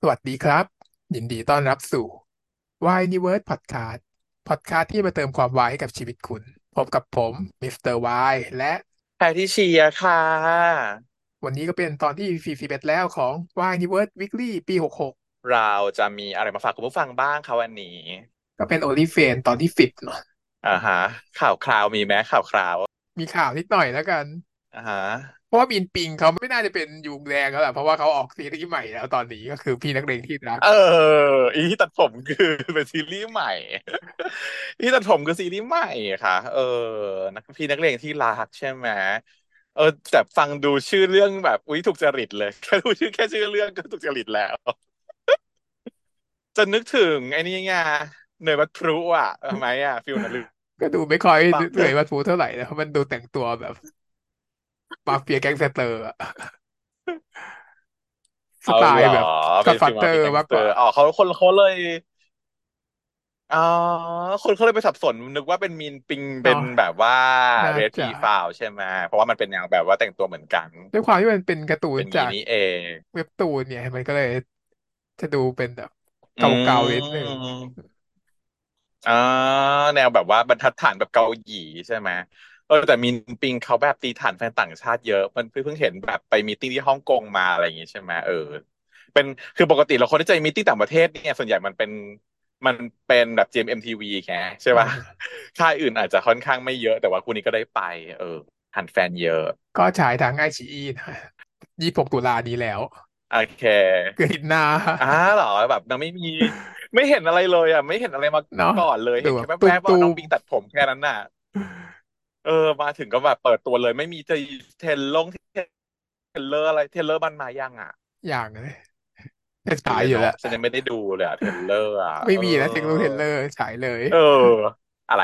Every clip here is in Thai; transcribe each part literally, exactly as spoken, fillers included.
สวัสดีครับยินดีต้อนรับสู่ Why Universe Podcast Podcast ที่มาเติมความวายให้กับชีวิตคุณพบกับผมมิสเตอร์วายและแพทริเชียค่ะวันนี้ก็เป็นตอนที่สี่สิบเอ็ดแล้วของ Why Universe Weekly ปีหกสิบหกเราจะมีอะไรมาฝากคุณผู้ฟังบ้างคะวันนี้ก็เป็น OnlyFans ตอนที่สิบเนาะอ่าฮะข่าวคราวมีไหมข่าวคราวมีข่าวนิดหน่อยแล้วกันอ่าฮะเพราะว่ามีนปิงเขาไม่น่าจะเป็นยุงแดงแล้วแหละเพราะว่าเขาออกซีรีส์ใหม่แล้วตอนนี้ก็คือพี่นักเลงที่รักเอออีที่ตัดผมคือเป็นซีรีส์ใหม่อีที่ตัดผมคือซีรีส์ใหม่ค่ะเออนักพี่นักเลงที่รักใช่ไหมเออแต่ฟังดูชื่อเรื่องแบบอุ๊ยถูกจริตเลยแค่ดูชื่อแค่ชื่อเรื่องก็ถูกจริตแล้วจะนึกถึงไอ้นี่ไงเนยวัดพลุอ่ะทำไมอ่ะฟิลนั้นหรือก็ดูไม่ค่อยเปล่าเหนื่อยวัดฟูเท่าไหร่นะเพราะมันดูแต่งตัวแบบมาเฟียแก๊งสเตอร์อะสไตเอาเหรอล์แบบก็อเป็นฟิลมาดฟัตเตอร์เฟียแก๊งสเตมากกว่าอร์อ๋อเขาคนเขาเลยอ๋อคนเขาเลยไปสับสนนึกว่าเป็นมีนปิงอ๋อเป็นแบบว่าน่าเรดจะพีฟาวใช่ไหมเพราะว่ามันเป็นแนวแบบว่าแต่งตัวเหมือนกันด้วยความที่มันเป็นการ์ตูนเป็นงี้จากนี่เองเว็บตูนเนี่ยมันก็เลยจะดูเป็นแบบเอืก่าๆนิดนึงมอ่าแนวแบบว่าบรรทัดฐานแบบเกาหลีใช่ไหมเออแต่มีนปิงเขาแบบตีฐานแฟนต่างชาติเยอะมันเพิ่งเห็นแบบไปมีตติ้งที่ฮ่องกงมาอะไรอย่างงี้ใช่ไหมเออเป็นคือปกติเราคนที่จะมีตติ้งต่างประเทศเนี่ยส่วนใหญ่มันเป็นมันเป็นแบบ จี เอ็ม เอ็ม ที วี แค่ใช่อ่ป่ะาค่ายอื่นอาจจะค่อนข้างไม่เยอะแต่ว่าคู่นี้ก็ได้ไปเออหันแฟนเยอะก็ฉายทางไอชีอีนะยี่สิบหกตุลานี้แล้วโอเคคืออาทิตย์หน้าอ้าเหรอแบบนางไม่มีไม่เห็นอะไรเลยอ่ะไม่เห็นอะไรมาเนาะก่อนเลยดูแบบเห็นแค่ตูแวบๆว่าน้องมปิงตัดผมแค่นั้นน่ะเออมาถึงก็แบบเปิดตัวเลยไม่มีจะเทรลลงเทรลเลอร์อะไรเทรลเลอร์มันมายังอ่ะๆอย่างเลยจะอยู่เลยเนาะฉายอยู่แล้วฉันยังไม่ได้ดูเลยอะเทรลเลอร์อ่ะไม่เออมีแล้วเทคโนเทรลเลอร์ฉายเลยเอออะไร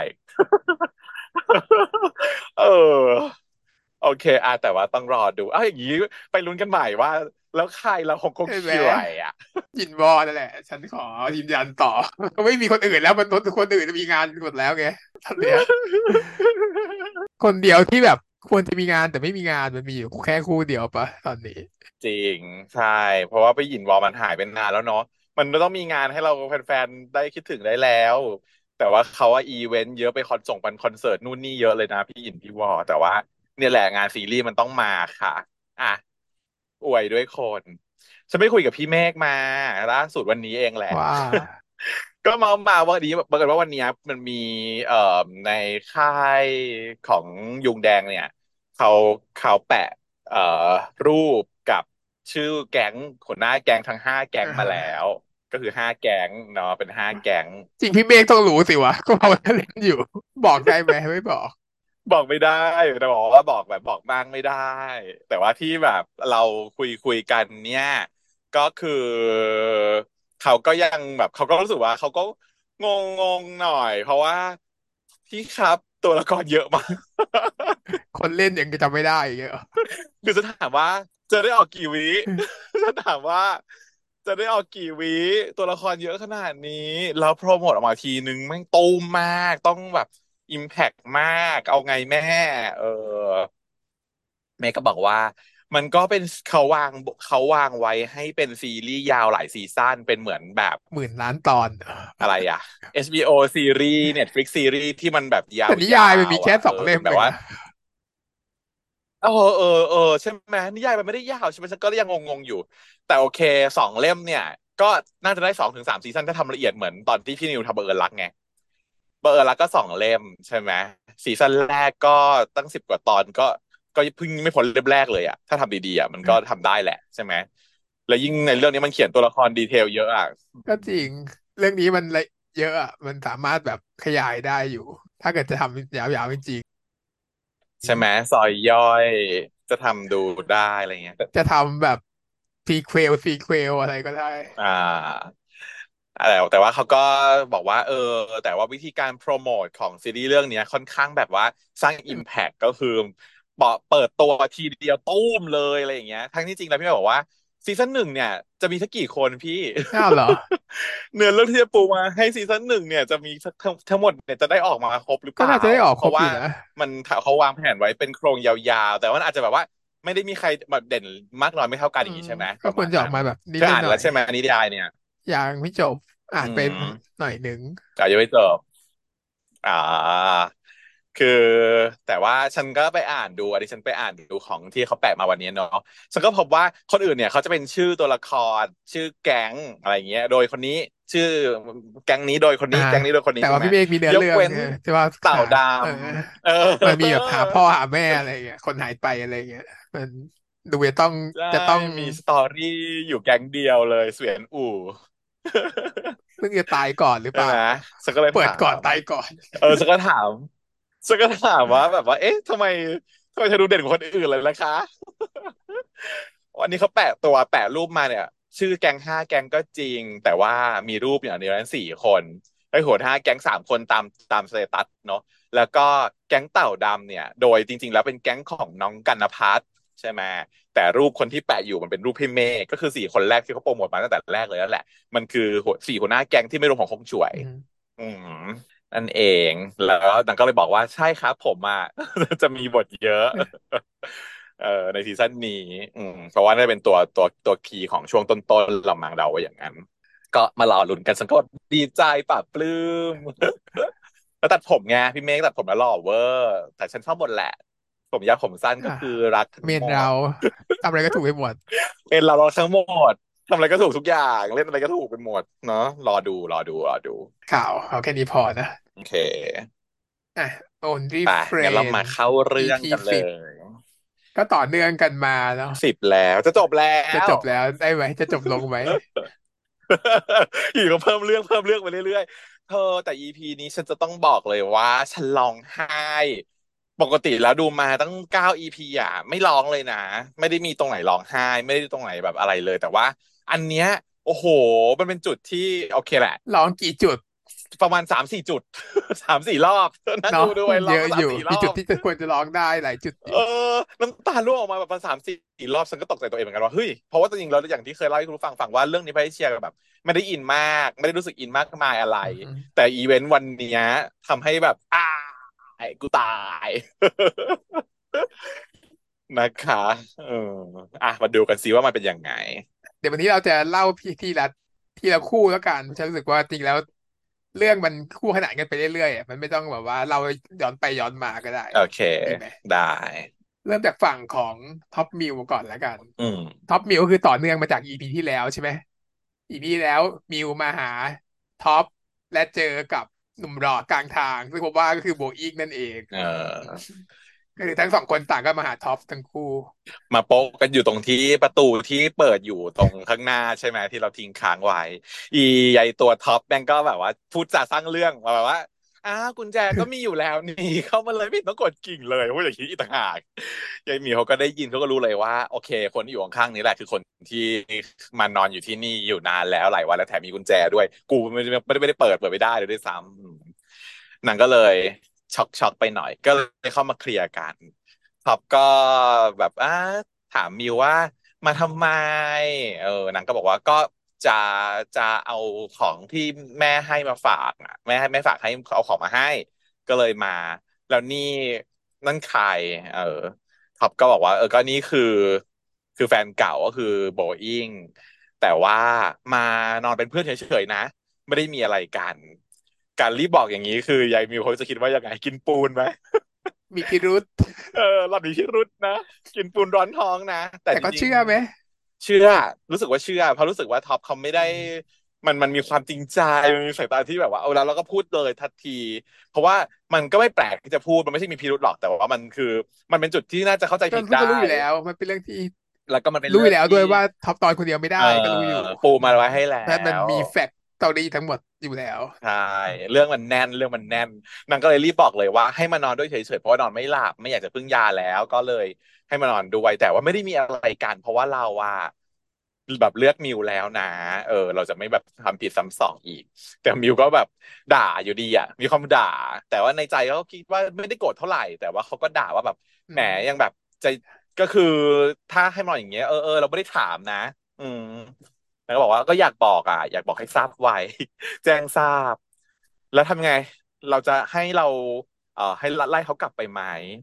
เออ โอเคอ่ะแต่ว่าต้องรอดูอ้าวอย่างนี้ไปลุ้นกันใหม่ว่าแล้วใครแล้วของก็ใช่ไหมคิวไรอ่ะยินวอนั่นแหละฉันขอยืนยันต่อไม่มีคนอื่นแล้วมันคนอื่นมีงานหมดแล้วไงตอนเนี้ย คนเดียวที่แบบควรจะมีงานแต่ไม่มีงานมันมีอยู่แค่คู่เดียวปะตอนนี้จริงใช่เพราะว่าไปหยินวอลมันหายไปนานแล้วเนาะมันต้องมีงานให้เราแฟนๆได้คิดถึงได้แล้วแต่ว่าเขาว่าอีเวนต์เยอะไปคอนส่งเป็นคอนเสิร์ตนู่นนี่เยอะเลยนะพี่หยินพี่วอลแต่ว่าเนี่ยแหละงานซีรีส์มันต้องมาค่ะอ่ะอวยด้วยคนฉันไม่คุยกับพี่เมฆมาล่าสุดวันนี้เองแหละว่าก็มามาวันนี้บังเอิญว่าวันเนี้ยมันมีเอ่อในค่ายของยุงแดงเนี่ยเขาเขาแปะเอ่อรูปกับชื่อแก๊งหัวหน้าแก๊งทั้งห้าแก๊งอ่มาแล้าวก็คือห้าแก๊งเนาะเป็นห้าแก๊งจริงพี่เมฆต้องรู้สิวะก็เขาเล่นอยู่บอกได้ไหมไม่บอกบอกไม่ได้แต่บอกว่าบอกแบบบอกมากไม่ได้แต่ว่าที่แบบเราคุยคุยกันเนี่ยก็คือเขาก็ยังแบบเขาก็รู้สึกว่าเขาก็งงงงหน่อยเพราะว่าพี่ครับตัวละครเยอะมากคนเล่นยังจำไม่ได้อีกเหรอคือจะถามว่าจะได้ออกกี่วิจะถามว่าจะได้ออกกี่วิตัวละครเยอะขนาดนี้แล้วโปรโมทออกมาทีนึงแม่งตูมมากต้องแบบอิมแพกมากเอาไงแม่เออ เมย์ก็บอกว่ามันก็เป็นเขาวางเขาวางไว้ให้เป็นซีรีส์ยาวหลายซีซั่นเป็นเหมือนแบบหมื่นล้านตอนอะไรอะ เอช บี โอ ซีรีส์ Netflix ซีรีส์ที่มันแบบยแต่นิยาายมันมีแค่วๆอ่ะเออสองเล่เป็นแบบว่ามเองนะเออเออเออใช่ไหมนิยายมันไม่ได้ยาวใช่ไหมฉันก็ยังงงๆอยู่แต่โอเคสองเล่มเนี่ยก็น่าจะได้สองถึงสามซีซั่นถ้าทำละเอียดเหมือนตอนที่พี่นิวทำเบอร์เอิญรักไงเบอร์เอิญรักก็สองเล่มใช่ไหมซีซั่นแรกก็ตั้งสิบกว่าตอนก็ก็เพิ่งไม่พ้นเล่มแรกเลยอ่ะถ้าทำดีๆอ่ะมันก็ทำได้แหละใช่ไหม แล้วยิ่งในเรื่องนี้มันเขียนตัวละครดีเทลเยอะอ่ะก็จริงเรื่องนี้มันละเยอะอ่ะมันสามารถแบบขยายได้อยู่ถ้าเกิดจะทำยาวๆจริงใช่ไหมซอยย่อยจะทำดูได้อะไรเงี้ยๆจะทำแบบซีเควลซีเควลอะไรก็ได้อ่าแต่แต่ว่าเขาก็บอกว่าเออแต่ว่าวิธีการโปรโมทของซีรีส์เรื่องเนี้ยค่อนข้างแบบว่าสร้างอิมแพคก็คือเปิดเปิดตัวทีเดียวตุ้มเลยอะไรอย่างเงี้ยทั้งที่จริงแล้วพี่บอกว่าซีซั่นหนึ่งเนี่ยจะมีสักกี่คนพี่อ้าวเหรอเนื้อเรื่องที่จะปูมาให้ซีซั่นหนึ่งเนี่ยจะมีสักทั้งทั้งหมดเนี่ยจะได้ออกมาครบหรือเปก็ล่าน่าจะได้ออกเพราะว่าครบอยู่นะมันเขาวางแผนไว้เป็นโครงยาวๆแต่ว่ามันอาจจะแบบว่าไม่ได้มีใครแบบเด่นมากน้อยไม่เท่ากันอืมอย่างนี้ใช่ไหมปก็ควรจะออกระมาณนั้นมาแบบนิเธออ่านดๆหน่อยแล้วใช่ไหมนิยายเนี่ยๆยังไม่จบอ่าอืนไปมหน่อยหนึ่งแต่ยังไม่จบ อ่าคือแต่ว่าฉันก็ไปอ่านดูอันนี้ฉันไปอ่านดูของที่เขาแปะมาวันนี้เนาะฉันก็พบว่าคนอื่นเนี่ยเขาจะเป็นชื่อตัวละครชื่อแก๊งอะไรเงี้ยโดยคนนี้ชื่อแก๊งนี้โดยคนอ่านี้แก๊งนี้โดยคนนี้แต่ว่าใช่ไหมพี่เมฆมีเนื้อยกเว้นเรื่องเออที่ว่าเต่าหาดเออำเออมันมีแบบหาพ่อหาแม่อะไรเงี้ยคนหายไปอะไรเงี้ยมันดูจะต้องใช่จะต้องมีสตอรี่อยู่แก๊งเดียวเลยเสวียนอู่เพิ่งจะตายก่อนหรือเปล่าใช่ไหมฉันก็เลยถาเปิดก่อนมตายก่อนเออฉันก็ถามฉันก็ถามว่าแบบว่าเอ๊ะทำไมทำไมเธอดูเด่นกว่าคนอื่นเลยล่ะคะวันนี้เขาแปะตัวแปะรูปมาเนี่ยชื่อแก๊งห้าแก๊งก็จริงแต่ว่ามีรูปอย่างเดียวนั้นสี่คนไอ้หัวหน้าแก๊งสามคนตามตามสเตตัสเนาะแล้วก็แก๊งเต่าดำเนี่ยโดยจริงๆแล้วเป็นแก๊งของน้องกันพัฒน์ใช่ไหมแต่รูปคนที่แปะอยู่มันเป็นรูปพี่เมฆก็คือสี่คนแรกที่เขาโปรโมทมาตั้งแต่แรกเลยนั่นแหละมันคือหัวสี่หัวหน้าแก๊งที่ไม่รวมของคงช่วยอืมอืมนั่นเองแล้วนางก็เลยบอกว่าใช่ครับผมอ่ะจะมีบทเยอะเอ่อในซีซั่นนี้อืมเพราะว่าน่าจะเป็นตัวตัวตัวคีย์ของช่วงต้นๆเรามังเดาไว้อย่างนั้นก็มารอลุ้นกันฉันก็ดีใจปลาบปลื้มแล้วตัดผมไงพี่เมฆตัดผมแล้วหล่อเวอร์แต่ฉันชอบหมดแหละผมยาวผมสั้นก็อ่าคือรักทั้งหมเมนเราดทำอะไรก็ถูกไปหมดเป็นเราเราทั้งหมดทำอะไรก็ถูกทุกอย่างเล่นอะไรก็ถูกไปหมดเนาะรอดูรอดูรอดูข่าวเอาแค่นี้พอนะโอเคอ่ะ Only ไปงั้นเรามา Friend เข้าเรื่องอี พีกันเลสิบยก็ต่อเนื่องกันมาเนาะสิบแล้วจะจบแล้วจะจบแล้วได้ไหมจะจบลงไหมอยู่ก็เพิ่มเรื่องเพิ่มเรื่องไปเรื่อยๆเธอแต่ อี พี นี้ฉันจะต้องบอกเลยว่าฉันร้องไห้ปกติแล้วดูมาตั้งเก้า อี พี อ่ะไม่ร้องเลยนะไม่ได้มีตรงไหนร้องไห้ไม่ได้ตรงไหนแบบอะไรเลยแต่ว่าอันเนี้ยโอ้โหมันเป็นจุดที่โอเคแหละร้องกี่จุดประมาณสามสี่จุดสามสี่รอบนั่งเนาะดูดูไปร้องมาสามเยอะอยู่สี่รอบมีจุดที่จะควรจะร้องได้หลายจุดอยู่เออน้ำตาร่วงออกมาแบบประมาณสามสี่รอบฉันก็ตกใจตัวเองเหมือนกันว่าเฮ้ยเพราะว่าจริงๆแล้วอย่างที่เคยเล่าให้คุณผู้ฟังฟังว่าเรื่องนี้พระเชียร์แบบไม่ได้อินมากไม่ได้รู้สึกอินมากมายอะไรอือฮึแต่อีเวนต์วันเนี้ยทำให้แบบอ้าไอ้กูตาย นะคะเอออ่ะมาดูกันซิว่ามันเป็นยังไงเดี๋ยววันนี้เราจะเล่าพี่ทีละทีละคู่แล้วกันฉันรู้สึกว่าจริงแล้วเรื่องมันคู่ขนานกันไปเรื่อยๆอ่ะมันไม่ต้องแบบว่าเราย้อนไปย้อนมาก็ได้โอเคดีไหมได้เริ่มจากฝั่งของท็อปมิวก่อนแล้วกันอืมท็อปมิวก็คือต่อเนื่องมาจากอีพีที่แล้วใช่ไหมอีพีที่แล้วมิวมาหาท็อปและเจอกับหนุ่มหล่อกลางทางซึ่งผมว่าก็คือโบอีกนั่นเองเออก็คือทั้งสองคนต่างก็มาหาท็อปทั้งคู่มาโป๊กกันอยู่ตรงที่ประตูที่เปิดอยู่ตรงข้างหน้าใช่ไหมที่เราทิ้งค้างไว้อีไอตัวท็อปแม่งก็แบบว่าพูดจาสร้างเรื่องมาแบบว่าอ้าวกุญแจก็มีอยู่แล้วนี่เข้ามาเลยไม่ต้องกดกิ่งเลยพูดอย่างนี้อีกต่างหากยายหมีเขาก็ได้ยินเขาก็รู้เลยว่าโอเคคนที่อยู่ข้างๆนี้แหละคือคนที่มานอนอยู่ที่นี่อยู่นานแล้วหลายวันแล้วแถมมีกุญแจด้วยกูไม่ได้ไม่ได้ไม่ได้เปิดเปิดไม่ได้เลยด้วยซ้ำนางก็เลยช็อกช็อกไปหน่อยก็เลยเข้ามาเคลียร์กัน ท็อปก็แบบอ่าถามมิวว่ามาทำไมเออนางก็บอกว่าก็จะจะเอาของที่แม่ให้มาฝากอ่ะแม่ให้แม่ฝากให้เอาของมาให้ก็เลยมาแล้วนี่นั่นใครเออท็อปก็บอกว่าเออก็นี่คือคือแฟนเก่าก็คือโบอิงแต่ว่ามานอนเป็นเพื่อนเฉยๆนะไม่ได้มีอะไรกันการรีบบอกอย่างนี้คือยายมิวเขาจะคิดว่ายังไงกินปูนไหมมีพิรุธเออหล่อนมีพิรุธนะกินปูนร้อนท้องนะแต่แต่ก็จริงเชื่อไหมๆเชื่อรู้สึกว่าเชื่อเพราะรู้สึกว่าท็อปเขาไม่ได้อืมมันมันมีความจริงใจมันมีสายตาที่แบบว่าเอาแล้วเราก็พูดเลยทันทีเพราะว่ามันก็ไม่แปลกที่จะพูดมันไม่ใช่มีพิรุธหรอกแต่ว่ามันคือมันเป็นจุดที่น่าจะเข้าใจก็ผิดได้ก็รู้อยู่แล้วมันเป็นเรื่องที่แล้วก็มันเป็นรู้อยู่แล้วเรื่องที่ด้วยว่าท็อปตอนคนเดียวไม่ได้เอ่อก็รู้อยู่ปูอืมมาไว้ให้แล้และมันวมีแฟกต์ตอรี่ทั้งหมดอยู่แล้วใช่เรื่องมันแน่นเรื่องมันแน่นนางก็เลยรีบบอกเลยว่าให้มานอนด้วยเฉยๆเพราะว่านอนไม่หลับไม่อยากจะพึ่งยาแล้วก็เลยให้มานอนด้วยแต่ว่าไม่ได้มีอะไรกันเพราะว่าเราอะแบบเลือกมิวแล้วนะเออเราจะไม่แบบทำผิดซ้ำสองอีกแต่มิวก็แบบด่าอยู่ดีอะมีความด่าแต่ว่าในใจเขาคิดว่าไม่ได้โกรธเท่าไหร่แต่ว่าเขาก็ด่าว่าแบบแหมอืมยังแบบใจก็คือถ้าให้มานอนอย่างเงี้ยเออเออเราไม่ได้ถามนะอืมแล้วก็บอกว่าก็อยากบอกอ่ะอยากบอกให้ทราบไว้ แจ้งทราบแล้วทำไงเราจะให้เราเอ่อให้ไล่เขากลับไปไหม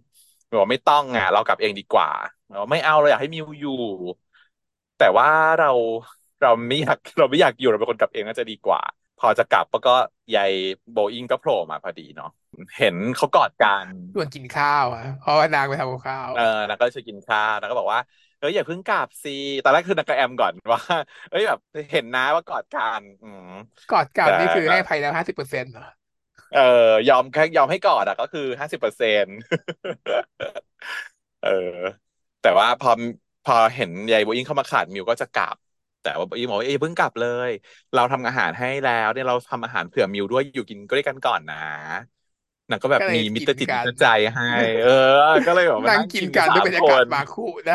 บอกว่าไม่ต้องอ่ะเรากลับเองดีกว่าเราไม่เอาเราอยากให้มิวอยู่แต่ว่าเราเราไม่อยากเราไม่อยากอยู่เราเป็นคนกลับเองน่าจะดีกว่าพอจะกลับแล้วก็ยายโบอิงก็โผล่มาพอดีเนาะเห็นเขากอดกันชวนกินข้าวอ่ะเพราะว่านางไปทำกับข้าวเออนางก็จะกินข้าวนางก็บอกว่าเอ้ยอย่าเพิ่งกลับสิตอนแรกคือนางก็แอมก่อนว่าเอ้ยแบบเห็นนะว่ากอดกันอืมกอดกัแต่นนี่คือก็ให้ภัยแล้วห้าสิบเปอร์เซ็นต์เหรอเออยอมแค่ยอมให้กอดอะก็คือห้าสิบเปอร์เซ็นต์ เออแต่ว่าพอพอเห็นยายโบอิงเข้ามาขาดมิวก็จะกลับแต่ว่าโบอิงบอกว่าเอ้ยเพิ่งกลับเลยเราทำอาหารให้แล้วเนี่ยเราทำอาหารเผื่อมิวด้วยอยู่กินก็ด้วยกันก่อนนะนางก็แบบก็เลยมีมิกินตรจิตกันมิตรใจให้เออก็เลยแบบมานั่งนั่งกินกันกินกันสามคด้วยบรรยากาศนบาคูนะ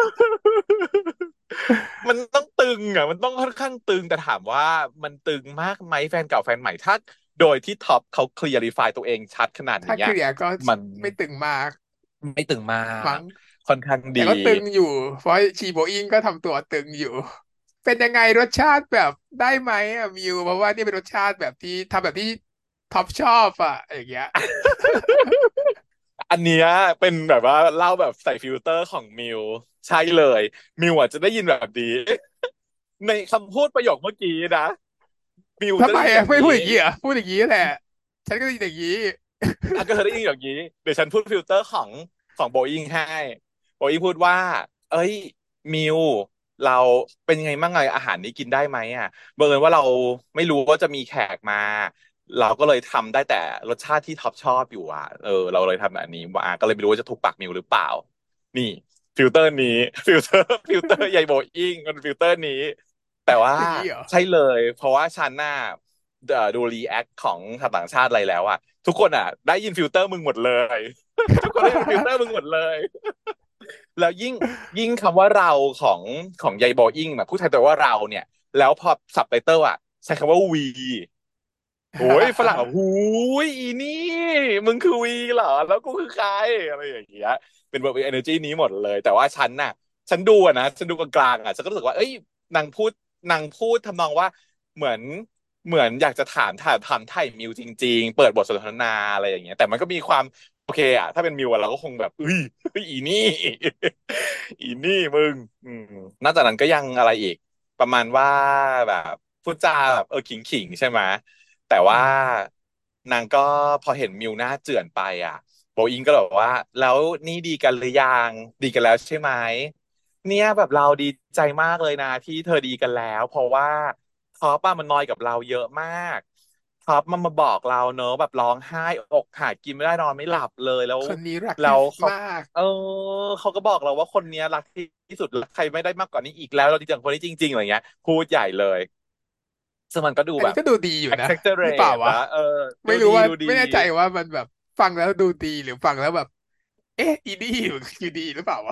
มันต้องตึงอ่ะมันต้องค่อนข้างตึงแต่ถามว่ามันตึงมากไหมแฟนเก่าแฟนใหม่ถ้าโดยที่ท็อปเขาเคลียร์ฟายตัวเองชัดขนาดถ้านี้อะเกลี่ยก็มันไม่ตึงมากไม่ตึงมามั้งกค่อนข้างดีแต่ก็ตึงอยู่เพราะชีโบอิงก็ทำตัวตึงอยู่เป็นยังไงรสชาติแบบได้ไหมอ่ะมิวเพราะว่านี่เป็นรสชาติแบบที่ทำแบบที่ท็อปชอบอ่ะอย่างเงี้ยอันเนี้ยเป็นแบบว่าเล่าแบบใส่ฟิลเตอร์ของมิวใช่เลยมิวอ่ะจะได้ยินแบบนี้ในคำพูดประโยคเมื่อกี้นะมิวทำจะได้ไมอ่ะไม่ยินอย่างนี้พูดอย่างนี้เหรอพูดอย่างนี้แหละฉันก็ได้ยินอย่างนี้อ่ะก็เธอได้ยินอย่างนี้เดี๋ยวฉันพูดฟิลเตอร์ของของโบอิงให้โบอิงพูดว่าเอ้ยมิวเราเป็นยังไงบ้างไงอาหารนี้กินได้ไหมอ่ะบังเอิญว่าเราไม่รู้ว่าจะมีแขกมาเราก็เลยทำได้แต่รสชาติที่ท็อปชอบอยู่อ่ะเออเราเลยทำแบบนี้มาก็เลยไม่รู้ว่าจะถูกปากมิวหรือเปล่านี่ฟิลเตอร์นี้ฟิลเตอร์ฟิลเตอร์ใยโบอิงมันฟิลเตอร์นี้แต่ว่าอย่างนี้เหรอใช่เลยเพราะว่าฉันน่ะเอ่อดูรีแอคของชาวต่างชาติอะไรแล้วอ่ะ ทุกคนอ่ะได้ยินฟิลเตอร์มึงหมดเลยทุกคนได้ยินฟิลเตอร์มึงหมดเลยแล้วยิ่งยิ่งคำว่าเราของของยายบออิงแบบผู้ไทยแต่ว่าเราเนี่ยแล้วพอซับไตเติลอ่ะใช้คำว่าวีโอ้ยฝรั่งแบบหูยอีนี่มึงคือวีเหรอแล้วกูคือใครอะไรอย่างเงี้ยเป็นแบบเอเนอร์จีนี้หมดเลยแต่ว่าฉันน่ะฉันดูอะนะฉันดูกลางๆอ่ะฉันก็รู้สึกว่าเอ้ยนางพูดนางพูดทำนองว่าเหมือน เหมือนอยากจะถามถามถามไถ่มิวจริงๆเปิดบทสนทนาอะไรอย่างเงี้ยแต่มันก็มีความโอเคอะถ้าเป็นมิวอะเราก็คงแบบเอ้ยเฮ้ยอีนี่อีนี่มึงอืมนอกจากนั้นก็ยังอะไรอีกประมาณว่าแบบพูดจาแบบเออขิงขิงใช่ไหมแต่อืว่ามนางก็พอเห็นมิวหน้าเจือนไปอ่ะโบอิงก็แบบว่าแล้วนี่ดีกันหรือยังดีกันแล้วใช่ไหม เนี่ยแบบเราดีใจมากเลยนะที่เธอดีกันแล้วเพราะว่าท็อปอะมันนอยกับเราเยอะมากท็อปมันมาบอกเราเนอะแบบร้องไห้อกหักกินไม่ได้นอนไม่หลับเลยแล้วคนนี้รักที่แล้วเขามากเออเขาก็บอกเราว่าคนเนี้ยรักที่สุดรักใครไม่ได้มากกว่านี้อีกแล้วเราดีจังคนนี้จริงๆอะไรเงี้ยพูดใหญ่เลยซึ่งมันก็ดูแบบอันนี้ก็ดูดีอยู่นะหรือเปล่า exaggerate วะนะเออดูไม่รู้ว่าดีดูดีไม่แน่ใจว่ามันแบบฟังแล้วดูดีหรือฟังแล้วแบบเอ๊ะอีนี่คือดีหรือเปล่าวะ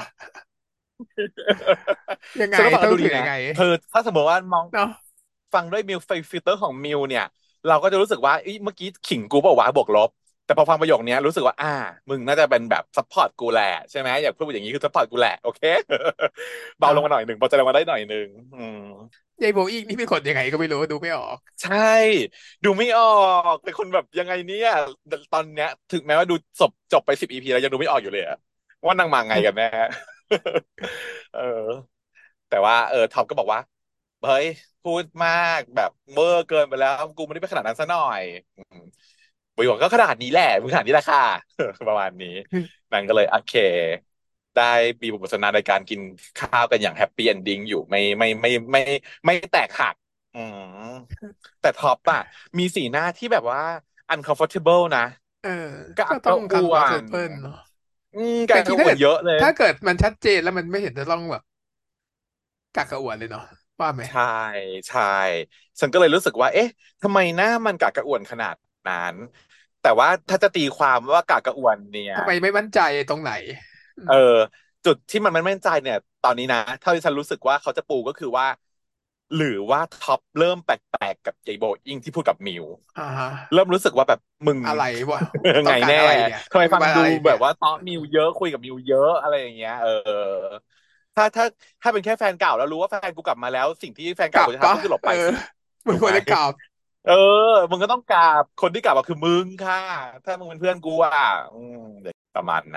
ยัง ไงฉันก็ฟังต้แล้วดูดีนะองถือยังไงเธอถ้าสมมติว่ามองเนาะฟังด้วยมิวฟิลเตอร์ของมิวเนี่ยเราก็จะรู้สึกว่าเอ้ยเมื่อกี้ขิงกูบอกว่าบวกลบแต่พอฟังประโยคเนี้ยรู้สึกว่าอ่ามึงน่าจะเป็นแบบซัพพอร์ตกูแหละใช่ไหมอยากพูดอย่างนี้คือซัพพอร์ตกูแหละโอเคเบาเนาะลงมาหน่อยหนึ่งพอใจลงมาได้หน่อยหนึ่งอืมยายโบอิงนี่เป็นคนยังไงก็ไม่รู้ดูไม่ออกใช่ดูไม่ออกเป็นคนแบบยังไงเนี่ยตอนเนี้ยถึงแม้ว่าดูจบจบไปสิบอีพีแล้วยังดูไม่ออกอยู่เลยอะว่านางมาไงกันแน่เออ แต่ว่าเออท็อปก็บอกว่าเฮ้ยพูดมากแบบเวอร์เกินไปแล้วกูไม่ได้ไปขนาดนั้นซะหน่อยอืมบอยบอกก็ขนาดนี้แหละมึงขนาดนี้แหละค่ะประมาณนี้นางก็เลยโอเคได้มีบทสนทนาในการกินข้าวกันอย่างแฮปปี้เอนดิ้งอยู่ไม่ไม่ไม่ไม่ไม่ไม่แตกหักอืมแต่ท็อปอะมีสีหน้าที่แบบว่า uncomfortable นะเออกระอักกก็ต้องระอ่วคำว่าเซนเปิลเนาะอืมกระแต่อักกระอ่จริงๆถ้าเกิดวนเยอะเลยถ้าเกิดมันชัดเจนแล้วมันไม่เห็นจะต้องแบบกักกระอ่วนเลยเนาะว่าไหมใช่ใช่ฉันก็เลยรู้สึกว่าเอ๊ะทำไมหน้ามันกากกระอ่วนขนาดนั้นแต่ว่าถ้าจะตีความว่ากากกระอ่วนเนี่ยทำไมไม่มั่นใจตรงไหนอืเออมจุดที่มันไม่มั่นใจเนี่ยตอนนี้นะเท่าที่ฉันรู้สึกว่าเขาจะปูก็คือว่าหรือว่าท็อปเริ่มแปลกๆกับยายโบอิงที่พูดกับมิวอ่าฮะเริ่มรู้สึกว่าแบบมึงอะไรวะไงต้องการแน่อะไรเนี่ยทำไมฟังดูมึงมาอะไรเนี่ยแบบว่าต้อมิวเยอะคุยกับมิวเยอะอะไรอย่างเงี้ยเออถ้าถ้าถ้าเป็นแค่แฟนเก่าแล้วรู้ว่าแฟนกูกลับมาแล้วสิ่งที่แฟนกลับปะเก่าควรจะทำก็คือหลบเออไปสิมึงถูกไหมควรจะกลับเออมึงก็ต้องกราบคนที่กราบก็คือมึงค่ะถ้ามึงเป็นเพื่อนกูอ่ะอืมเด็กประมาณนั้น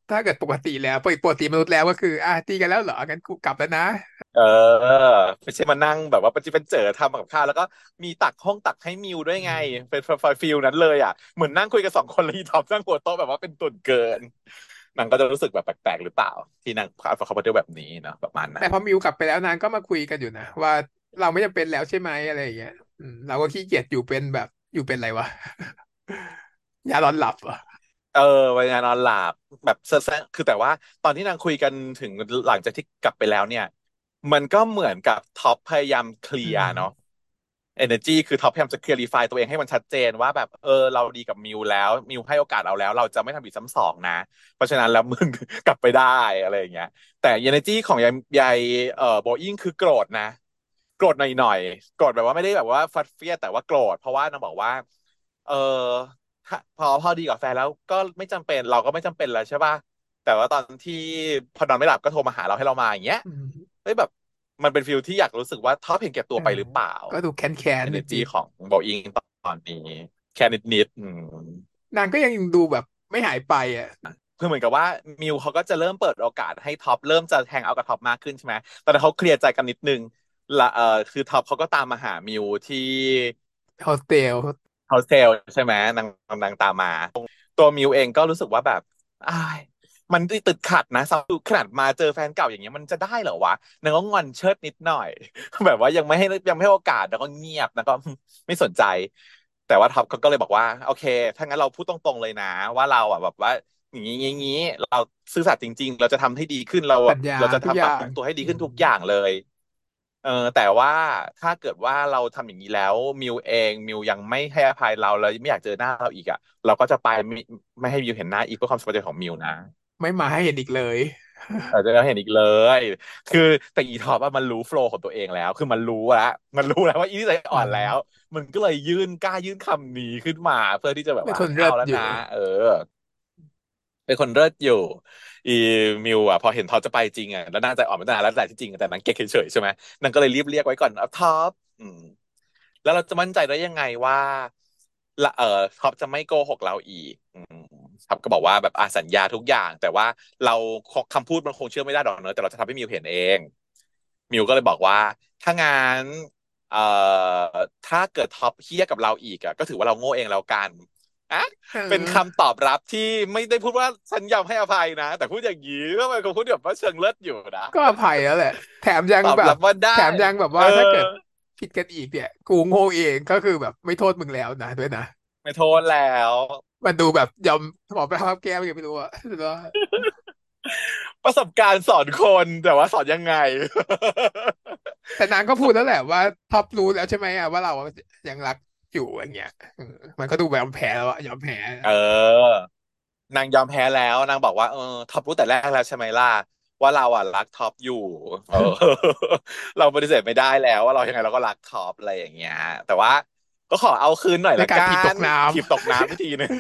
ถ้าเกิดปกติแล้วปกติปกติมนุษย์แล้วก็คืออ่ะตีกันแล้วเหรองั้นกูกลับแล้วนะเออไม่ใช่มานั่งแบบว่าปฏิเป็นเจอทำกับข้าวแล้วก็มีตักห้องตักให้มิวด้วยอืไงมเป็นฟิลนั้นเลยอ่ะเหมือนนั่งคุยกันสองคนแล้วอีท็อปนั่งหัวโต๊ะแบบว่าเป็นตุ่นเกินนางก็จะรู้สึกแบบแปลกๆหรือเปล่าที่นางเขาเขาพูดแบบนี้เนาะประมาณนั้นแต่พอมิวกลับไปแล้วนางก็มาคุยกันอยู่นะว่าเราไม่จำเป็นแล้วใช่ไหมอะไรอย่างเงี้ยอืมเราก็ขี้เกียจอยู่เป็นแบบอยู่เป็นอะไรวะยานอนหลับเหรอเออวันงานนอนหลับแบบเซอร์คือแต่ว่าตอนที่นางคุยกันถึงหลังจากที่กลับไปแล้วเนี่ยมันก็เหมือนกับท็อปพยายามเคลีอืยร์เนาะม energy คือท็อปพยายามจะ clarify ตัวเองให้มันชัดเจนว่าแบบเออเราดีกับมิวแล้วมิวให้โอกาสเราแล้วเราจะไม่ทำผิดซ้ำสองนะเพราะฉะนั้นแล้วมึงกลับไปได้อะไรอย่างเงี้ยแต่ energy ของยายยายเอ่อโบอิงคือโกรธนะโกรธหน่อยๆโกรธแบบว่าไม่ได้แบบว่าฟัดเฟียดแต่ว่าโกรธเพราะว่านางบอกว่าเออถ้าพอพอดีกับแฟนแล้วก็ไม่จำเป็นเราก็ไม่จำเป็นแล้วใช่ป่ะแต่ว่าตอนที่พอนอนไม่หลับก็โทรมาหาเราให้เรามาอย่างเงี้ยอืมเฮ้ยแบบมันเป็นฟิลที่อยากรู้สึกว่าท็อปเห็นแก่ตัเออวไปหรือเปล่าก็ดูแค้นแค้น energy นิดของโบอิงตอนนี้แค่นิดๆอืมๆนางก็ยังดูแบบไม่หายไปอ่ะคือเหมือนกับว่ามิวเขาก็จะเริ่มเปิดโอกาสให้ท็อปเริ่มจะแฮงเอาท์กับท็อปมากขึ้นใช่ไหมตอนนั้นเขาเคลียร์ใจกันนิดนึงละเออคือท็อปเขาก็ตามมาหามิวที่โฮสเทลโฮสเทลใช่ไหมนางนางตามมาตัวมิวเองก็รู้สึกว่าแบบอ้ายมันติดขัดนะสำหรับขนาดมาเจอแฟนเก่าอย่างเงี้ยมันจะได้เหรอวะนางก็งอนเชิดนิดหน่อยแบบว่ายังไม่ให้ยังไม่ให้โอกาสแล้วก็เงียบแล้วก็ไม่สนใจ แต่ว่าท็อปเขาก็เลยบอกว่าโอเคถ้างั้นเราพูดตรงๆเลยนะว่าเราอ่ะแบบว่าอย่างนี้อย่างนี้เราซื่อสัตย์จริงๆเราจะทำให้ดีขึ้นเราสัญญาเราจะทำปรับปรุทุกอย่างงตัวให้ดีอืมขึ้นทุกอย่างเลยเออแต่ว่าถ้าเกิดว่าเราทำอย่างนี้แล้วมิวเองมิวยังไม่ให้อภัยเราเลยไม่อยากเจอหน้าเราอีกอ่ะเราก็จะไปไม่ไม่ให้มิวเห็นหน้าอีกเพื่อความสบายใจของมิวนะไม่มาให้เห็นอีกเลยอาจจะได้เห็นอีกเลยคือแต่อีท็อปว่ามันรู้โฟลว์ของตัวเองแล้วคือมันรู้แล้วมันรู้แล้วว่าอีนี่ใจอือ่อนแล้วมมันก็เลยยื่นกล้ายื่นคำนี้ขึ้นมาเพื่อที่จะแบบว่าเป็นคนไม่เอาแล้วนะเลิศอยู่เออเป็นคนเลิศอยู่อีมิวอ่ะพอเห็นท็อปจะไปจริงอ่ะแล้วน่าใจอ่อนไม่นานแล้วแต่ที่จริงอะแต่นางเก๊กเฉยๆใช่ไหมนางก็เลยรีบเรียกไว้ก่อนเอาท็อปอืมแล้วเราจะมั่นใจได้ยังไงว่าละเออท็อปจะไม่โกหกเราอีกอืมท็อปก็บอกว่าแบบอ่ะสัญญาทุกอย่างแต่ว่าเราคำพูดมันคงเชื่อไม่ได้หรอกเนอะแต่เราจะทำให้มิวเห็นเองมิวก็เลยบอกว่าถ้างั้นเอ่อถ้าเกิดท็อปเฮี้ยกับเราอีกอ่ะก็ถือว่าเราโง่เองแล้วกันอ่ะเอเป็นคำตออบรับที่ไม่ได้พูดว่าฉันยอมให้อภัยนะแต่พูดอย่างนี้ก็มันก็พูดแบบว่าเชิงเลิศอยู่นะก็อภัยแล้วแหละแถมยังตอบแบบรับว่าได้แถมยังแบบเออว่าถ้าเกิดผิดกันอีกเนี่ยกูโง่เองก็คือแบบไม่โทษมึงแล้วนะด้วยนะไม่โทษแล้วมันดูแบบยอมบอกไปครับแก้มยังไม่รู้อะแต่ว่าประสบการณ์สอนคนแต่ว่าสอนยังไงแต่นางก็พูดแล้วแหละว่าท็อปรู้แล้วใช่ไหมอะว่าเรายังรักอยู่อย่างเงี้ยเออมันก็ดูแบบยอมแพ้แล้วอะยอมแพ้เออนางยอมแพ้แล้วนางบอกว่าเออท็อปรู้แต่แรกแล้วใช่ไหมล่ะว่าเราอ่ะรักท็อปอยู่เออเราปฏิเสธไม่ได้แล้วว่าเรายังไงเราก็รักท็อปอะไรอย่างเงี้ยแต่ว่าก็ขอเอาคืนหน่อยละกัในการถีบตนกน้ถีบตกน้ำวิธีหนึง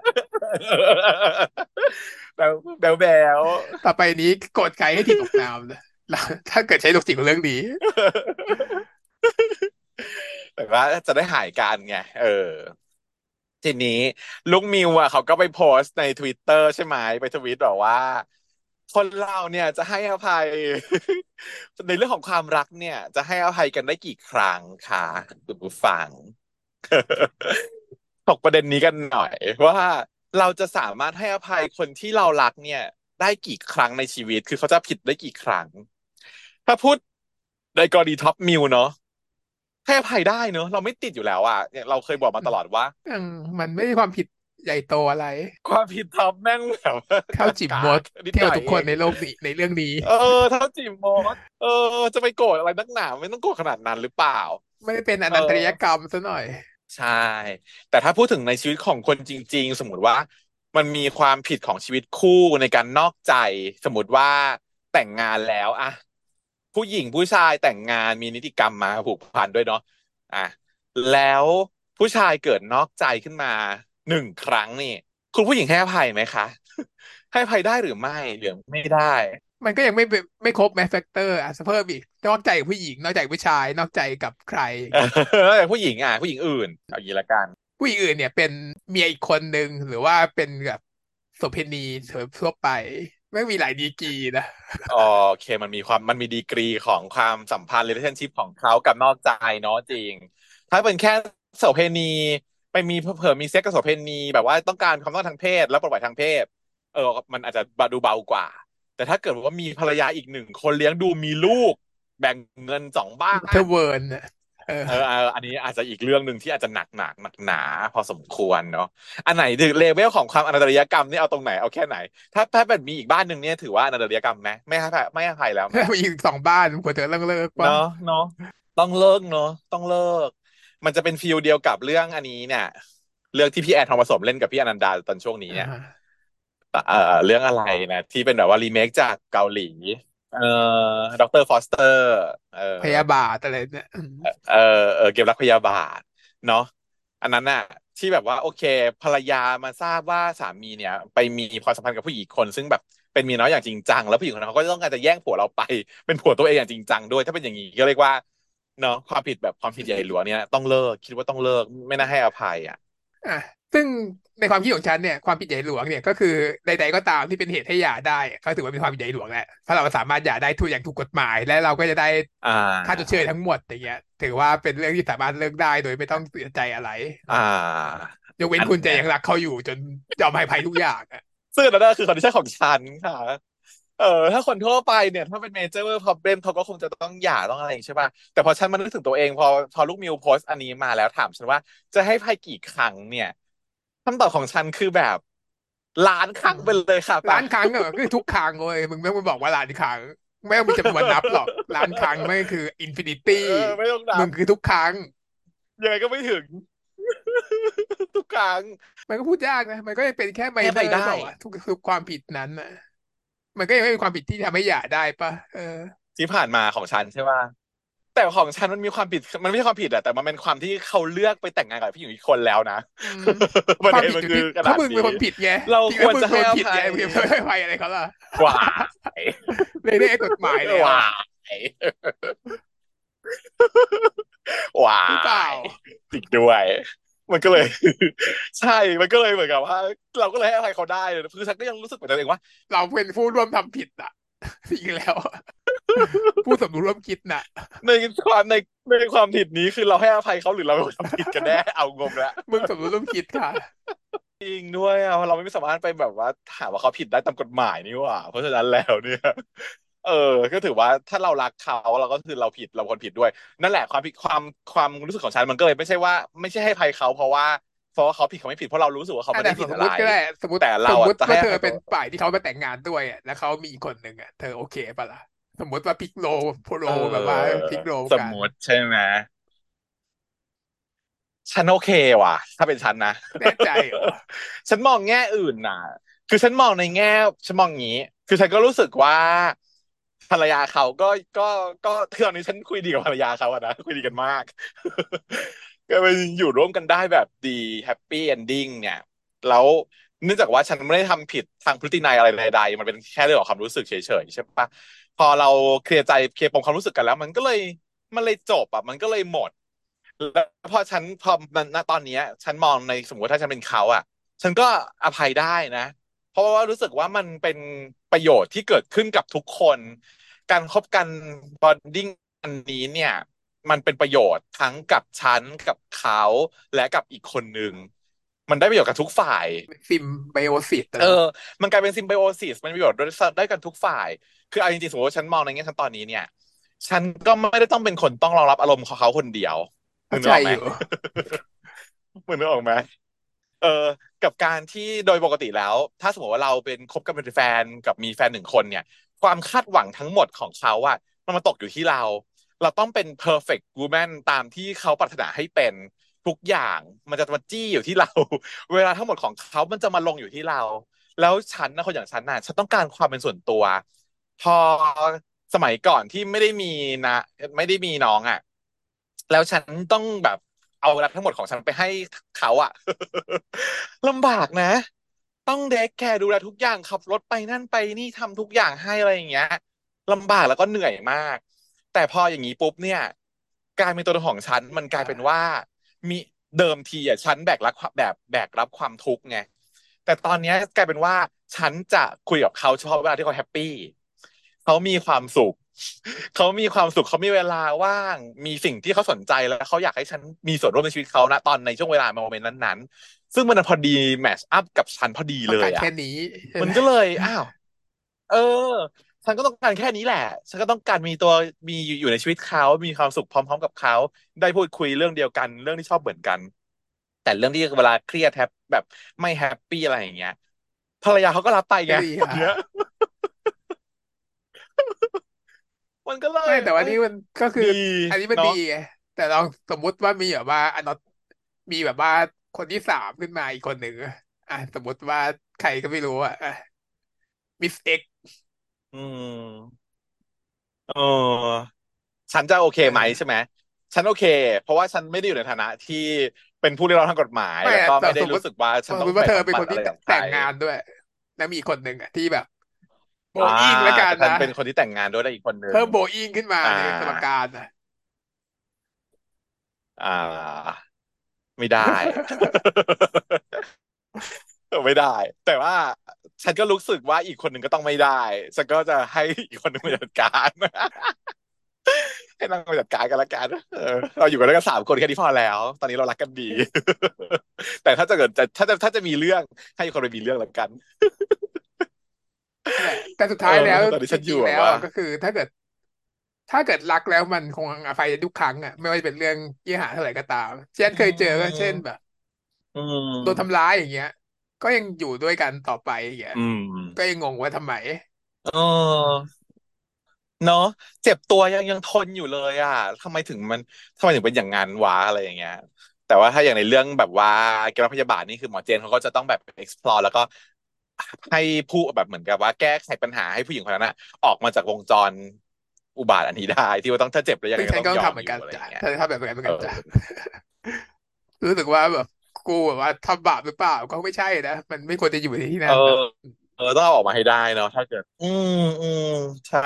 แบวแบวแบวำต่อไปนี้โกรธใครให้ถีบตกน้ำนะแล้วถ้าเกิดใช้ตกจริงเรื่องนี้แต่ว่าจะได้หายกันไงเออทีนี้ลูกมิวอ่ะเขาก็ไปโพสต์ใน ทวิตเตอร์ ใช่ไหมไปทวีตบอกว่าคนเราเนี่ยจะให้อภัยในเรื่องของความรักเนี่ยจะให้อภัยกันได้กี่ครั้งคะคุณผู้ฟังถกประเด็นนี้กันหน่อยว่าเราจะสามารถให้อภัยคนที่เรารักเนี่ยได้กี่ครั้งในชีวิตคือเขาจะผิดได้กี่ครั้งถ้าพูดในกรณีท็อปมิวเนาะ ให้อภัยได้เนอะเราไม่ติดอยู่แล้วอ่ะเนี่ยเราเคยบอกมาตลอดว่าอืมมันไม่ใช่ความผิดใหญ่โตอะไรความผิดท็อปแม่งแบบว่าเข้าจิ๋มกามดกนิดเที่ยวทุกคนหน่อยเองในโลกนี้ในเรื่องนี้เออเท่าจิ๋มมดเออจะไปโกรธอะไรนักหนาไม่ต้องโกรธขนาดนั้นหรือเปล่าไม่ได้เป็นอเออนันตริยกรรมซะหน่อยใช่แต่ถ้าพูดถึงในชีวิตของคนจริงๆสมมุติว่ามันมีความผิดของชีวิตคู่ในการนอกใจสมมติว่าแต่งงานแล้วอะผู้หญิงผู้ชายแต่งงานมีนิติกรรมมาผูกพันด้วยเนาะอ่ะแล้วผู้ชายเกิดนอกใจขึ้นมาหนึ่งครั้งนี่คุณผู้หญิงให้อภัยไหมคะให้อภัยได้หรือไม่หรือไม่ได้มันก็ยังไม่เป็นไม่ครบแมสแฟกเตอร์อ่ะเพิ่มอีกนอกใจกับผู้หญิงนอกใจกับผู้ชายนอกใจกับใครอ ย่างเอเงี้ยอผู้หญิงอ่ะผู้หญิงอื่นเอาอย่างนี้ละกันผู้หญิงอื่นเนี่ยเป็นเมียอีกคนนึงหรือว่าเป็นแบบโสเภณีทั่วไปไม่งมีหลายดีกรีนะโอเคมันมีความมันมีดีกรีของความสัมพันธ์ relationship ของเขากับนอกใจเนาะจริงถ้าเป็นแค่โสเภณีไปมีเผลอๆมีเซ็กกับโสเภณีแบบว่าต้องการความต้องการทางเพศแล้วปล่อยทางเพศเออมันอาจจะดูเบากว่าแต่ถ้าเกิดว่ามีภรรยาอีกหนึ่งคนเลี้ยงดูมีลูกแบ่งเงินสองบ้าเธอนเวิร์นน่ะเออเออเอออันนี้อาจจะอีกเรื่องหนึ่งที่อาจจะหนักหนักหนักหนาพอสมควรเนาะอันไหนถึงเลเวลของความอนาตริยกรรมนี่เอาตรงไหนเอาแค่ไหนถ้าถ้าเป็นมีอีกบ้านหนึ่งเนี่ยถือว่าอนาตริยกรรมไหมไม่ให้ไม่ให้อภัยแล้วไหมถ้ามีอีกสองบ้านควรจะเลิกเลิกปะเนาะเนาะต้องเลิกเนาะต้องเลิกมันจะเป็นฟิลเดียวกับเรื่องอันนี้เนี่ยเรื่องที่พี่แอนทองผสมเล่นกับพี่อนันดาตอนช่วงนี้เนี่ยอ่าเอ่อเรื่องอะไรนะที่เป็นแบบว่ารีเมคจากเกาหลีเอ่อด็อกเตอร์ฟอสเตอร์เออพยาบาทอะไรเนี่ยอืมเออเออเกมรักพยาบาทเนาะอันนั้นน่ะที่แบบว่าโอเคภรรยามาทราบว่าสามีเนี่ยไปมีความสัมพันธ์กับผู้หญิงคนซึ่งแบบเป็นเมียน้อยอย่างจริงจังแล้วผู้หญิงคนนั้นเขาก็ต้องการจะแย่งผัวเราไปเป็นผัวตัวเองอย่างจริงจังด้วยถ้าเป็นอย่างนี้ก็เรียกว่าเนาะความผิดแบบความผิดใหญ่หลวงเนี่ยต้องเลิกคิดว่าต้องเลิกไม่น่าให้อภัยอ่ะอ่ะซึ่งในความคิดของฉันเนี่ยความผิดใหญ่หลวงเนี่ยก็คือใดๆก็ตามที่เป็นเหตุให้หย่าได้ก็ถือว่าเป็นความผิดใหญ่หลวงแหละเพราะเราสามารถหย่าได้ทุกอย่างถูกกฎหมายและเราก็จะได้อ่ค่าชดเชายทั้งหมดอย่างเงี้ยถือว่าเป็นเรื่องที่สามารถเลิกได้โดยไม่ต้องเสียใจอะไรอ่เนาะายกเว้นอันเนี้ยคุณจะยังรักเขาอยู่จนยอมให้อภัยทุกอย่างอ่ะซึ่งอันนั่นก็คือคอนดิชันของฉันค่ะ เออถ้าคนทั่วไปเนี่ยถ้าเป็นเมเจอร์ problem เขาก็คงจะต้องหย่าต้องอะไรอย่างงี้ใช่ป่ะแต่พอฉันมานึกถึงตัวเองพอพอลูกมิวโพสต์อันนี้มาแล้วถามฉันว่าจะให้ไพ่กี่ครั้งเนี่ยคำตอบของฉันคือแบบล้านคอืมรั้งไปเลยค่ะปะล้านครั้งเหรอก็คือทุกครั้งเลยมึงไม่ต้องบอกว่าล้านครั้งไม่ต้องมีจำนวนนับหรอกล้านครั้งไม่คืออินฟินิตี้เออไม่ต้องนับมึงคือทุกครั้งยังไงก็ไม่ถึงทุกครั้งมันก็พูดยากนะมันก็ยังเป็นแค่ไมให้เนอร์หรือไปได้เปล่าวะทุกทุกความผิดนั้นนะมันก็ยังไม่มีความผิดที่ทำให้หย่าได้ปะเออที่ผ่านมาของฉันใช่ป่ะแต่ของฉันมันมีความผิดมันไม่ใช่ความผิดอะแต่มันเป็นความที่เขาเลือกไปแต่งงานกับผู้หญิงอีกคนแล้วนะอืมปความระเด็นมันคือผิดอยู่ที่ขนาดนี้เพราะมึงเป็นคนผิดไงเราจริงควรจะแล้วมึงเป็นคนผิดไงให้อภัยมึงจะไม่ให้อภัยอะไรเขาล่ะกว่าเลยได้กฎหมายแล้ววาอ่ะยวาหรือเปล่ายจริงด้วย มันก็เลยใช่มันก็เลยเหมือนกับว่าเราก็เลยให้อภัยเขาได้คือฉันก็ยังรู้สึกเหมือนตัวเองว่าเราเป็นผู้ร่วมทำผิดอ่ะอีกแล้วอะผู้สมรู้ร่วมคิดน่ะในความในในความผิดนี้คือเราให้อภัยเขาหรือเราเป็นคนทำผิดกันแน่เอางงแล้วมึงสมรู้ร่วมคิดค่ะจริงด้วยอ่ะเราไม่สามารถไปแบบว่าถามว่าเขาผิดได้ตามกฎหมายนี่หว่าเพราะฉะนั้นแล้วเนี่ยเออก็ถือว่าถ้าเรารักเขาเราก็คือเราผิดเราคนผิดด้วยนั่นแหละความผิดความความรู้สึกของฉันมันก็เลยไม่ใช่ว่าไม่ใช่ให้อภัยเขาเพราะว่าเพราะว่าเขาผิดเขาไม่ผิดเพราะเรารู้สึกว่าเขาอ่ะไม่แต่สมได้ผิดอะไรมติก็ได้สมมติแต่สเราอ่ะจะให้มมติว่าเธอภัยตัวอเป็นฝ่ายที่เขามาแต่งงานด้วยอ่ะแล้วเขามีอีกคนหนึ่งอ่ะเธอโอเคปะล่ะสมมติว่าพลิกโรโพโรเอแบบว่าอพลิกโรสมกันมุติใช่ไหมฉันโอเคว่ะถ้าเป็นฉันนะแน่ใจเหรอฉันมองแง่อื่นน่ะคือฉันมองในแง่ฉันมองอย่างนี้คือฉันก็รู้สึกว่าภรรยาเขาก็ก็ก็คือตอนนี้ฉันคุยดีกับภรรยาเขาอะนะคุยดีกันมากก็ไปอยู่ร่วมกันได้แบบดีแฮปปี้เอนดิ้งเนี่ยแล้วเนื่องจากว่าฉันไม่ได้ทำผิดทางพฤตินัยอะไรใดๆมันเป็นแค่เรื่องของความรู้สึกเฉยๆใช่ปะพอเราเคลียร์ใจเคลียร์ปมความรู้สึกกันแล้วมันก็เลยมันเลยจบอ่ะมันก็เลยหมด แล้วพอฉันพอมันณตอนเนี้ยฉันมองในสมมติถ้าฉันเป็นเขาอ่ะฉันก็อภัยได้นะเพราะว่ารู้สึกว่ามันเป็นประโยชน์ที่เกิดขึ้นกับทุกคนการคบกันบอนดิ้งอันนี้เนี่ยมันเป็นประโยชน์ทั้งกับฉันกับเขาและกับอีกคนนึงมันได้ประโยชน์กับทุกฝ่ายซิมไบโอซิสเออเนาะมันกลายเป็นซิมไบโอซิสมันมีประโยชน์ได้ได้กันทุกฝ่ายคือเอาจริงๆสมมติว่าฉันมองในแง่ฉันตอนนี้เนี่ยฉันก็ไม่ได้ต้องเป็นคนต้องรองรับอารมณ์ของเขาคนเดียวมึเข้าใจงนึกออกไหมอยู่มึงนึกออกไหมเออกับการที่โดยปกติแล้วถ้าสมมติว่าเราเป็นคบกันเป็นแฟนกับมีแฟนหนึ่งคนเนี่ยความคาดหวังทั้งหมดของเขาอะมันมาตกอยู่ที่เราเราต้องเป็น perfect woman ตามที่เขาปรารถนาให้เป็นทุกอย่างมันจะมาจี้อยู่ที่เราเวลาทั้งหมดของเขามันจะมาลงอยู่ที่เราแล้วฉันนะคนอย่างฉันน่ะฉันต้องการความเป็นส่วนตัวพอสมัยก่อนที่ไม่ได้มีนะไม่ได้มีน้องอ่ะแล้วฉันต้องแบบเอาเวลาทั้งหมดของฉันไปให้เขาอ่ะลำบากนะต้องเด็กแคร์ดูแลทุกอย่างขับรถไปนั่นไปนี่ทำทุกอย่างให้อะไรอย่างเงี้ยลำบากแล้วก็เหนื่อยมากแต่พออย่างนี้ปุ๊บเนี่ยการเป็นตัวตนของฉันมันกลายเป็นว่ามีเดิมทีอ่ะฉันแบกรับแบบแบกรับความทุกข์ไงแต่ตอนเนี้ยกลายเป็นว่าฉันจะคุยกับเขาเฉพาะเวลาที่เขาแฮปปี้เขามีความสุขเขามีความสุขเขามีเวลาว่างมีสิ่งที่เขาสนใจแล้วเขาอยากให้ฉันมีส่วนร่วมในชีวิตเขานะตอนในช่วงเวลาโมเมนต์นั้นๆซึ่งมันพอดีแมทช์อัพกับฉันพอดีต้องเลยอ่ะการแค่นี้ใช่ไหมมันก็เลยอ้าวเออฉันก็ต้องการแค่นี้แหละฉันก็ต้องการมีตัวมีอยู่อยู่ในชีวิตเขามีความสุขพร้อมๆกับเขาได้พูดคุยเรื่องเดียวกันเรื่องที่ชอบเหมือนกันแต่เรื่องที่เวลาเครียดแฮปแบบไม่แฮปปี้อะไรอย่างเงี้ยภรรยาเขาก็รับไปไงก็ดีค่ะตอนเนี้ยมันก็เลยไม่แต่เอ้ยว่านี่มันก็คือดีอันนี้มันดีเนาะไงแต่ลองสมมุติว่ามีแบบว่าอันนอตมีแบบว่าคนที่สามขึ้นมาอีกคนหนึ่งอ่ะสมมติว่าใครก็ไม่รู้อ่ะมิสเอ็กอืมเออฉันจะโอเคเอไหมใช่ไหอมฉันโอเคเพราะว่าฉันไม่ได้อยู่ในฐานะที่เป็นผู้เรียกร้องทางกฎหมายไม่อะแล้วก็ไม่ได้แต่สมมติรู้สึกว่าฉันต้องไปสมมติว่าเธอบำบัดอะเป็นคนที่ไรกับใครแต่งงานด้วยแล้วมีคนหนึ่งอ่ะที่แบบโบอ่าอิงแล้วกันนะแต่ฉันเป็นคนที่แต่งงานด้วยได้อีกคนหนึ่งเพิ่มโบอิงขึ้นมาอ่าในสมการอ่ะอ่าไม่ได้ ไม่ได้แต่ว่าฉันก็รู้สึกว่าอีกคนหนึ่งก็ต้องไม่ได้ฉันก็จะให้อีกคนหนึ่งมาจัดการ ให้นั่งมาจัดการกันละกันเออเราอยู่กันด้วยกันสามคนแค่นี้พอแล้วตอนนี้เรารักกันดีแต่ถ้าจะเกิดจะถ้าจะถ้าจะมีเรื่องให้อีกคนไปมีเรื่องละกันนั่นแหละแต่สุดเออท้ายแล้วตอนนี้ฉันอจริงๆแล้วยู่แบบว่าอ่ะก็คือถ้าเกิดถ้าเกิดรักแล้วมันคงอภัยทุกครั้งอ่ะไม่ว่าจะเป็นเรื่องยี่ห้อเท่าไหร่ก็ตามเช่นอืเคยเจอก็เช่นแบมบอืโดนทำร้ามยอย่างเงี้ยก็ยังอยู่ด้วยกันต่อไปอย่างเงี้ยอืมก็ยังงงว่าทำไมเออเนาะเจ็บตัวยังยังทนอยู่เลยอ่ะทำไมถึงมันทำไมถึงเป็นอย่างนั้นวะอะไรอย่างเงี้ยแต่ว่าถ้าอย่างในเรื่องแบบว่าเกี่ยวกับพยาบาลนี่คือหมอเจนเขาก็จะต้องแบบ explore แล้วก็ให้ผู้แบบเหมือนกับว่าแก้ไขปัญหาให้ผู้หญิงคนนั้นนะออกมาจากวงจรอุบาทอันนี้ได้ที่ว่าต้องถ้าเจ็บแล้วยังซึ่งฉันไงก็ต้องก็ต้องทำเหมือนยอมอยู่กันจ้ะอะไรอย่างเงี้ยถ้าจะทำแบบนั้นเหมือเออนกันจ้ะรู้สึกว่าแบบกูแบบว่าทำบาปหรือเปล่าก็ไม่ใช่นะมันไม่ควรจะอยู่ในที่เออนั่นนะเออต้องเอาออกมาให้ได้เนาะถ้าเกิดอืมอืมใช่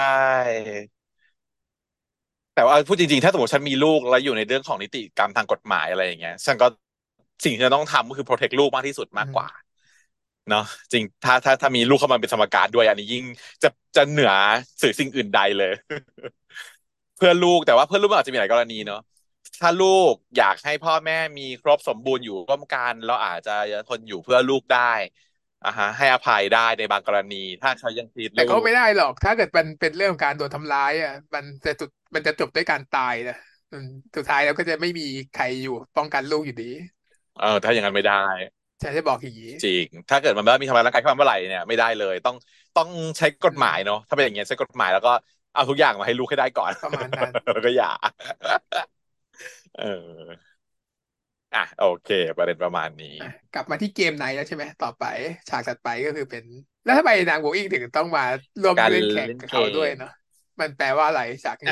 แต่ว่าพูดจริงๆถ้าสมมติฉันมีลูกแล้วอยู่ในเรื่องของนิติกรรมทางกฎหมายอะไรอย่างเงี้ยฉันก็สิ่งที่ฉันต้องทำก็คือ protect ลูกมากที่สุดอืมมากกว่าเนาะจริงถ้าถ้าถ้ามีลูกเข้ามาเป็นสมการด้วยอันนี้ยิ่งจะจะเหนือสื่อสิ่งอื่นใดเลยเพื่อลูกแต่ว่าเพื่อลูกมันอาจจะมีหลายกรณีเนาะถ้าลูกอยากให้พ่อแม่มีครบสมบูรณ์อยู่ร่วมกันเราอาจจะทนอยู่เพื่อลูกได้อ่าฮะให้อภัยได้ในบางกรณีถ้าเขายังทีลูกแต่ก็ไม่ได้หรอกถ้าเกิดมันเป็นเรื่องของการโดนทำร้ายอ่ะมันจะจุดมันจะจบด้วยการตายนะอืมสุดท้ายแล้วก็จะไม่มีใครอยู่ป้องกันลูกอยู่ดีเออถ้าอย่างนั้นไม่ได้ฉันจะบอกอย่างนี้จริงถ้าเกิดมันไม่มีทำร้ายร่างกายขึ้นมาเมื่อไหร่เนี่ยไม่ได้เลยต้องต้องใช้กอืมฎหมายเนาะถ้าเป็นอย่างเงี้ยใช้กฎหมายแล้วก็เอาทุกอย่างมาให้ลูกให้ได้ก่อนประมาณนั้นแล้วก็อย่าเอออ่ะโอเคประเด็นประมาณนี้อ่ะกลับมาที่เกมไหนแล้วใช่ไหมต่อไปฉากถัดไปก็คือเป็นแล้วทำไมนางโบอิงถึงต้องมาร่วมการเล่นแข่งเล่นเกกับเขาด้วยมเนาะมันแปลว่าอะไรฉากนี้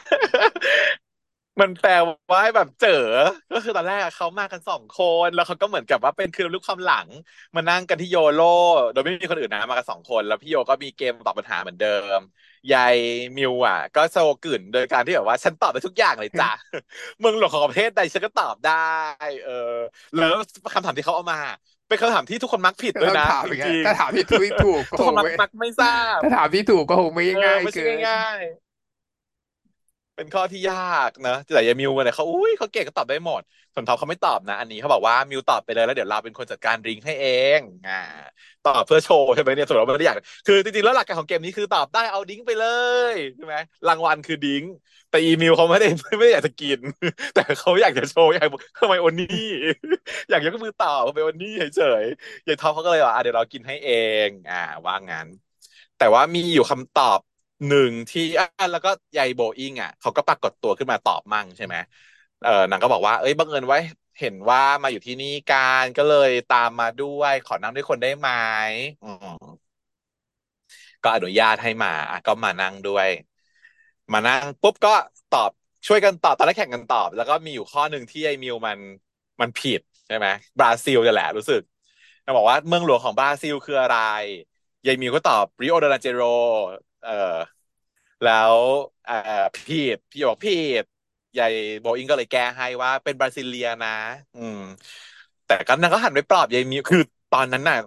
มันแปลว่าแบบเจอก็คือตอนแรกอะเขามากันสองคนแล้วเขาก็เหมือนกับว่าเป็นคือลึกความหลังมานั่งกันที่โยโร่โดยไม่มีคนอื่นนะมากันสองคนแล้วพี่โยก็มีเกมตอบปัญหาเหมือนเดิมยายมิวอ่ะก็โซกึ่นโดยการที่แบบว่าฉันตอบได้ทุกอย่างเลยจ้ะ เมืองหลวงของประเทศใดฉันก็ตอบได้เออแล้วคำถามที่เขาเอามาเป็นคำถามที่ทุกคนมักผิดก็ด้วยนะต้องถามจริงอย่างเงี้ยถ้าถามที่ถูกถูกๆทุกคนมักก็คงไม่มักไม่ทราบถ้าถามที่ถูกก็คงไม่เออง่ายไม่ใช่เกินง่ายๆ เป็นข้อที่ยากนะแต่ยายมิวเนี่ยเขาอุ้ยเขาเก่งเขาตอบได้หมดส่วนท็อปเขาไม่ตอบนะอันนี้เขาบอกว่ามิวตอบไปเลยแล้วเดี๋ยวเราเป็นคนจัดการดริงก์ให้เองอ่าตอบเพื่อโชว์ใช่ไหมเนี่ยส่วนเราไม่ได้อยากคือจริงๆแล้วหลักการของเกมนี้คือตอบได้เอาดริงก์ไปเลยใช่ไหมรางวัลคือดริงก์แต่อีมิวเขาไม่ได้ไม่ได้อยากจะกินแต่เขาอยากจะโชว์อยากทำไมโอนี่อยากยกมือตอบทำไมโอนี่เฉยๆยายท็อปเขาก็เลยว่าอ่ะเดี๋ยวเรากินให้เองอ่าว่างั้น แต่ว่ามีอยู่คำตอบหนึ่งที่อ่ะแล้วก็ยายโบอิงอ่ะเขาก็ปรากฏตัวขึ้นมาตอบมั่งใช่ไหมเออนางก็บอกว่าเอ้ยบังเอิญไว้เห็นว่ามาอยู่ที่นี่กันก็เลยตามมาด้วยขอนั่งด้วยคนได้ไหมอืมก็อนุญาตให้มาอ่ะก็มานั่งด้วยมานั่งปุ๊บก็ตอบช่วยกันตอบตอนแรกแข่งกันตอบแล้วก็มีอยู่ข้อหนึ่งที่ไอ้มิวมันมันผิดใช่ไหมบราซิลจะแหละรู้สึกมันบอกว่าเมืองหลวงของบราซิลคืออะไรยายมิวก็ตอบริโอเดจาเนโรเออ แล้วเอ่อผิดพี่บอกผิดยายโบอิงก็เลยแก้ให้ว่าเป็นบราซิเลียนะอืมแต่ก็นางก็หันไปปลอบยายมิวคือตอนนั้นน่ะ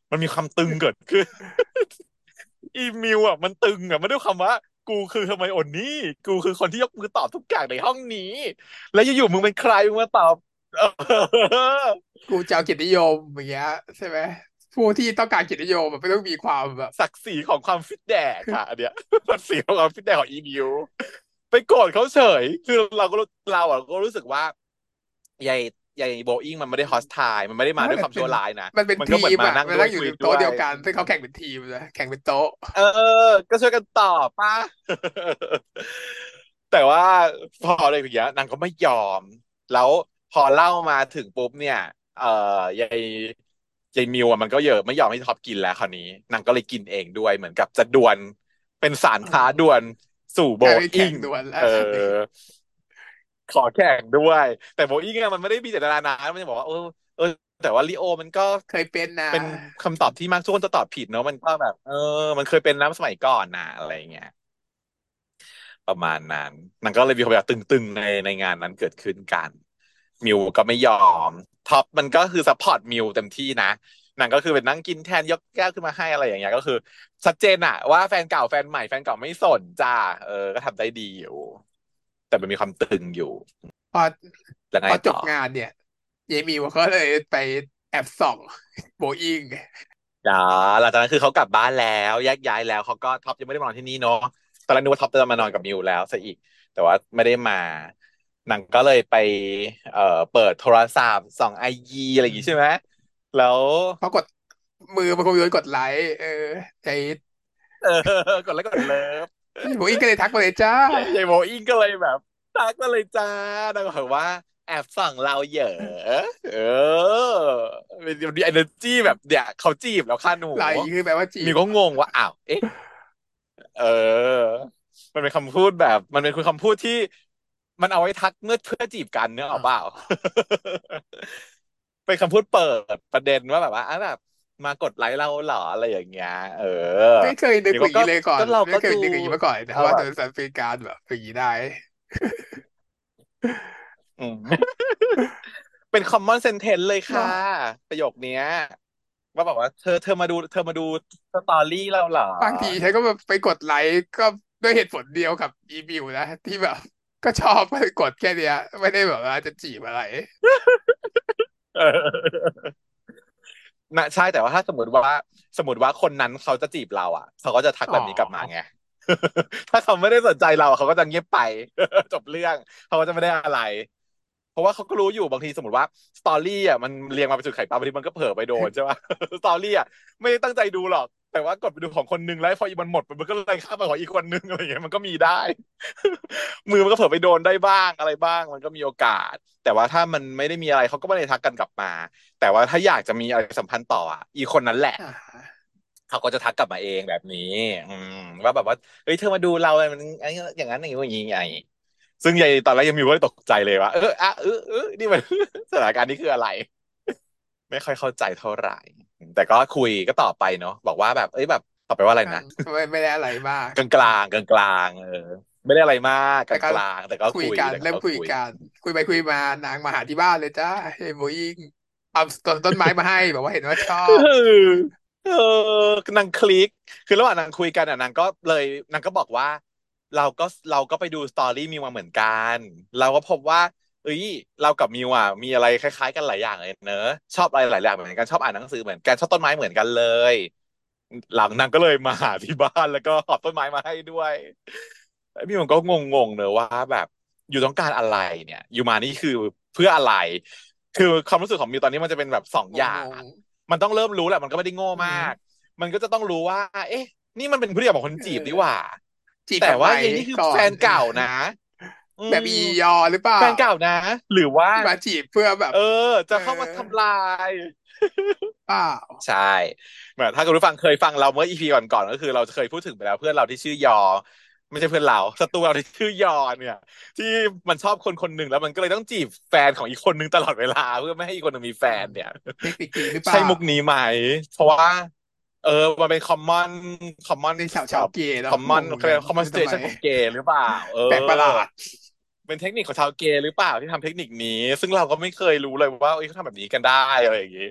มันมีความตึงเกิดขึ้น อีมิวอ่ะมันตึงอ่ะมันด้วยคำว่ากูคือทำไมโอนนี่กูคือคนที่ยกมือตอบทุกอย่างในห้องนี้แล้วอยู่ๆมึงเป็นใครมึงมาตอบเออกูจะเอาเกียรตินิยมอย่างเงี้ยใช่ไหมผู้ที่ต้องการเกียรตินิยมมันไม่ต้องมีความแบบศักดิ์ศรีของความฟิตแดกค่ะอันเนี้ยศักดิ์ศรีของความฟิตแดกของอีมิวไปโกรธเขาเฉยคือเราก็รู้เราอ่ะก็รู้สึกว่าใหญ่ใหญ่โบอิงมันไม่ได้ฮอสไทล์มันไม่ได้มาด้วยความไม่มันเป็นชั่วร้ายนะมันเป็นมันก็ทีเหมือนมามอ่ะมันนั่งด้วยคุยนั่งอยู่ในโต๊ะด้วยเดียวกันซึ่งเขาแข่งเป็นทีมนะแข่งเป็นโต๊ะเออก็ช่วยกันตอบป่ะ แต่ว่าพออะไรอย่างเงี้ยนางก็ไม่ยอมแล้วพอเล่ามาถึงปุ๊บเนี่ยเอ่อยายยายมิวอะมันก็เยอะไม่ยอมให้ท็อปกินแล้วคราวนี้นางก็เลยกินเองด้วยเหมือนกับจะดวลเป็นสารอ๋อท้าดวลสู่โบกลายเป็นอิ้งแข่งดวลแล้เออวคราวนี้ขอแข่งด้วยแต่โบอิ้งอะมันไม่ได้มีเจตนานะมันจะบอกว่าเออเออแต่ว่าลีโอมันก็เคยเป็นนะเป็นคำตอบที่มักทุกคนจะตอบผิดเนอะมันก็แบบเออมันเคยเป็นน้ำสมัยก่อนนะอะไรอย่างเงี้ย ประมาณนั้นมันก็เลยมีความแบบตึงๆในในงานนั้นเกิดขึ้นกันมิวก็ไม่ยอมท็อปมันก็คือซัพพอร์ตมิวเต็มที่นะนางก็คือเป็นนั่งกินแทนยกแก้วขึ้นมาให้อะไรอย่างเงี้ยก็คือชัดเจนอะว่าแฟนเก่าแฟนใหม่แฟนเก่าไม่สนจ้าเออก็ทำได้ดีอยู่แต่มันมีความตึงอยู่พอแล้วไงต่อพอจบงานเนี่ยเยมิวเขาเลยไปแอบส่องโบอิงจ้าหลังจากนั้นคือเขากลับบ้านแล้วแยกย้ายแล้วเขาก็ท็อปยังไม่ได้มานอนที่นี่เนาะตอนแรกนึกว่าท็อปจะมานอนกับมิวแล้วซะอีกแต่ว่าไม่ได้มานางก็เลยไปเอ่อเปิดโทรศัพท์ส่องไอจีอะไรอือย่างงี้ใช่ไหมมแล้วเขากดมือมันคงโยนกดไลค์เออไอ้เออกดไลค์กดเลิฟไอ้โบอิงก็เลยทักมาเลยจ้ายายยายโบอิงก็เลยแบบทักมาเลยจ้านางก็บอกว่าแอบส่องเราเหยอะเออมีมี energy แบบเนี่ยเขาจีบแล้วค่ะหนูไลค์คือแปลว่าจีมีบเหรอก็งงว่าอ้าวเอ๊ะ เออมันเป็นคำพูดแบบมันเป็นคำพูดที่มันเอาไว้ทักเมื่อเพื่อจีบกันเนอะอ๋อเอาเปล่าเป็นคำพูดเปิดประเด็นว่าแบบว่าอ่ะแบบมากดไลค์เราเหรออะไรอย่างเงี้ยเออไม่เคยนึกนี่ก็ก็อย่างนี้เลยก่อนก็เราก็ดูไม่เคยนึกอย่างนี้มาก่อนแต่เอาแบบว่าโดนสันเป็นการแบบอย่างนี้ได้อืมเป็น common sentence เลยค่ะเนาะประโยคเนี้ยว่าแบบว่าเธอเธอมาดูเธอมาดูสตอรี่เราเหรอบางทีฉันก็แบบไปกดไลค์ก็ด้วยเหตุผลเดียวกับอีบิวนะที่แบบก็ชอบก็เลยกดแค่เนี้ยไม่ได้แบบว่าจะจีบอะไรเออ นะใช่แต่ว่าถ้าสมมติว่าสมมติว่าคนนั้นเขาจะจีบเราอ่ะเขาก็จะทักอ๋แบบนี้กลับมาไงอถ้าเขาไม่ได้สนใจเราเขาก็จะเงียบไปจบเรื่องเขาก็จะไม่ได้อะไรเพราะว่าเขาก็รู้อยู่บางทีสมมติว่าสตอรี่อ่ะมันเรียงมาเป็นจุดไข่ปลาบางทีมันก็เผลอไปโดนใช่ป่ะสตอรี่อ่ะไม่ได้ตั้งใจดูหรอกแต่ว่ากดไปดูของคนนึงแล้วพอมันหมดมันก็เลยข้ามไปของอีกคนนึงอะไรอย่างเงี้ยมันก็มีได้มือมันก็เผลอไปโดนได้บ้างอะไรบ้างมันก็มีโอกาสแต่ว่าถ้ามันไม่ได้มีอะไรเขาก็ไม่ได้ทักกันกลับมา แต่ว่าถ้าอยากจะมีอะไรสัมพันธ์ต่ออ่ะอีคนนั้นแหละอ่าเขาก็จะทักกลับมาเองแบบนี้อืมว่าแบบว่าเฮ้ยเธอมาดูเรามันอย่างนั้นอย่างนี้อย่างนี้ไงซึ่งยายตอนแรกยังมีว่าตกใจเลยว่าเอออ่ะเออเออนี่มันสถานการณ์นี้คืออะไรไม่ค่อยเข้าใจเท่าไหร่แต่ก็คุยก็ตอบไปเนาะบอกว่าแบบเอ้ยแบบตอบไปว่าอะไรอ่านะไม่ไม่ได้อะไรมากกลางกลางกลางกลางๆเออไม่ได้อะไรมากกแต่ก็ลางกลางแต่ก็คุยคุยแต่กันเริ่มก็คุยคุยกันคุยไปคุยมานางมาหาที่บ้านเลยจ้าเฮ้ยโบอิงเอาต้นต้นไม้มาให้บอกว่าเห็นว่าชอเบออเออนางคลิกคือระหว่างนางคุยกันอ่ะนางก็เลยนางก็บอกว่าเราก็เราก็ไปดูสตอรี่มิวมาเหมือนกันเราก็พบว่าเอ้ยเรากับมิวอ่ะมีอะไรคล้ายๆกันหลายอย่างเลยเนอะชอบอะไรหลายอย่างเหมือนกันชอบอ่านหนังสือเหมือนกันชอบต้นไม้เหมือนกันเลยหลังนางก็เลยมาหาที่บ้านแล้วก็หอบต้นไม้มาให้ด้วยไอ้มิวมันก็งงๆเนอะว่าแบบอยู่ต้องการอะไรเนี่ยอยู่มานี่คือเพื่ออะไรคือความรู้สึกของมิวตอนนี้มันจะเป็นแบบสองงอย่างงงมันต้องเริ่มรู้แหละมันก็ไม่ได้โง่อืมากมมันก็จะต้องรู้ว่าเอ๊ะนี่มันเป็นพฤติกรรมของคนเอจีบนี่หว่าอจีบแต่ทำไมว่ายายนี่คือก่อนแฟนเก่านะอืแบบมอียอหรือเปล่าแฟนเก่านะหรือว่าที่มาจีบเพื่อแบบเออเออจะเข้ามาทำลายเปล่าใช่เหมือนถ้าคุณผู้ฟังเคยฟังเราเมื่ออีพีก่อนๆก็คือเราเคยพูดถึงไปแล้วเพื่อนเราที่ชื่อยอไม่ใช่เพื่อนเราศัตรูเราที่ชื่อยอเนี่ยที่มันชอบคนคนหนึ่งแล้วมันก็เลยต้องจีบแฟนของอีกคนนึงตลอดเวลาเพื่อไม่ให้อีกคนหนึงมีแฟอืมนเนี่ยเทคนิคนี้หรือเปใช่ล่ามุกนี้ไหมเพราะว่าเออมันเป็นคอมมอนคอมมอนในชาวเอ่อชาวเกย์คเนาะอมมอนงงเหมือนกันเขาเรียกคอมมอนสทำไมเตชันของเกย์หรือเปล่าเออแปลกประหลาดเป็นเทคนิคของชาวเกย์หรือเปล่าที่ทำเทคนิคนี้ซึ่งเราก็ไม่เคยรู้เลยว่าเอ้ยเขาทำแบบนี้กันได้อะไรอย่างงี้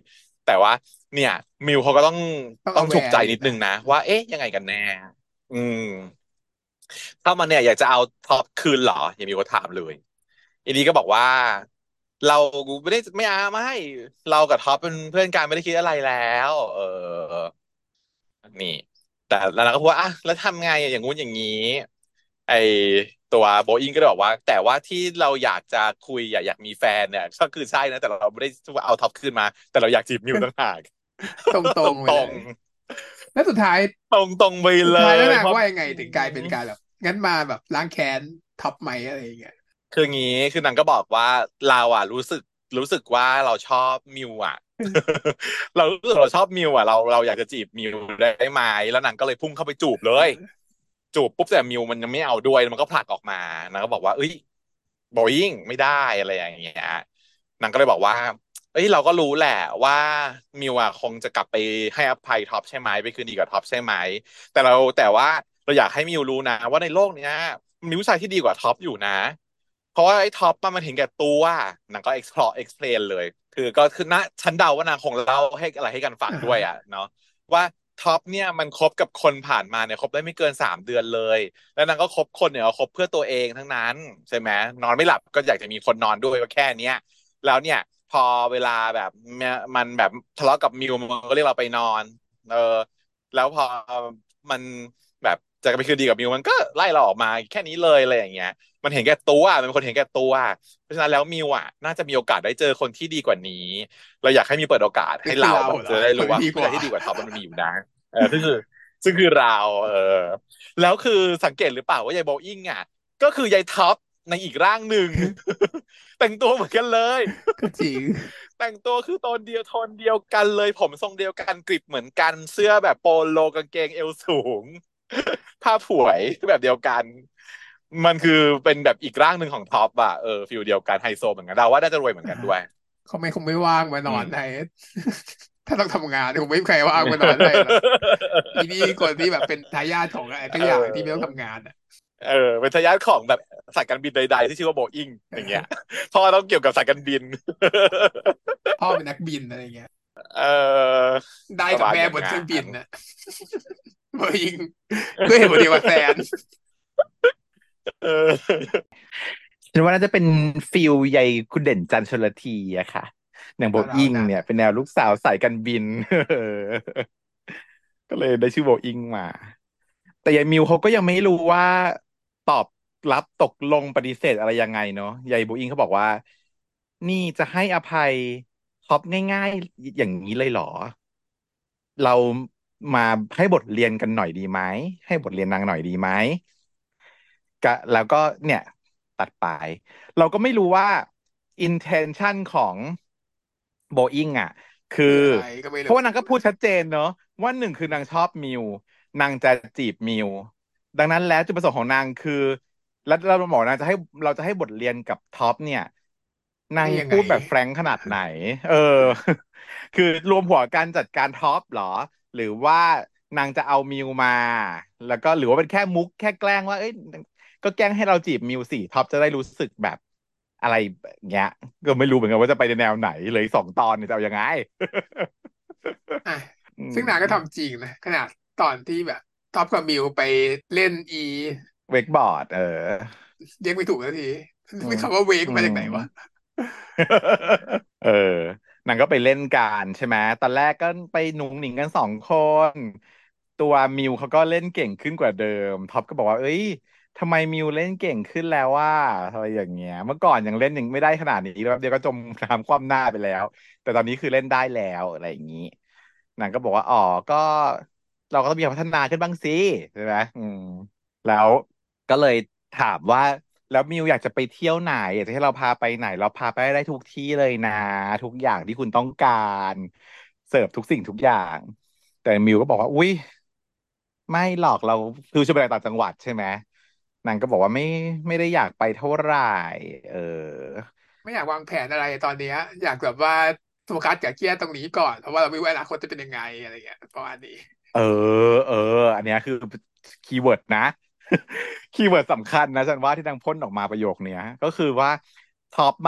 แต่ว่าเนี่ยมิวเขาก็ต้องต้องต้องฉุก aware ใจอยู่นะนิดนึงนะว่าเอ๊ะยังไงกันแน่อืมถ้ามันเนี่ยอยากจะเอาท็อปคืนเหรออย่างมิวก็ถามเลยอันนี้ก็บอกว่าเราไม่ได้ไม่เอาไม่เรากับท็อปเป็นเพื่อนกันไม่ได้คิดอะไรแล้วเออนี่แต่แล้วนางก็พูดว่าอ่ะแล้วทำไงอะอย่างงู้นอย่างนี้ไอตัวโบอิงก็เลยบอกว่าแต่ว่าที่เราอยากจะคุยอยากอยากมีแฟนเนี่ยก็คือใช่นะแต่เราไม่ได้เอาท็อปคืนมาแต่เราอยากจีบมิวต่างหากตรงตตรงไปรงเลย แล้วสุดท้ายๆตรงตรงๆไปเลสุดท้ายแล้วยเพราะนางว่ายังไงอืถึงกลายเป็นมการแบบงั้นมาแบบล้างแค้นท็อปไหมอะไรอย่างเงี้ยคืองี้คือนางก็บอกว่าเราอ่ะรู้สึกรู้สึกว่าเราชอบมิวอ่ะ เรารู้สึกเราชอบมิวอ่ะเราเราอยากจะจีบมิวได้ไหมแล้วนางก็เลยพุ่งเข้าไปจูบเลยเออจูบปุ๊บแต่มิวมันยังไม่เอาด้วยมันก็ผลักออกมานางก็บอกว่าเอ้ยบอย i งไม่ได้อะไรอย่างเงี้ยนางก็เลยบอกว่าเอ้ยเราก็รู้แหละว่ามิวอ่ะคงจะกลับไปให้อภัยท็อปใช่ไหมไปคืนดีกับท็อปใช่ไหมแต่เราแต่ว่าเราอยากให้มิวรู้นะว่าในโลกเนี้ยมีผู้ชายที่ดีกว่าท็อปอยู่นะ เพราะว่าไอ้ท็อปมันมันเห็นแก่ตัวนางก็ explore explain เลยคือก็คือนะฉันเดาว่านางคงเล่าให้อะไรให้กันฟังอ่าฮะด้วยอ่ะเนาะว่าท็อปเนี่ยมันคบกับคนผ่านมาเนี่ยคบได้ไม่เกินสามเดือนเลยแล้วนางก็คบคนเนี่ยคบเพื่อตัวเองทั้งนั้นใช่ไหมนอนไม่หลับก็อยากจะมีคนนอนด้วยก็แค่เนี้ยแล้วเนี่ยพอเวลาแบบมันแบบทะเลาะกับมิวมันก็เรียกเราไปนอนเออแล้วพอมันแบบจะไปคืนดีกับมิวมันก็ไล่เราออกมาแค่นี้เลยอะไรอย่างเงี้ย มันเห็นแก่ตัวมันเป็นคนเห็นแก่ตัวเพราะฉะนั้นแล้วมิวอ่ะน่าจะมีโอกาสได้เจอคนที่ดีกว่านี้เราอยากให้มิวเปิดโอกาสให้เรานี่คือเราแบบเหรอคนจะได้รู้ว่าที่ดีกว่าผู้ชายที่ดีกว่าท็อปมันมีอยู่นะเออซึ่งคือซึ่งคือเราเออแล้วคือสังเกตหรือเปล่าว่ายายโบอิงอ่ะก็คือยายท็อปในอีกร่างหนึ่ง แต่งตัวเหมือนกันเลยก็จริงแต่งตัวคือโทนเดียวโทนเดียวกันเลยผมทรงเดียวกันกริบเหมือนกันเสื้อแบบโปโลกางเกงเอวสูงผ้าผวยแบบเดียวกันมันคือเป็นแบบอีกร่างหนึ่งของท็อปอะเออฟิลเดียวกันไฮโซเหมือนกันเราว่าน่าจะรวยเหมือนอ่าฮะกันด้วยเขาไม่คงไม่ว่างมานอืมอนให้ถ้าต้องทำงานคงไม่มีใครว่างมานอนให้หรอกอีนี่คนที่แบบเป็นทายาทของอะไรเทุกอย่างที่ไม่ต้องออทำงานอ่ะเออเป็นทายาทของแบบสายการบินใดๆที่ชื่อว่าโบอิงเอย่างเงี้ยออเพราะว่าต้องเกี่ยวกับสายการบินพ่อเป็นนักบินอะไรเงี้ยเออได้ประมาณกับแม่บนเคอย่างงั้นรื่องบินน่ะเบอร์ยิงด้วยเหตุผลเดียวกับแซนเออฉันว่าน่าจะเป็นฟิลใยคุณเด่นจันทร์ชลทีอะค่ะอย่างโบก็เราอิงนั้นเนี่ยเป็นแนวลูกสาวสายการบินเออก็เลยได้ชื่อโบอิงมาแต่ยายมิวเขาก็ยังไม่รู้ว่าตอบรับตกลงปฏิเสธอะไรยังไงเนาะยายโบอิงเขาบอกว่านี่จะให้อภัยท็อปง่ายๆอย่างนี้เลยเหรอเรามาให้บทเรียนกันหน่อยดีไหมให้บทเรียนนางหน่อยดีไหม ก็แล้วก็เนี่ยตัดไปเราก็ไม่รู้ว่า intention ของโบอิงอ่ะคือคืออะไรก็ไม่เพราะรู้ว่านางก็พูดชัดเจนเนอะว่าหนึ่งคือนางชอบมิวนางจะจีบมิวดังนั้นแล้วจุดประสงค์ของนางคือแล้วเราบอกนางจะให้เราจะให้บทเรียนกับท็อปเนี่ยนาให้ยังไงงพูดแบบแฟรงค์ขนาดไหนเออคือรวมหัวการจัดการท็อปเหรอหรือว่านางจะเอามิวมาแล้วก็หรือว่าเป็นแค่มุกแค่แกล้งว่าเอ้ย ก็แกล้งให้เราจีบมิวสิท็อปจะได้รู้สึกแบบอะไรอย่างเงี้ยก็ไม่รู้เหมือนกันว่าจะไปในแนวไหนเลยสองตอนเนี่ยจะเอายังไงอ่ะอืซึ่งนางก็มทำจริงนะขนาดตอนที่แบบท็อปกับมิวไปเล่นอีเวกบอร์ดเออเรียกไม่ถูกสักทีอืไม่มคำว่าเวกอืมมาจากไหนวะเออนางก็ไปเล่นกันใช่ไหมตอนแรกก็ไปหนุ่งหนิงกันสองคนตัวมิวเขาก็เล่นเก่งขึ้นกว่าเดิมท็อปก็บอกว่าเอ้ยทำไมมิวเล่นเก่งขึ้นแล้วว่าอะไรอย่างเงี้ยเมื่อก่อนยังเล่นยังไม่ได้ขนาดนี้แล้วเดี๋ยวก็จมน้ำคว่ำหน้าไปแล้วแต่ตอนนี้คือเล่นได้แล้วอะไรอย่างงี้นางก็บอกว่าอ๋อก็เราก็ต้องมีการพัฒนาขึ้นบ้างสิใช่ไหมอืม แล้วก็เลยถามว่าแล้วมิวอยากจะไปเที่ยวไหนอยากจะให้เราพาไปไหนเราพาไปได้ทุกที่เลยนะทุกอย่างที่คุณต้องการเสิร์ฟทุกสิ่งทุกอย่างแต่มิวก็บอกว่าอุ๊ยไม่หรอกเราคือจะไปต่างจังหวัดใช่ไหมนางก็บอกว่าไม่ไม่ได้อยากไปเท่าไหร่เออไม่อยากวางแผนอะไรตอนเนี้ยอยากแบบว่าโฟกัสกับเครียดตรงนี้ก่อนเพราะว่าเราไม่รู้อนาคตจะเป็นยังไงอะไรเงี้ยประมาณนี้เออเอออันเนี้ยคือคีย์เวิร์ดนะคีย์เวิร์ดสำคัญนะฉันว่าที่นางพ่นออกมาประโยคเนี้ยก็คือว่าท็อปอ่ะ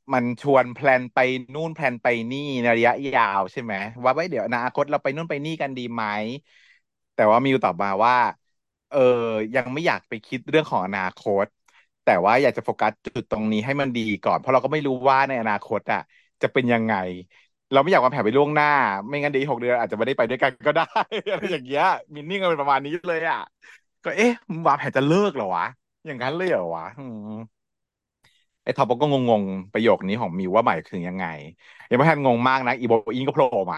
มันชวนแพลนไปนู่นแพลนไปนี่ในระยะยาวใช่ไหมว่าไว้เดี๋ยวอนาคตเราไปนู่นไปนี่กันดีไหมแต่ว่ามิวตอบมาว่าเออยังไม่อยากไปคิดเรื่องของอนาคตแต่ว่าอยากจะโฟกัสจุดตรงนี้ให้มันดีก่อนเพราะเราก็ไม่รู้ว่าในอนาคตอ่ะจะเป็นยังไงเราไม่อยากวางแผนไปล่วงหน้าไม่งั้นเดี๋ยวอีกหกเดือนอาจจะไม่ได้ไปด้วยกันก็ได้อะไรอย่างเงี้ยมินนิ่งก็เป็นประมาณนี้เลยอ่ะก็เอ๊ะมึงวางแผนจะเลิกเหรอวะอย่างนั้นเลยเหรอวะอืม ไอ้ท็อปก็งงๆประโยคนี้ของมิวว่าหมายถึงยังไงยังไม่ทันงงมากนะอีโบอิงก็โผล่มา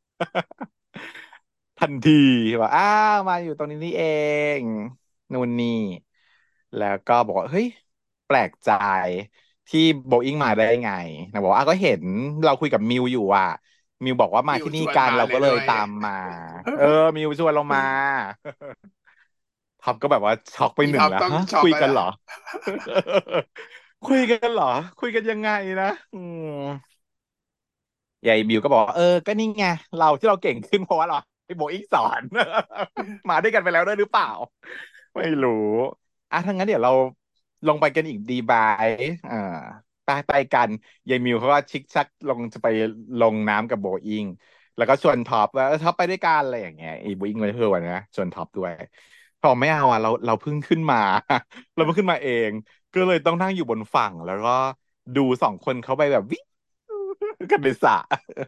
ทันทีว่าอ้าวมาอยู่ตรงนี้นี่เองนู่นนี่แล้วก็บอกว่าเฮ้ยแปลกใจที่โบอิงมาได้ไงนะบอกว่าอ้าวก็เห็นเราคุยกับมิวอยู่อ่ะมิวบอกว่ามามิวที่นี่ชวนมากันเราก็เลยเลยด้วยตามมาเออมิวชวนเรามาท็อปก็แบบว่าช็อกไปอีหนึ่งแล้วท็อปต้องฮะช็อกแล้วล่ะคุยกันเหรอคุยกันเหรอคุยกันยังไงนะอืม ยายบิวก็บอกว่าเออก็นี่ไงเราที่เราเก่งขึ้นเพราะว่าเราไปโบอิงสอนมาด้วยกันไปแล้วด้วยหรือเปล่าไม่รู้อ่ะถ้างั้นเดี๋ยวเราลงไปกันอีกดีบายอ่าไปไปกันยายมิวเขาก็ชิกชักลงจะไปลงน้ำกับโบอิงแล้วก็ชวนท็อปว่าเออท็อปไปด้วยกันอะไรอย่างเงี้ยไอ้โบอิงเลยเพื่อนนะชวนท็อปด้วยพอไม่เอาอ่ะเราเราเพิ่งขึ้นมาเราเพิ่งขึ้นมาเองก็เลยต้องนั่งอยู่บนฝั่งแล้วก็ดูสองคนเขาไปแบบวิกันในสระ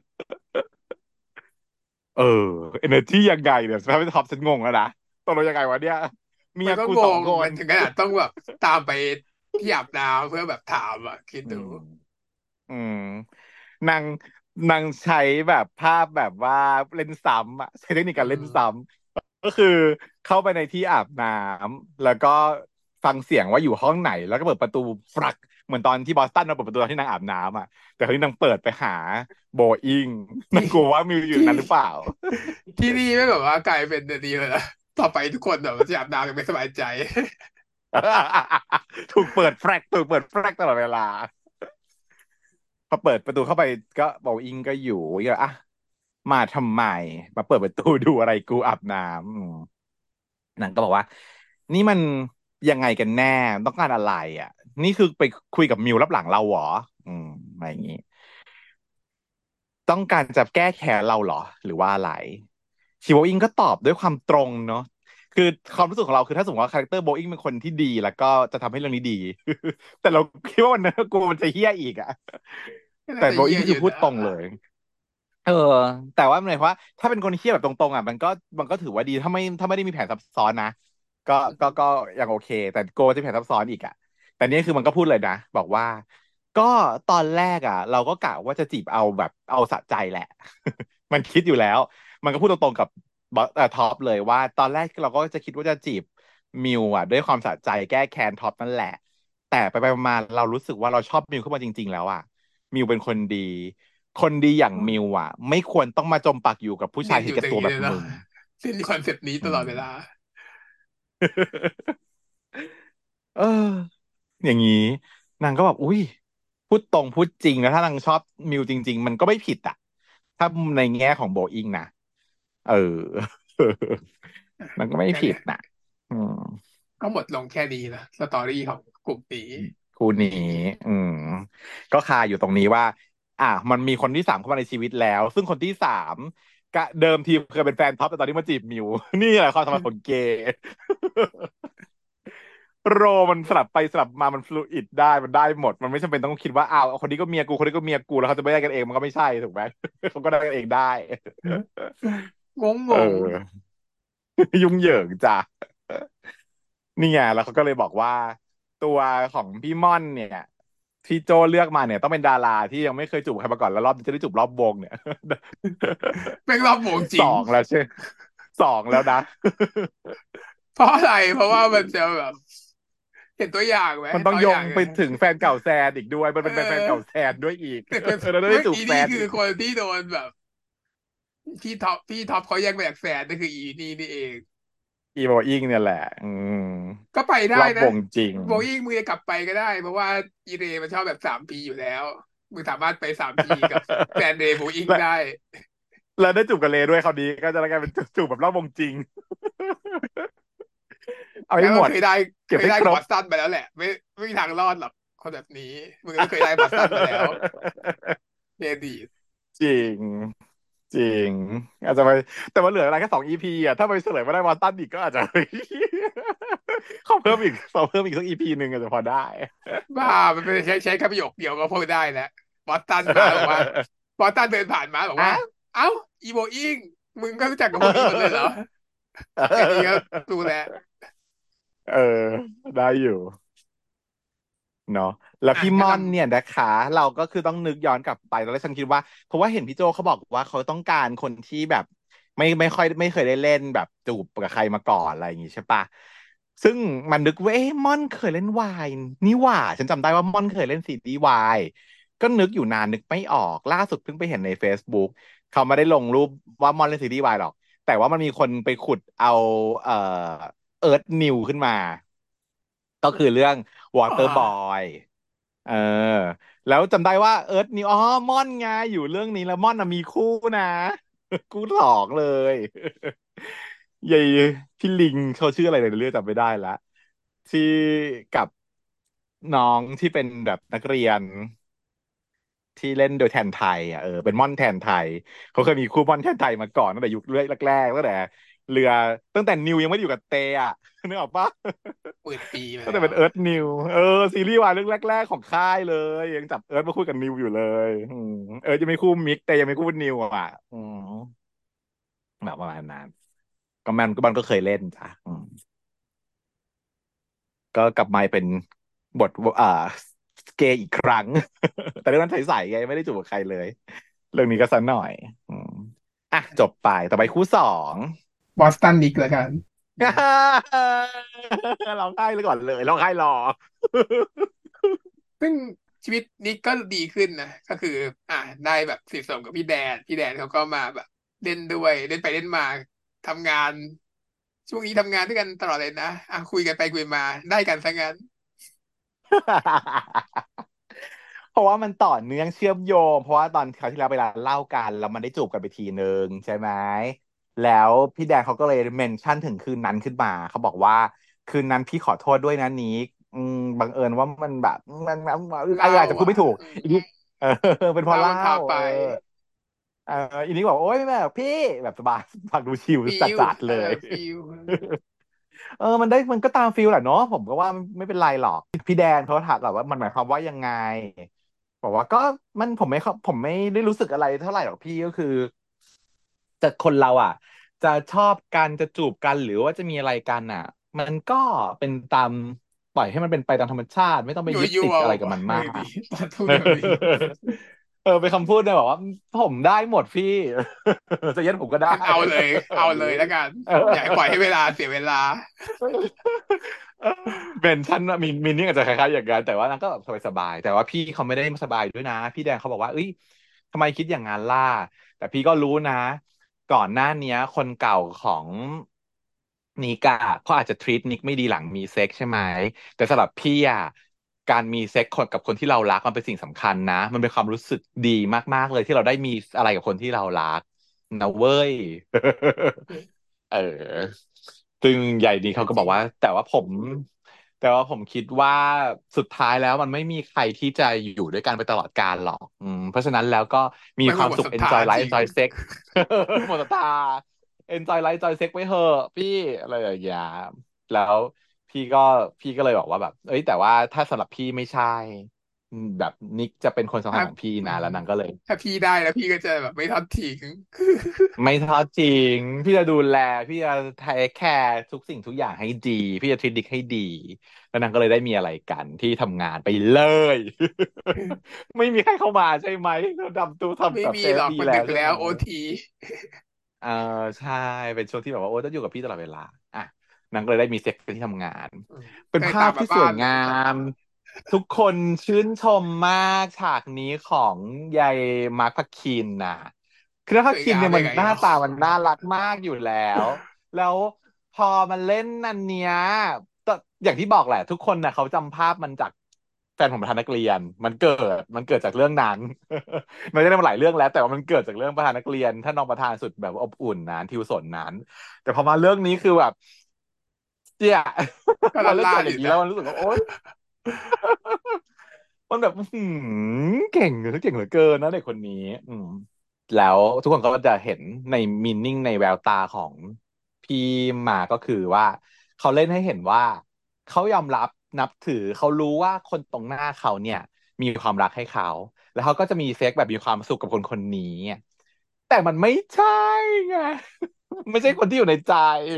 เออเอเนอร์จียังไงเนี่ยสภาพท็อปฉันงงแล้วนะตกลงยังไงวะเนี่ยเมีมันก็งยกูสองงคนมันถึงขนาดต้องแบบตามไปที่อาบน้ำเพื่อแบบถามอ่ะคิดดูอืมอืมนางนางใช้แบบภาพแบบว่าเล่นซ้ำอ่ะใช้เทคนิคเอการเล่นอซ้ำก็คือเข้าไปในที่อาบน้ำแล้วก็ฟังเสียงว่าอยู่ห้องไหนแล้วก็เปิดประตูฟรักเหมือนตอนที่บอสตันเราเปิดประตูตอนที่นางอาบน้ำอ่ะแต่คราวนี้นางเปิดไปหาโบอิงนาที่งกลัวว่ามิวอยู่ในที่นั้นหรือเปล่าที่นี่ไม่แบบว่ากลายเป็นเดี๋ยวนี้เลยนะต่อไปทุกคนแบบจะอาบน้ำกันไม่สบายใจถูกเปิดแฟลกถูกเปิดแฟลกตลอดเวลาพอเปิดประตูเข้าไปก็บอกอิงก็อยู่ก็อ่ะมาทำไมมาเปิดประตูดูอะไรกูอาบน้ำอืมนางก็บอกว่านี่มันยังไงกันแน่ต้องการอะไรอ่ะนี่คือไปคุยกับมิวรับหลังเราเหรออืมอะไรอย่างงี้ ต้องการจะแก้แค้นเราเหรอหรือว่าอะไรชิโบอิงก็ตอบด้วยความตรงเนาะคือความรู้สึกของเราคือถ้าสมมติว่าคาแรคเตอร์โบอิงเป็นคนที่ดีแล้วก็จะทำให้เรื่องนี้ดีแต่เราคิดว่ามันกลัวมันจะเฮี้ยอีกอะก็แต่น่าจะเยี่โบอิงก็คือพูดยอยู่นะตรงเลยเออแต่ว่าหมายความว่าถ้าเป็นคนเฮี้ยแบบตรงๆอ่ะมันก็มันก็ถือว่าดีถ้าไม่ถ้าไม่ได้มีแผนซับซ้อนนะก็ก็ก็ยังโอเคแต่โกจะมีแผนซับซ้อนอีกอ่ะแต่นี่คือมันก็พูดเลยนะบอกว่าก็ตอนแรกอ่ะเราก็กะว่าจะจีบเอาแบบเอาสะใจแหละ มันคิดอยู่แล้ว มันก็พูดตรงๆกับบอสเอ่อท็อปเลยว่าตอนแรกเราก็จะคิดว่าจะจีบมิวอ่ะด้วยความสะใจแก้แค้นท็อปนั่นแหละแต่ไปไปมาๆเรารู้สึกว่าเราชอบมิวขึ้นมาจริงๆแล้วอ่ะมิวเป็นคนดีคนดีอย่างมิวอ่ะไม่ควรต้องมาจมปักอยู่กับผู้ชายเห็นแก่เน้นอยู่ตรงตัวแบบมึนี้เลยเนาะงเน้นคอนเซปต์นี้อืมตลอดเวลาเอออย่างนี้นางก็แบบอุ้ยพูดตรงพูดจริงแล้วถ้านางชอบมิวจริงๆมันก็ไม่ผิดอ่ะถ้าในแง่ของโบอิงนะเออ มันก็ไม่นั่นแหละผิดนะอืมก็หมดลงแค่นี้นะสตอรี่ของกลุ่มนี้คู่นี้อืมก็คาอยู่ตรงนี้ว่าอ่ะมันมีคนที่สามเข้ามาในชีวิตแล้ว ซึ่งคนที่สามก็เดิมทีเคยเป็นแฟนท็อปแต่ตอนนี้มาจีบมิวนี่แหละความสัมพันธ์ของเกย์ โรมันสลับไปสลับมามันฟลูอิดได้มันได้หมดมันไม่จำเป็นต้องคิดว่าอ้าวคนนี้ก็เมียกูคนนี้ก็เมียกูแล้วเขาจะไม่ได้กันเองมันก็ไม่ใช่ถูกไหมเขาก็ได้กันเองได้งงงเองอยุ่งเหยิงจ้ะนี่ไงแล้วเขาก็เลยบอกว่าตัวของพี่ม่อนเนี่ยที่โจเลือกมาเนี่ยต้องเป็นดาราที่ยังไม่เคยจูบใครมาก่อนแล้วรอบนี้จะได้จูบรอบวงเนี่ยเป็นรอบวงจสริงองแล้วใช่สองแล้วนะเพราะอะไรเพราะว่ามันจะแบบเห็นตัวอย่างไหมมันต้องโยงตัวอย่างไงไปถึงแฟนเก่าแซนอีกด้วยมันเอเป็นแฟนเก่าแซอนด้วยอีกแต่เป็นเออแล้วได้เมื่อกี้นี่จูบแซนอีกคือคนที่โดนแบบพี่ท็อปพี่ท็อปเขาแย่งไปจากแฟนนั่นคืออีนี่นี่เองอีโบอิงเนี่ยแหละอืมก็ไปได้รอบนะวงจริงโบอิ้งมึงจะกลับไปก็ได้เพราะว่าอีเรย์มันชอบแบบสามปีอยู่แล้วมึงสามารถไปสามปีกับแฟนเรย์โบอิ้งและได้แล้วได้จูบกับเลด้วยคราวนี้ก็จะกลายเป็นจูบแบบรอบวงจริงเอาให้งั้นหมดมันเคยได้เคยได้เก็บให้ครบกับบอสตันไปแล้วแหละไม่ไม่มีทางรอดหรอกคนแบบนี้มึงก็เคยได้บอสตันมาแล้วในอดีตจริงจริงอาจจะไปแต่ว่าเหลืออะไรแค่สองอีพีอ่ะถ้าไปเฉลยไม่ได้วอลตันอีกก็อาจจะขอเพิ่มอีกขอเพิ่มอีกสักอีพีหนึ่งอาจจะพอได้บ้ามันเป็นใช้ใช้แค่ประโยคเดียวก็พูดได้แล้วบอสตันมาบอกว่าบอสตันเดินผ่านมาบอกว่าอ่ะเอ้าอีโบอิงมึงก็รู้จักกับพวกนี้หมดเลยเหรอแค่นี้ก็รู้แล้วเออได้อยู่เนาะแล้วพี่อ่ะงั้นเราม่อนเนี่ยนะคะเราก็คือต้องนึกย้อนกลับไปตอนแรกฉันคิดว่าเพราะว่าเห็นพี่โจเขาบอกว่าเขาต้องการคนที่แบบไม่ไม่ค่อยไม่เคยได้เล่นแบบจูบกับใครมาก่อนอะไรอย่างงี้ใช่ปะซึ่งมันนึกว่าเอ๊ะม่อนเคยเล่นวายนี่หว่าฉันจำได้ว่าม่อนเคยเล่นซีรีส์วายก็นึกอยู่นานนึกไม่ออกล่าสุดเพิ่งไปเห็นใน Facebook เขาไม่ได้ลงรูปว่าม่อนเล่นซีรีส์วายหรอกแต่ว่ามันมีคนไปขุดเอาเอ่อเอิร์ธนิวขึ้นมาก็คือเรื่องอ๋อ Water Boy เออแล้วจำได้ว่าเอิร์ธนิวอ๋อม่อนไงอยู่เรื่องนี้แล้วม่อนน่ะมีคู่นะคู่สองเลยยายพี่ลิงเขาชื่ออะไรในเรื่องจำไม่ได้ละที่กับน้องที่เป็นแบบนักเรียนที่เล่นโดยแทนไทยอ่ะเออเป็นม่อนแทนไทยเขาเคยมีคู่ม่อนแทนไทยมาก่อนตั้งแต่ยุคแรกๆตั้งแต่เรือตั้งแต่นิวยังไม่ได้อยู่กับเตอ่ะนึกออกปะหมื่นปีมาตั้งแต่แล้วเป็นเอิร์ธนิวเออซีรีส์วายเรื่องแรกๆของค่ายเลยยังจับเอิร์ธมาคู่กับนิวอยู่เลยอืมเอิร์ธยังไม่คู่มิกแต่ยังไม่คู่นิวอ่ะอืมแบบประมาณนั้นก็มันก็มันก็เคยเล่นจ้ะอืมก็กลับมาเป็นบทอ่าเกย์อีกครั้งแต่เรื่องนั้นใสๆไงไม่ได้จูบกับใครเลยเรื่องนี้ก็สักหน่อยอืมอ่ะจบไปต่อไปคู่สองบอสตันนิกแล้วกันอืมร้องไห้เลยก่อนเลยร้องไห้รอซึ่งชีวิตนิกก็ดีขึ้นนะก็คืออ่าได้แบบสนิทสนมกับพี่แดนพี่แดนเขาก็มาแบบเล่นด้วยเล่นไปเล่นมาทำงานช่วงนี้ทำงานด้วยกันตลอดเลยนะอ่ะคุยกันไปคุยมาได้กันซะงั้นเพราะว่ามันต่อเนื่องเชื่อมโยงเพราะว่าตอนคราวที่แล้วเวลาเล่ากันแล้วมันได้จูบกันไปทีนึงใช่ไหมแล้วพี่แดงเขาก็เลยเมนชั่นถึงคืนนั้นขึ้นมาเขาบอกว่าคืนนั้นพี่ขอโทษด้วยนะนิกอืมบังเอิญว่ามันแบบมันมันอาเล่าอาจจะพูดอ่ะไม่ถูกอืมอีกนิดเออเป็นเพราะเล่าเล่ามันพาไปเออเอออีนี้บอกโอ๊ยไม่แบบพี่แบบสบายฟังดูชิลฟิลจัดๆเลเออยฟิลเออมันได้มันก็ตามฟิลแหละเนาะผมก็ว่าไม่เป็นไรหรอกพี่แดนเขาถามแบบว่ามันหมายความว่ายังไงบอกว่าก็มันผมไม่เข้าผมไม่ได้รู้สึกอะไรเท่าไหร่หรอกพี่ก็คือจะคนเราอ่ะจะชอบกันจะจูบกันหรือว่าจะมีอะไรกันอ่ะมันก็เป็นตามปล่อยให้มันเป็นไปตามธรรมชาติไม่ต้องไปยั่วยึดยั่วติดอะไรกับมันเออมาดีกตอนพูดแบบนี้เออเป็นคำพูดเนี่ยบอกว่าผมได้หมดพี่จะยัดผมก็ได้งั้นเอาเลยเอาแบบนี้เลยแล้วกันเอออย่าให้ปล่อยให้เวลาเสียเวลาเบนชันมินมินนี่อาจจะคล้ายๆอย่างนั้นแต่ว่านั่นก็แบบสบายๆแต่ว่าพี่เขาไม่ได้สบายด้วยนะพี่แดงเขาบอกว่าเอ้ยทำไมคิดอย่างนั้นล่ะแต่พี่ก็รู้นะก่อนหน้าเนี้ยคนเก่าของนิกอะเขาอาจจะทรีตนิกไม่ดีหลังมีเซ็กใช่ไหมแต่สำหรับพี่อะการมีเซ็กคนกับคนที่เรารักมันเป็นสิ่งสำคัญนะมันเป็นความรู้สึกดีมากๆเลยที่เราได้มีอะไรกับคนที่เรารักนะเว้ย เออซึ่งใหญ่ดีเขาก็จริงบอกว่าแต่ว่าผมแต่ว่าผมคิดว่าสุดท้ายแล้วมันไม่มีใครที่จะอยู่ด้วยกันไปตลอดกาลหรอกอืมเพราะฉะนั้นแล้วก็มีไม่ความสุขหมดศรัทธา enjoy จ life ริง enjoy sex หมดศรัทธา enjoy life enjoy sex ไว้เถอะพี่อะไรอย่างเงี้ยแล้วพี่ก็พี่ก็เลยบอกว่าแบบเอ้ยแต่ว่าถ้าสำหรับพี่ไม่ใช่อืมแบบนิกจะเป็นคนสำคัถ้าญของพี่นะอืมแล้วนางก็เลยถ้าพี่ได้แล้วพี่ก็จะแบบไม่ทอดทิ้งไม่ทอดจริงพี่จะดูแลพี่จะเทคแคร์ทุกสิ่งทุกอย่างให้ดีพี่จะทรีตดิกให้ดีแล้วนางก็เลยได้มีอะไรกันที่ทำงานไปเลย ไม่มีใครเข้ามาใช่ไหมเราทำตัวทำไม่แบบเซฟมีหรอกดีแล้วใช่ไหมมันดึกแล้วโอทีเออใช่เป็นช่วงที่แบบว่าโอ้ต้องอยู่กับพี่ตลอดเวลาอ่ะนางก็เลยได้มีเซ็กที่ทำงานเป็นเคยตามภาพที่สมาบ้านเลวยงายมทุกคนชื่นชมมากฉากนี้ของยายมาร์คพาคินน่ะ คือถ้าสวยงามคินเนี่ยมันได้ไงเหรอหน้าตามันน่ารักมากอยู่แล้ว แล้วพอมันเล่นอันเนี้ยก็อย่างที่บอกแหละทุกคนน่ะเขาจำภาพมันจากแฟนผมประธานนักเรียนมันเกิดมันเกิดจากเรื่องนั้นมันไม่ได้มาหลายเรื่องแล้วแต่ว่ามันเกิดจากเรื่องประธานนักเรียนถ้าน้องประธานสุดแบบอบอุ่นนั้นทิวสนนั้นแต่พอมาเรื่องนี้คือแบบเจียก็พอลันเรื่องเกิดอย่างนี้แล้ลาอยู่นะวมันรู้สึกว่าโอ๊ยมันแบบอื้อหือเก่งเก่งเหลือเกินนะเด็กคนนี้อืมแล้วทุกคนก็จะเห็นในมีนิ่งในแววตาของพี่มาก็คือว่าเขาเล่นให้เห็นว่าเขายอมรับนับถือเขารู้ว่าคนตรงหน้าเขาเนี่ยมีความรักให้เขาแล้วเขาก็จะมีเซ็กแบบมีความสุขกับคนคนนี้แต่มันไม่ใช่ไงไม่ใช่คนที่อยู่ในใจ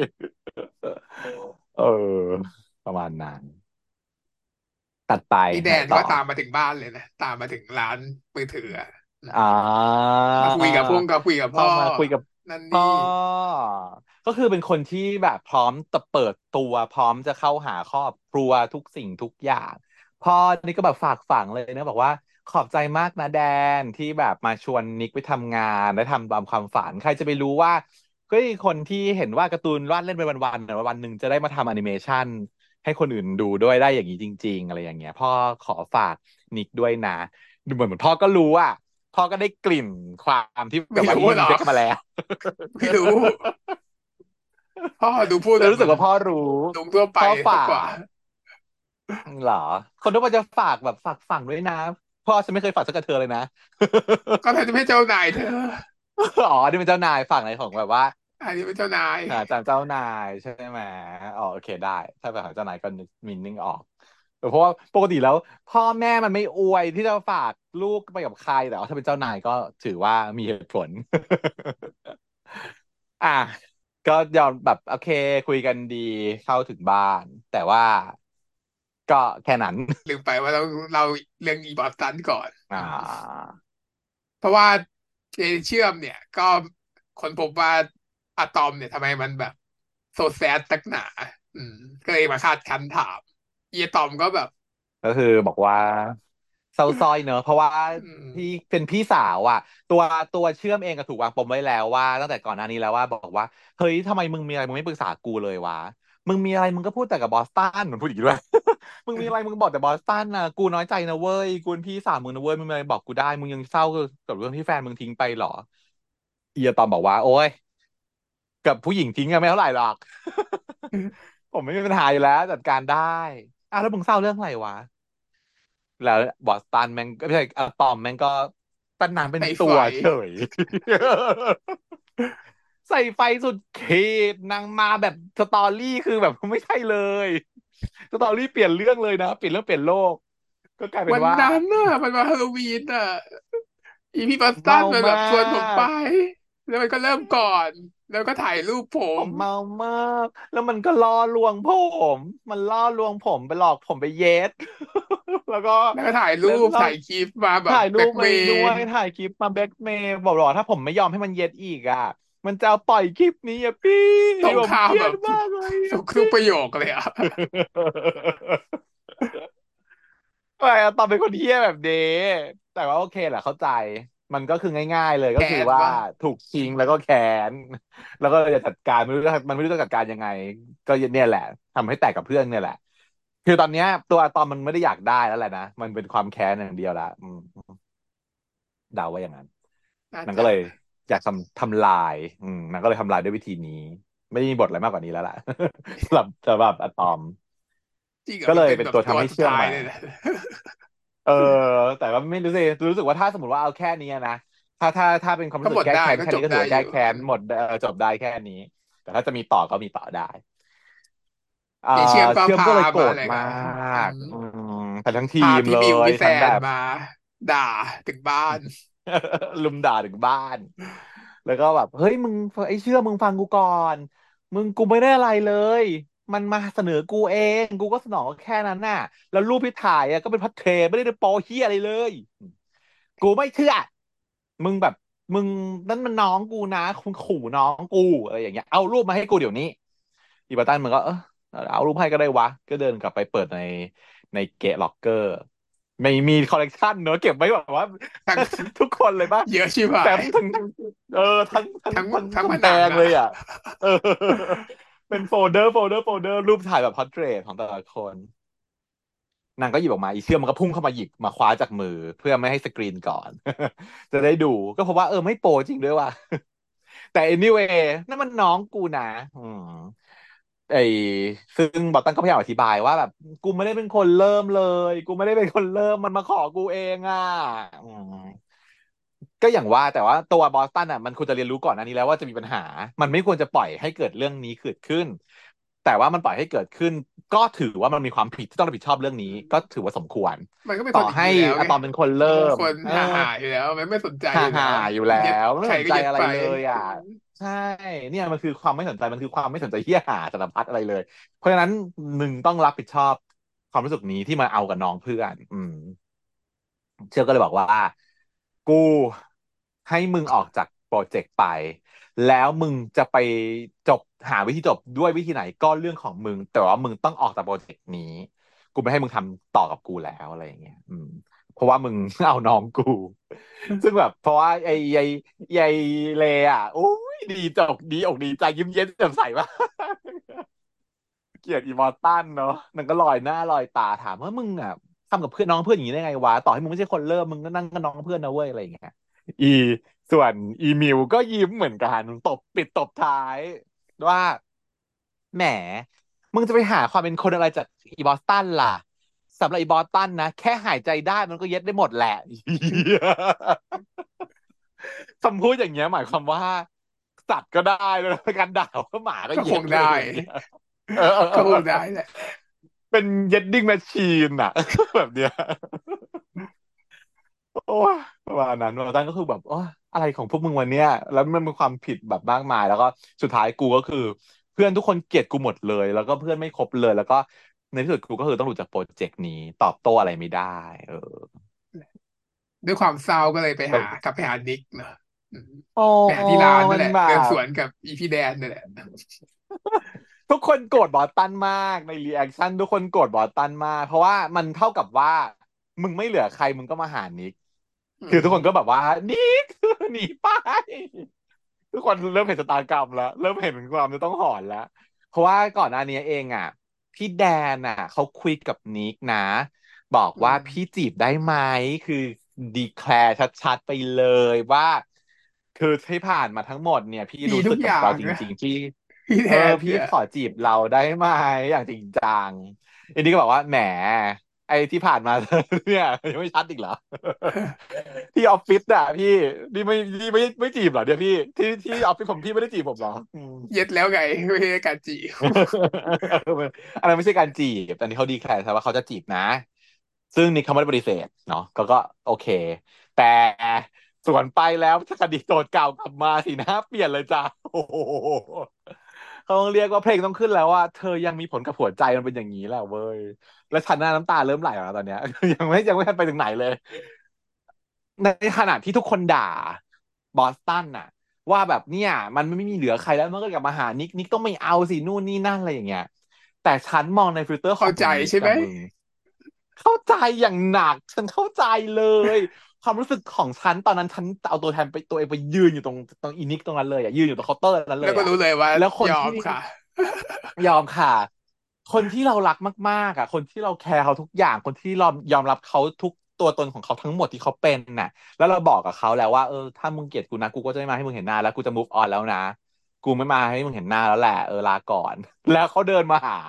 เออประมาณนั้นตัดไปนี่แดไหนต่อนก็ตามมาถึงบ้านเลยนะตามมาถึงร้านมือถืออะอือ่มามาคุยกับพงกับคุยกับพอพ่อมาคุยกับนั่นพ่อนี่ก็คือเป็นคนที่แบบพร้อมจะเปิดตัวพร้อมจะเข้าหาครอบครัวทุกสิ่งทุกอย่างพ่อนี่ก็แบบฝากฝังเลยนะบอกว่าขอบใจมากนะแดนที่แบบมาชวนนิกไปทำงานและทำตามความฝันใครจะไปรู้ว่าเฮ้ยคนที่เห็นว่าการ์ตูนวาดเล่นไปวันๆแต่ว่าวันหนึ่งจะได้มาทำแอนิเมชันให้คนอื่นดูด้วยได้อย่างนี้จริงๆอะไรอย่างเงี้ยพ่อขอฝากนิกด้วยนะดูเหมือนเหมือนพ่อก็รู้อ่ะ พ่อก็ได้กลิ่นความที่แบไม่บว่านี่มีรู้หรอกเซ็กกันมาแล้วไม่รู้ พ่อดูพูดเลยรู้สึแบบเหมือนกว่าพ่อรู้ลุงทั่วไปพ่อฝามากกว่ากเหรอคนทั่วไปจะฝากแบบฝากฝังด้วยนะพ่อฉันไม่เคยฝากสักกระเธอเลยนะก็เธอจะไม่ใช่เจ้านายเธออ๋อนี่เป็นเจ้านายฝั่งไหนของแบบว่าอันนี้เป็นเจ้านายอาจารย์เจ้านายใช่ไหมอ๋อโอเคได้ถ้าเป็นของเจ้านายก็มินนิ่งออกเพราะว่าปกติแล้วพ่อแม่มันไม่อวยที่จะฝากลูกไปกับใครแต่ว่าถ้าเป็นเจ้านายก็ถือว่ามีเหตุผล อ่ะก็ยอมแบบโอเคคุยกันดีเข้าถึงบ้านแต่ว่าก็แค่นั้นลืมไปว่าเราเราเรื่องอีบอสตันก่อนอ่อืมาเพราะว่าเจเชื่อมเนี่ยก็ค้นพบว่าอะตอมเนี่ยทำไมมันแบบโซแซดตักหนาอืมก็เลยมาคาดคั้นถามอีอะตอมก็แบบก็คือบอกว่าเศร้าซ้อยเนอะเพราะว่าอืมพี่เป็นพี่สาวอ่ะตัวตัวเชื่อมเองก็ถูกวางปมไว้แล้วว่าตั้งแต่ก่อนหน้านี้แล้วว่าบอกว่าเฮ้ยทำไมมึงมีอะไรมึงไม่ปรึกษากูเลยวะมึงมีอะไรมึงก็พูดแต่กับบอสตันเหมือนพูดอย่างนี้ด้วยมึงมีอะไรมึงบอกแต่บอสตันนะกูน้อยใจนะเว้ยกูเป็นพี่สาวมึงนะเว้ยมึงมีอะไรบอกกูได้มึงยังเศร้ากับเรื่องที่แฟนมึงทิ้งไปเหรอเอียตอมบอกว่าโอ้ยกับผู้หญิงทิ้งกันไม่เท่าไหร่หรอกผมไม่มีปัญหาอยู่แล้วจัดการได้อ้าวแล้วมึงเศร้าเรื่องอะไรวะ แล้วบอสตันแม่งก็ไม่ใช่อะตอมแม่งก็ตั้นน้ำเป็นใส่ไฟตัวเฉยใส่ไฟสุดขีดนางมาแบบสตอรี่คือแบบไม่ใช่เลยสตอรี่เปลี่ยนเรื่องเลยนะเปลี่ยนเรื่องเปลี่ยนโลกก็กลายเป็นวันว่านั้นน่ะมันมาฮาโลวีนอ่ะอีพี่บอสตัเมานมันแบมาบชวนผมไปกแล้วมันก็เริ่มก่อนแล้วก็ถ่ายรูปผมผมเมามากแล้วมันก็ล่อลวงผมมันล่อลวงผมไปหลอกผมไปเย็ดแล้วก็แล้วก็ถ่ายรูแล้วเราปถ่ายคลิปมาแบบถ่ายรูปไปแบล็กเมย์ด้วยถ่ายคลิปมาแบล็กเมย์บอกหรอถ้าผมไม่ยอมให้มันเย็ดอีกอ่ะมันจะเอาปล่อยคลิปนี้อ่ะพี่ส่งผมเครียข่าวแบบดมากเลยทุอ่ะพี่กทุกประโยคเลยอ่ะไม่อะตอนเป็นคนเฮี้ยแบบเดแต่ว่าโอเคแหละเข้าใจมันก็คือง่ายๆเลยแคก็คือว่าสป่ะถูกทิ้งแล้วก็แค้นแล้วก็จะจัดการไม่รู้จะมันไม่รู้จะจัดการยังไงก็เนี่ยแหละทำให้แตกกับเพื่อนเนี่ยแหละคือตอนเนี้ยตัวอะตอมมันไม่ได้อยากได้แล้วแหละนะมันเป็นความแค้นอย่างเดียวละอืมเดาว่าอย่างนั้นน่าจะมันก็เลยอยากทำทำลายอืมมันก็เลยทำลายด้วยวิธีนี้ไม่มีบทอะไรมากกว่านี้แล้วล่ะสำหรับสำหรับอะตอมจริงเหรอก็มันเป็นแบบเลยเป็นตัวตัวสุดทำให้เชื่อมมาท้ายเลยนะเออแต่ว่าไม่รู้สิรู้สึกว่าถ้าสมมติว่าเอาแค่นี้นะถ้าถ้าถ้าเป็นความก็รู้สึกแก้หมดได้ก็แค้นแค่นี้ก็ถืจบได้อยู่อว่าแก้แค้อืมนหมดเออจบได้แค่นี้แต่ถ้าจะมีต่อก็มีต่อได้เอ่อเจเชียมก็เชื่อมพาก็เลยโกรธมามาอะไรกันอืกมอืมแต่ทั้งทีพามเลพี่มิวพี่แซยทั้งแบบนมาด่าถึงบ้านลุมด่าถึงบ้านแล้วก็แบบเฮ้ยมึงไอ้เชื่อมึงฟังกูก่อนมึงกูไม่ได้อะไรเลยมันมาเสนอกูเองกูก็สนองแค่นั้นน่ะแล้วรูปที่ถ่ายอ่ะก็เป็นพัดเทรไม่ได้โปรเฮียอะไรเลยกูไม่เชื่อมึงแบบมึงนั่นมันน้องกูนะคุณขู่น้องกูอะไรอย่างเงี้ยเอารูปมาให้กูเดี๋ยวนี้อีบาตันมึงก็เออเอารูปให้ก็ได้วะก็เดินกลับไปเปิดในในเกะล็อกเกอร์ไม่มีคอลเลกชันเนอะเก็บไว้แบบว่าทั้งทุกคนเลยป่ะเยอะชิบหาแฟ้มยทั้งทั้งเออทั้งทั้งทั้งทั้งทั้งผกำแพนังอ่ะงเลยอ่ะเออเป็นโฟลเดอร์โฟลเดอร์โฟลเดอร์รูปถ่ายแบบพอร์เทรตของแต่ละคนนางก็หยิบออกมาอีเชื่อมันก็พุ่งเข้ามาหยิบมาคว้าจากมือเพื่อไม่ให้สกรีนก่อนจะได้ดูก็เพราะว่าเออไม่โปรจริงด้วยว่ะแต่ anyway นั่นมันน้องกูนะอืมไอ้ซึ่งบอตตันก็พยายามอธิบายว่าแบบกูไม่ได้เป็นคนเริ่มเลยกูไม่ได้เป็นคนเริ่มมันมาขอกูเองอ่ะอืมก็อย่างว่าแต่ว่าตัวบอสตันอ่ะมันควรจะเรียนรู้ก่อนอันนี้แล้วว่าจะมีปัญหามันไม่ควรจะปล่อยให้เกิดเรื่องนี้เกิดขึ้นแต่ว่ามันปล่อยให้เกิดขึ้นก็ถือว่ามันมีความผิดที่ต้องรับผิดชอบเรื่องนี้ก็ถือว่าสมควรมันก็เป็นต่อคนอย่างให้นี้อยู่แล้วไงอะตอมเป็นคนเริ่มคนเออห่าห่าอยู่แล้วมันไม่สนใจฮ่าฮ่าอยู่แล้วอยู่แล้เย็ดวไม่ใครสนใจอะไรก็เย็ดไปเลยอ่ะใช่เนี่ยมันคือความไม่สนใจมันคือความไม่สนใจเหี้ยหาสารพัดอะไรเลยเพราะฉะนั้นหนึ่งต้องรับผิดชอบความรู้สึกนี้ที่มาเอากับน้องเพื่อนอืมเชื่อก็เลยบอกว่ากูให้มึงออกจากโปรเจกต์ไปแล้วมึงจะไปจบหาวิธีจบด้วยวิธีไหนก็เรื่องของมึงแต่ว่ามึงต้องออกจากโปรเจกต์นี้กูไม่ให้มึงทำต่อกับกูแล้วอะไรอย่างเงี้ยอืมเพราะว่ามึงเอาน้องกู ซึ่งแบบเพราะว่าไอ้ไอ้ไอ้เลอ่ะโอ้ยดีจอกดีอกดีใจยิ้มเย็นแจ่มใสมากเกลียดอีมอร์ตันเนาะมันก็ลอยหน้าลอยตาถามว่ามึงอ่ะทำกับเพื่อนน้องเพื่อนอย่างนี้ได้ไงวะต่อให้มึงไม่ใช่คนเริ่มมึงก็นั่งกับน้องเพื่อนนะเว้ยอะไรอย่างเงี้ยอีส่วนอีมิวก็ยิ้มเหมือนกันตบปิดตบท้ายว่าแหมมึงจะไปหาความเป็นคนอะไรจากอีบอสตันล่ะสำหรับอีบอสตันนะแค่หายใจได้มันก็เย็ดได้หมดแหละ คำพูดอย่างเงี้ยหมายความว่าสัตว์ก็ได้แล้วการด่าว่าหมาก็เย็ดเลก็คงได้ยอย่างเงี้ยเออเออเอก็คงได้อแหละเป็นเย็ดดิ้งแมชชีนอะแบบเนี้ยโอ้ยประมาณนั้นว่าตั้งก็คือแบบโอ้ยอะไรของพวกมึงวันเนี้ยแล้วมันเป็นความผิดแบบมากมายแล้วก็สุดท้ายกูก็คือเพื่อนทุกคนเกลียดกูหมดเลยแล้วก็เพื่อนไม่ครบเลยแล้วก็ในที่สุดกูก็คือต้องหลุดจากโปรเจกต์นี้ตอบโต้อะไรไม่ได้เออด้วยความเศร้าก็เลยไปก็หากลับไปหานิกเนอะอืมโอ้ไปหาที่ร้านนั่นแหละมันแบเดินสบวนกับอีพีแดนนั่นแหละทุกคนโกรธบอสตันมากในรีแอคชั่นทุกคนโกรธบอสตันมากเพราะว่ามันเท่ากับว่ามึงไม่เหลือใครมึงก็มาหานิกอืคือทุกคนก็มแบบว่านิกหนีไปทุกคนเริ่มเห็นชะตากรรมแล้วเริ่มเห็นถึงความจะต้องหอนแล้วเพราะว่าก่อนหน้านี้เองอ่ะพี่แดนอ่ะเขาคุยกับนิกนะบอกอืว่าพี่มจีบได้ไหมคือดีแคลร์ชัดๆไปเลยว่าคือที่ผ่านมาทั้งหมดเนี่ยพี่ดีรู้สึกทุกอย่างกับเราจนะริงๆที่พี่แทเออนเนี่ยพี่ขอจีบเราได้ไหมอย่างจริงจังอันนี้ก็บอกว่าแหมไอ้ที่ผ่านมาเนี่ยยังไม่ชัดอีกเหรอที่ออฟฟิศอ่ะพี่นี่ไม่นี่ไม่ไม่จีบเหรอเดี๋ยวพี่ที่ที่ออฟฟิศผมพี่ไม่ได้จีบผมเหรออืมเย็ดแล้วไงไม่ใช่การจีบอันนั้นไม่ใช่การจีบแต่นี่เขาดีแคลร์ว่าเขาจะจีบนะซึ่งนี่เขาไม่ได้ปฏิเสธเนาะก็ก็โอเคแต่สวนไปแล้วคดีโจทย์เก่ากลับมาสินะเปลี่ยนเลยจ้าโอ้โห เขาต้องเรียกว่าเพลงต้องขึ้นแล้วว่าเธอยังมีผลกับหัวใจมันเป็นอย่างนี้แหละเว้ยแล้วฉันน่าน้ำตาเริ่มไหลแล้วตอนเนี้ยยังไม่ยังไม่ทันไปถึงไหนเลยในขณะที่ทุกคนด่าบอสตันน่ะว่าแบบเนี่ยมันไม่มีเหลือใครแล้วมันก็กลับมาหานิกนิกต้องไม่เอาสินู่นนี่นั่นอะไรอย่างเงี้ยแต่ฉันมองในฟิลเตอร์ขอเข้าใจงคุณนิกใช่ไหมกับมึง เข้าใจอย่างหนักฉันเข้าใจเลยความรู้สึกของฉันตอนนั้นฉันเอาตัวแทนไปตัวเองไปยืนอยู่ตรงตรงอินิกตรงนั้นเลยอ่ะยืนอยู่ตรงเคาน์เตอร์นั้นแล้วก็เลยอ่ะรู้เลยว่าแล้วคนที่ยอมค่ะยอมค่ะคนที่เรารักมากๆอ่ะคนที่เราแคร์เขาทุกอย่างคนที่เรายอมรับเขาทุกตัวตนของเขาทั้งหมดที่เขาเป็นน่ะแล้วเราบอกกับเขาแล้วว่าเออถ้ามึงเกลียดกูนะกูก็จะไม่มาให้มึงเห็นหน้าแล้วกูจะ move on แล้วนะกูไม่มาให้มึงเห็นหน้าแล้วแหละเออลาก่อนแล้วเขาเดินมาหา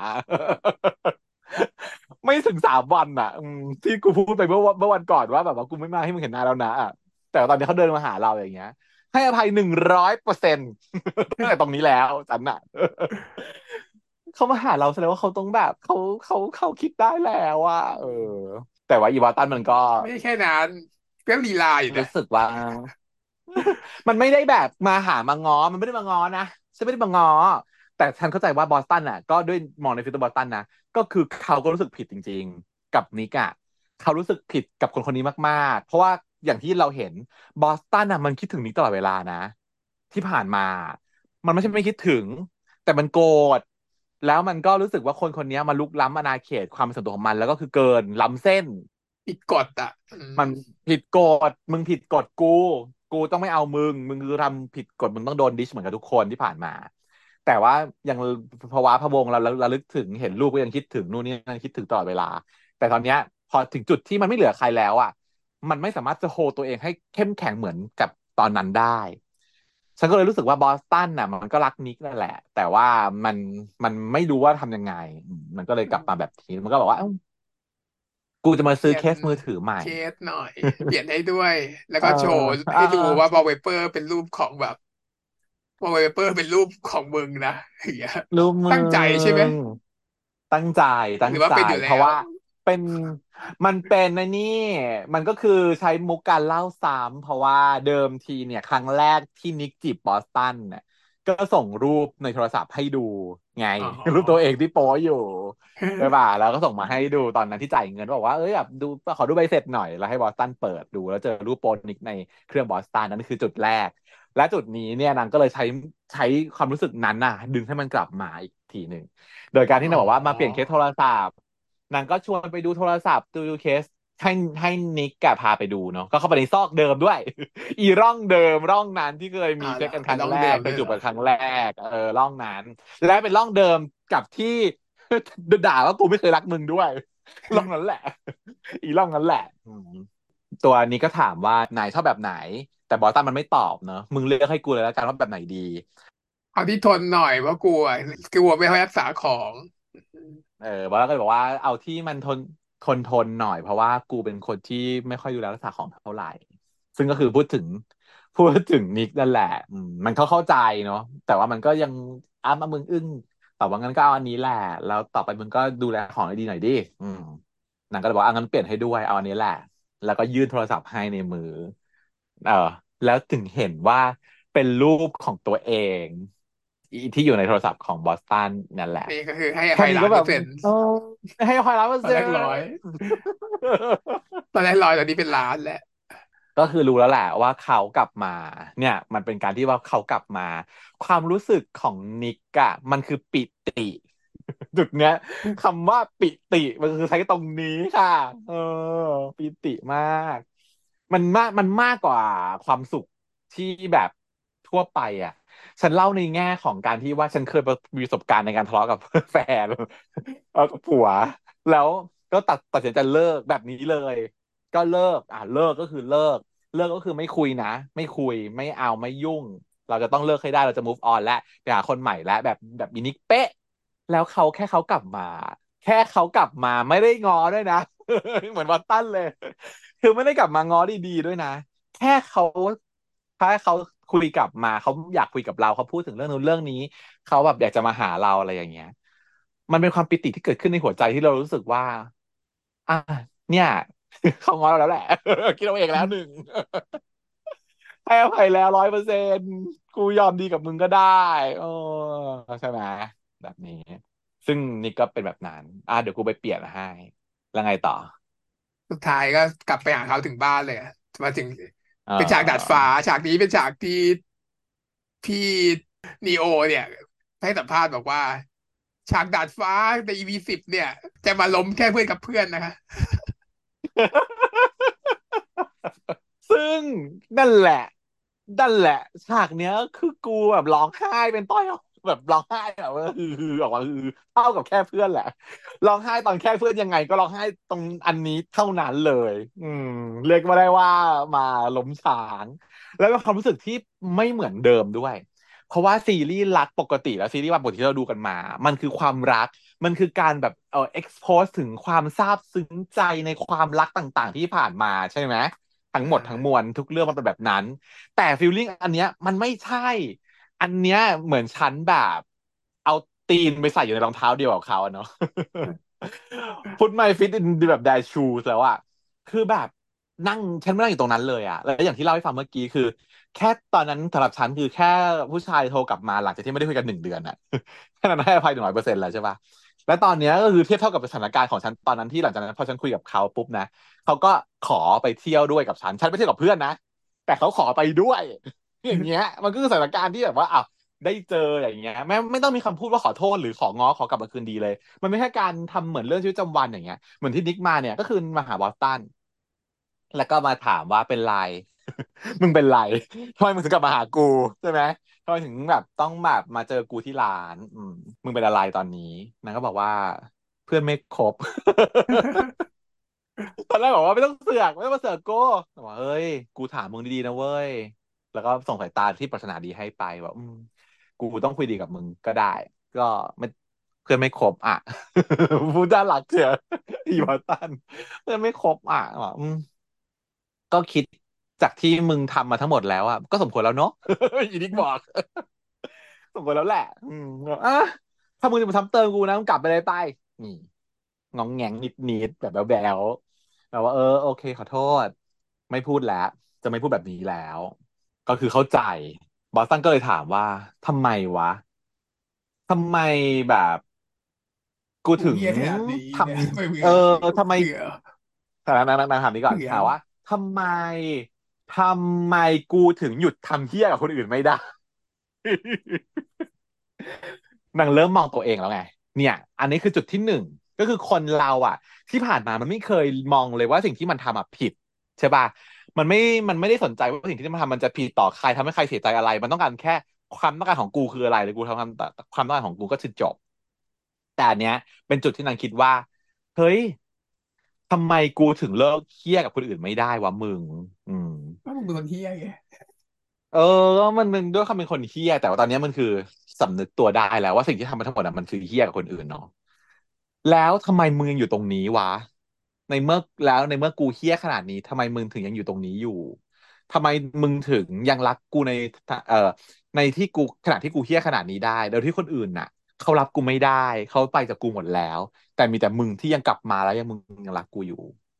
ไม่ถึงสามวันอ่ะอืมที่กูพูดไปเมื่อวันเมื่อวันก่อนว่าแบบว่ากูไม่มาให้มึงเห็นหน้าแล้วนะอ่ะแต่ตอนนี้เขาเดินมาหาเราอย่างเงี้ยให้อภัยหนึ่งร้อยเปอร์เซ็นต์ตั้งแต่ตรงนี้แล้วฉันอ่ะเขามาหาเราแสดงว่าเขาต้องแบบเขาเขาเขาคิดได้แล้วว่าเออแต่ว่าอีวาตันมันก็ไม่ใช่แค่นั้นก็ลีลาอยู่นะรู้สึกว่า มันไม่ได้แบบมาหามาง้อมันไม่ได้มาง้อนะฉันไม่ได้มาง้อแต่ฉันเข้าใจว่าบอสตันอ่ะก็ด้วยมองในฟิลเตอร์บอสตันนะก็คือเขาก็รู้สึกผิดจริงๆกับนิกอ่ะเขารู้สึกผิดกับคนคนนี้มากๆเพราะว่าอย่างที่เราเห็นบอสตันอ่ะมันคิดถึงนิกตลอดเวลานะที่ผ่านมามันไม่ใช่ไม่คิดถึงแต่มันโกรธแล้วมันก็รู้สึกว่าคนคนนี้มาลุกล้ำอาณาเขตความเป็นส่วนตัวของมันแล้วก็คือเกินล้ำเส้นผิดกฎอ่ะอืมมันผิดกฎมึงผิดกฎกูกูต้องไม่เอามึงมึงคือทำผิดกฎมึงต้องโดนดิชเหมือนกับทุกคนที่ผ่านมาแต่ว่ายังภาวะพะวงเราเราระลึกถึงเห็นรูปก็ยังคิดถึงนู่นนี่นั่นคิดถึงตลอดเวลาแต่ตอนเนี้ยพอถึงจุดที่มันไม่เหลือใครแล้วอ่ะมันไม่สามารถจะโฮตัวเองให้เข้มแข็งเหมือนกับตอนนั้นได้ฉันก็เลยรู้สึกว่าบอสตันน่ะมันก็รักนิกนั่นแหละ แต่ว่ามันมันไม่รู้ว่าทำยังไงอืมมันก็เลยกลับมาแบบนี้มันก็บอกว่าเอ้ากูจะมาซื้อเปลี่ยนเคสมือถือใหม่เคสหน่อยเปลี่ยนให้ด้วยแล้วเออก็โชว์เอให้ดูว่าอ wallpaper เป็นรูปของแบบ wallpaper เป็นรูปของมึงนะอย่างเงี้ยรูปมึตั้งใจใช่ไหมงตั้งใจตั้หรือว่างใจเป็นอยู่แล้วเพราะว่าเป็นมันเป็นในนี่มันก็คือใช้มุกการเล่าซ้ำเพราะว่าเดิมทีเนี่ยครั้งแรกที่นิกจีบบอสตันเนี่ยก็ส่งรูปในโทรศัพท์ให้ดูไงอ๋รูปตัวเองอที่โป๊อยู่ใช่ป่ะแล้วก็ส่งมาให้ดูตอนนั้นที่จ่ายเงินบอกว่าเอ้ยแบบดูขอดูใบเสร็จหน่อยแล้วให้บอสตันเปิดดูแล้วเจอรูปโปรนิกในเครื่องบอสตันนั่นคือจุดแรก และจุดนี้เนี่ยนางก็เลยใช้ใช้ความรู้สึกนั้นน่ะดึงให้มันกลับมาอีกทีหนึ่งโดยการที่อ๋นางบอกว่ามาเปลี่ยนเคอสโทรศัพท์นางก็ชวนไปดูโทรศัพท์ดูเคสให้ให้นิกกะพาไปดูเนาะก็เข้าไปในซอกเดิมด้วยอีร่องเดิมร่องนั้นที่เคยอ่ามีเซ็เหรอกกันครั้งเป็นร่องเดิแรกเคยมด้วยเหรอจูบกันครั้งแรกเออร่องนั้นและเป็นร่องเดิมกับที่ด่าว่ากูไม่เคยรักมึงด้วยร่องนั้นแหละอีร่องนั้นแหละอืม ตัวนี้ก็ถามว่านายชอบแบบไหนแต่บอสตันมันไม่ตอบเนอะมึงเลือกให้กูเลยแล้วกันว่าแบบไหนดีเอาที่ทนหน่อยเพราะกลัวกลัวไม่ค่อยรักษาของเออบอสตันก็เลยบอกว่าเอาที่มันทนทนทนหน่อยเพราะว่ากูเป็นคนที่ไม่ค่อยดูแลรักษาของเท่าไหร่ซึ่งก็คือพูดถึงพูดถึงนิกนั่นแหละอืมมันเขาเข้าใจเนาะแต่ว่ามันก็ยังอ้ามามึงอึ้งแต่ว่างั้นก็เอาอันนี้แหละแล้วต่อไปมึงก็ดูแลของให้ดีหน่อยดิอืมนางก็เลยบอกอ่ะงั้นเปลี่ยนให้ด้วยเอาอันนี้แหละแล้วก็ยื่นโทรศัพท์ให้ในมือ เออแล้วถึงเห็นว่าเป็นรูปของตัวเองอีที่อยู่ในโทรศัพท์ของบอสตันนั่นแหละนี่ก็คือให้อแค่ภัยล้านี้ก็แบบนเปอร์เซ็นต์โอ้ให้พอยร้อยเปอร์ตอนเซ็นต์แรกร้อยตอนแรกร้อยตอนนี้เป็นล้านแล้วก็คือรู้แล้วแหละว่าเขากลับมาเนี่ยมันเป็นการที่ว่าเขากลับมาความรู้สึกของนิกอะมันคือปิติจุดเนี้ยคำว่าปิติมันคือใช้ตรงนี้ค่ะเออปิติมากมันมากมันมากกว่าความสุขที่แบบทั่วไปอ่ะฉันเล่าในแง่ของการที่ว่าฉันเคยมีประสบการณ์ในการทะเลาะกับแฟนเออกับผัวแล้วก็ตัดตัดสินใจเลิกแบบนี้เลย ก็เลิกอ่ะเลิกก็คือเลิกเลิกก็คือไม่คุยนะไม่คุยไม่เอาไม่ยุ่งเราจะต้องเลิกให้ได้เราจะ move on แล้วไปหาคนใหม่แล้วแบบแบบมินิกเป๊ะแล้วเขาแค่เขากลับมาแค่เขากลับมาไม่ได้ง้อด้วยนะเหมือนวัตตันเลยคือไม่ได้กลับมาง้อดีๆด้วยนะแค่เขาแค่เขาคุยกลับมาเขาอยากคุยกับเราเขาพูดถึงเรื่องนู้นเรื่องนี้เขาแบบอยากจะมาหาเราอะไรอย่างเงี้ยมันเป็นความปิติที่เกิดขึ้นในหัวใจที่เรารู้สึกว่าอ่ะเนี่ย เขาง้อเราแล้วแหละคิดเอาเองแล้วหนึ่งให้อภัยแล้วร้อยเปอร์เซ็นต์กูยอมดีกับมึงก็ได้เออใช่ไหมแบบนี้ซึ่งนี่ก็เป็นแบบนั้นอ่ะเดี๋ยวกูไปเปลี่ยนให้แล้วไงต่อสุดท้ายก็กลับไปหาเขาถึงบ้านเลยอะมาถึงเเป็นฉากดาดฟ้าออฉากนี้เป็นฉากที่พี่นีโอเนี่ยให้สัมภาษณ์บอกว่าฉากดาดฟ้าใน อี พี สิบเนี่ยจะมาล้มแค่เพื่อนกับเพื่อนนะคะซึ่งนั่นแหละนั่นแหละฉากเนี้ยคือกูแบบร้องไห้เป็นต้อยแบบร้องไห้แบบว่าฮือๆออกมาฮือเท่ากับแค่เพื่อนแหละร้องไห้ตอนแค่เพื่อนยังไงก็ร้องไห้ตรงอันนี้เท่านั้นเลยอืมเรียกว่าได้ว่ามาล้มฉางแล้วก็ความรู้สึกที่ไม่เหมือนเดิมด้วยเพราะว่าซีรีส์รักปกติแล้วซีรีส์วายปกติที่เราดูกันมามันคือความรักมันคือการแบบเอ่อ expose ถึงความซาบซึ้งใจในความรักต่างๆที่ผ่านมาใช่ไหม ทั้งหมดทั้งมวลทุกเรื่องมันเป็นแบบนั้นแต่ฟีลลิ่งอันเนี้ยมันไม่ใช่อันเนี้ยเหมือนฉันแบบเอาตีนไปใส่อยู่ในรองเท้าเดียวกับเขาอะเนาะ พุทไมฟิตอินแบบไดชูแล้วอะคือแบบนั่งฉันไม่นั่งอยู่ตรงนั้นเลยอะแล้วอย่างที่เล่าให้ฟังเมื่อกี้คือแค่ตอนนั้นสำหรับฉันคือแค่ผู้ชายโทรกลับมาหลังจากที่ไม่ได้คุยกันหนึ่งเดือนอะแค่นั้นให้อภัยหนึ่งร้อยเปอร์เซ็นต์แล้วใช่ปะและตอนเนี้ยก็คือเทียบเท่ากับสถานการณ์ของฉันตอนนั้นที่หลังจากนั้นพอฉันคุยกับเขาปุ๊บนะ เขาก็ขอไปเที่ยวด้วยกับฉัน ฉันไปเที่ยวกับเพื่อนนะ แต่เขาขอไปด้วยอย่างเงี้ยมันก็คือสถานการณ์ที่แบบว่าอ้าวได้เจออย่างเงี้ยไม่ไม่ต้องมีคำพูดว่าขอโทษหรือของ้อขอกลับมาคืนดีเลย มันไม่ใช่การทำเหมือนเรื่องชีวิตประจำวันอย่างเงี้ยเหมือนที่นิกมาเนี่ยก็คือมาหาบอสตันแล้วก็มาถามว่าเป็นไรมึงเป็นไรทำไมมึงถึงกลับมาหากูใช่ไหมทำไมถึงแบบต้องแบบมาเจอกูที่ร้านอืมมึงเป็นอะไรตอนนี้นางก็บอกว่าเพื่อนไม่ครบ ตอนแรกบอกว่าไม่ต้องเสือกไม่ต้องมาเสือกโก้บอกว่าเฮ้ยกูถามมึงดีๆนะเว้ยแล้วก็ส่งสายตาที่ปรารถนาดีให้ไปว่าอืมกูต้องคุยดีกับมึงก็ได้ ก็ไม่เพื่อนไม่ครบอ่ะ พูดด้านหลักเถอะอีวอตันเพื่อนไม่ครบอ่ะอ่ะอืมก็คิดจากที่มึงทำมาทั้งหมดแล้วอ่ะก็สมควรแล้วเนาะ อีนิกบอก สมควรแล้วแหละอืมบอกอ่ะถ้ามึงจะมาทำเติมกูนะมึงกลับไปเลยไปนี่งองแงงนิดนิดแบบแบ๊วๆแบบว่าเออโอเคขอโทษไม่พูดแล้วจะไม่พูดแบบนี้แล้วก็คือเข้าใจบอสตันก็เลยถามว่าทำไมวะทำไมแบบกูกูถึงเฮี้ยขนาดนี้ทเนี่ยไม่ำเบื่เอออสิทำไมเบื่อถามนางนางนางถามนี้ก่อนเบื่อถามว่าทำไมทำไมกูถึงหยุดทำเหี้ยกับคนอื่นไม่ได้ นางเริ่มมองตัวเองแล้วไงเนี่ยอันนี้คือจุดที่หนึ่งก็คือคนเราอ่ะที่ผ่านมามันไม่เคยมองเลยว่าสิ่งที่มันทำอ่ะผิดใช่ป่ะมันไม่มันไม่ได้สนใจว่าสิ่งที่มันทำมันจะผิดต่อใครทำให้ใครเสียใจอะไรมันต้องการแค่ความต้องการของกูคืออะไรเลยกูทำความความต้องการของกูก็คือจบแต่อันเนี้ยเป็นจุดที่นางคิดว่าเฮ้ยทำไมกูถึงเลิกเครียดกับคนอื่นไม่ได้วะมึงอืมก็มึงเป็นคนเฮี้ยไงเออก็มันเป็นด้วยความเป็นคนเฮี้ยแต่ว่าตอนนี้มันคือสำนึกตัวได้แล้วว่าสิ่งที่ทำมาทั้งหมดอะมันคือเฮี้ยกับคนอื่นเนาะแล้วทำไมมึงยังอยู่ตรงนี้วะในเมื่อแล้วในเมื่อกูเฮี้ยขนาดนี้ทำไมมึงถึงยังอยู่ตรงนี้อยู่ทำไมมึงถึงยังรักกูในเอ่อในที่กูขณะที่กูเฮี้ยขนาดนี้ได้โดยที่คนอื่นน่ะเขารับกูไม่ได้เขาไปจากกูหมดแล้วแต่มีแต่มึงที่ยังกลับมาแล้วยังมึงยังรักกูอยู่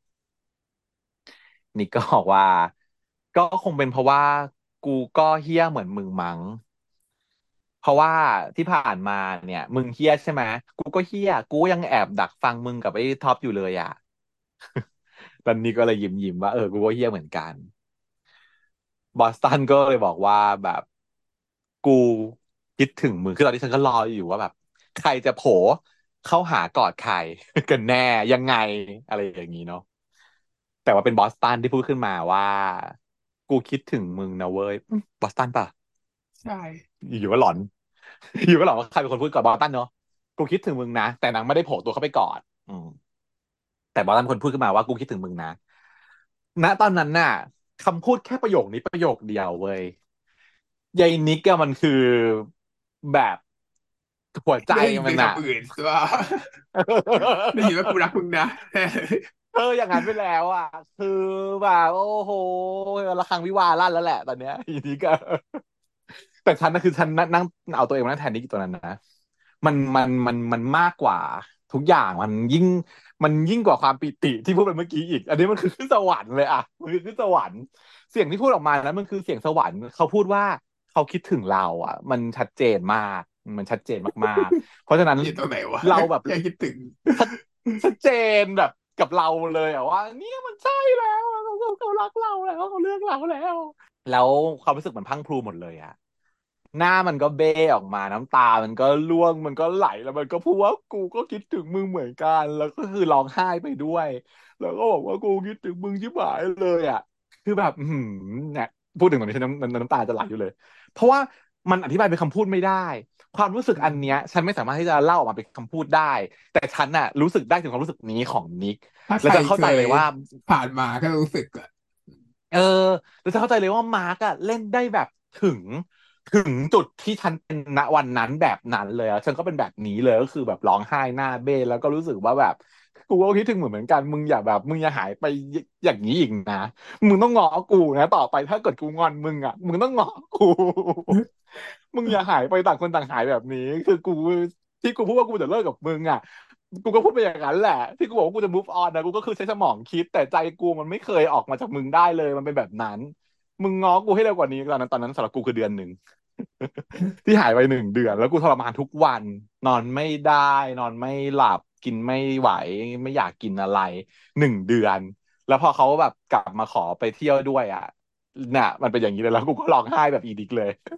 นี่ก็บอกว่าก็คงเป็นเพราะว่ากูก็เฮี้ยเหมือนมึงมั้งเพราะว่าที่ผ่านมาเนี่ยมึงเฮี้ยใช่ไหมกูก็เฮี้ยกูยังแอบดักฟังมึงกับไอ้ท็อปอยู่เลยอ่ะตอนนี้ก็เลยยิ้มยิ้มว่าเออกูก็เฮี้ยเหมือนกันบอสตันก็เลยบอกว่าแบบกูคิดถึงมึงคือตอนนี้ฉันก็รออยู่ว่าแบบใครจะโผล่เข้าหากอดใครกันแน่ยังไงอะไรอย่างนี้เนาะ แต่ว่าเป็นบอสตันที่พูดขึ้นมาว่ากูคิดถึงมึงนะเว้ยอืมบอสตันป่ะใช่อยู่ๆก็หลอนอยู่ๆก็หลอนว่าใครเป็นคนพูดกับบอสตันเนาะกูคิดถึงมึงนะแต่นางไม่ได้โผล่ตัวเข้าไปกอดอืมแต่บอสตันเป็นคนพูดขึ้นมาว่ากูคิดถึงมึงนะณตอนนั้นน่ะคำพูดแค่ประโยคนี้ประโยคเดียวเว้ยยายนิกอะมันคือแบบหัวใจไม่ได้ยินมันอะเป็นคำอื่นว่าได้ยินว่ากูรักมึงนะแน่เลยเอออย่างนั้นไปแล้วอ่ะคือแบบโอ้โหระฆังวิวาห์ลั่นแล้วแหละตอนเนี้ยอีนี้ก็แต่ฉันนะคือฉันนั่งนั่งเอาตัวเองมานั่งแทนนิกตัวนั้นนะมันมันมันมันมากกว่าทุกอย่างมันยิ่งมันยิ่งกว่าความปิติที่พูดไปเมื่อกี้อีกอันนี้มันคือขึ้นสวรรค์เลยอ่ะมันคือขึ้นสวรรค์เสียงที่พูดออกมานะมันคือเสียงสวรรค์เขาพูดว่าเขาคิดถึงเราอ่ะมันชัดเจนมากมันชัดเจนมากๆเพราะฉะนั้นอยู่ตรงไหนวะเราแบบแค่คิดถึงชัดชัดเจนแบบกับเราเลยอะว่าเนี่ยมันใช่แล้วอะเขาเขาเขารักเราแล้วเขาเลือกเราแล้วแล้วความรู้สึกมันพรังพรูหมดเลยอะหน้ามันก็เบ้ออกมาน้ำตามันก็ร่วงมันก็ไหลแล้วมันก็พูดว่ากูก็คิดถึงมึงเหมือนกันแล้วก็คือร้องไห้ไปด้วยแล้วก็บอกว่ากูคิดถึงมึงชิบหายเลยอะคือแบบอือหือเนี่ยพูดถึงตรงนี้ฉันน้ำน้ำน้ำตาจะไหลอยู่เลยเพราะว่ามันอธิบายเป็นคำพูดไม่ได้ความรู้สึกอือันเนี้ยมฉันไม่สามารถที่จะเล่าออกมาเป็นคำพูดได้ แต่ฉันน่ะรู้สึกได้ถึงความรู้สึกนี้ของนิกถ้าใครเคแล้วจะเข้าใจเลยยว่าผ่านมาก็รู้สึกอะเออแล้วจะเข้าใจเลยว่ามาร์กอะเล่นได้แบบถึงถึงจุดที่ฉันเป็นณวันนั้นแบบนั้นเลยอะฉันก็เป็นแบบนี้เลยก็คือแบบร้องไห้หน้าเบ้แล้วก็รู้สึกว่าแบบกูก็คิดถึงเหมือนเหมือนกันมึงอย่าแบบมึงอย่าหายไปอย่างนี้อีกนะมึงต้องง้อกูนะต่อไปถ้าเกิดกูงอนมึงอะมึงต้องง้อกูมึงอย่าหายไปต่างคนต่างหายแบบนี้คือกูที่กูพูดว่ากูจะเลิกกับมึงอะ กูก็พูดไปอย่างนั้นแหละที่กูบอกว่ากูจะ move on นะกูก็คือใช้สมองคิดแต่ใจกูมันไม่เคยออกมาจากมึงได้เลยมันเป็นแบบนั้นมึงง้อกูให้เร็วกว่านี้ตอนนั้นตอนนั้นสำหรับกูคือเดือนหนึ่งที่หายไปหนึ่งเดือนแล้วกูทรมานทุกวันนอนไม่ได้นอนไม่หลับกินไม่ไหวไม่อยากกินอะไรหนึ่งเดือนแล้วพอเขาแบบกลับมาขอไปเที่ยวด้วยอ่ะน่ะมันเป็นอย่างนี้เลยแล้วกูก็ร้องไห้แบบอีดิกเลย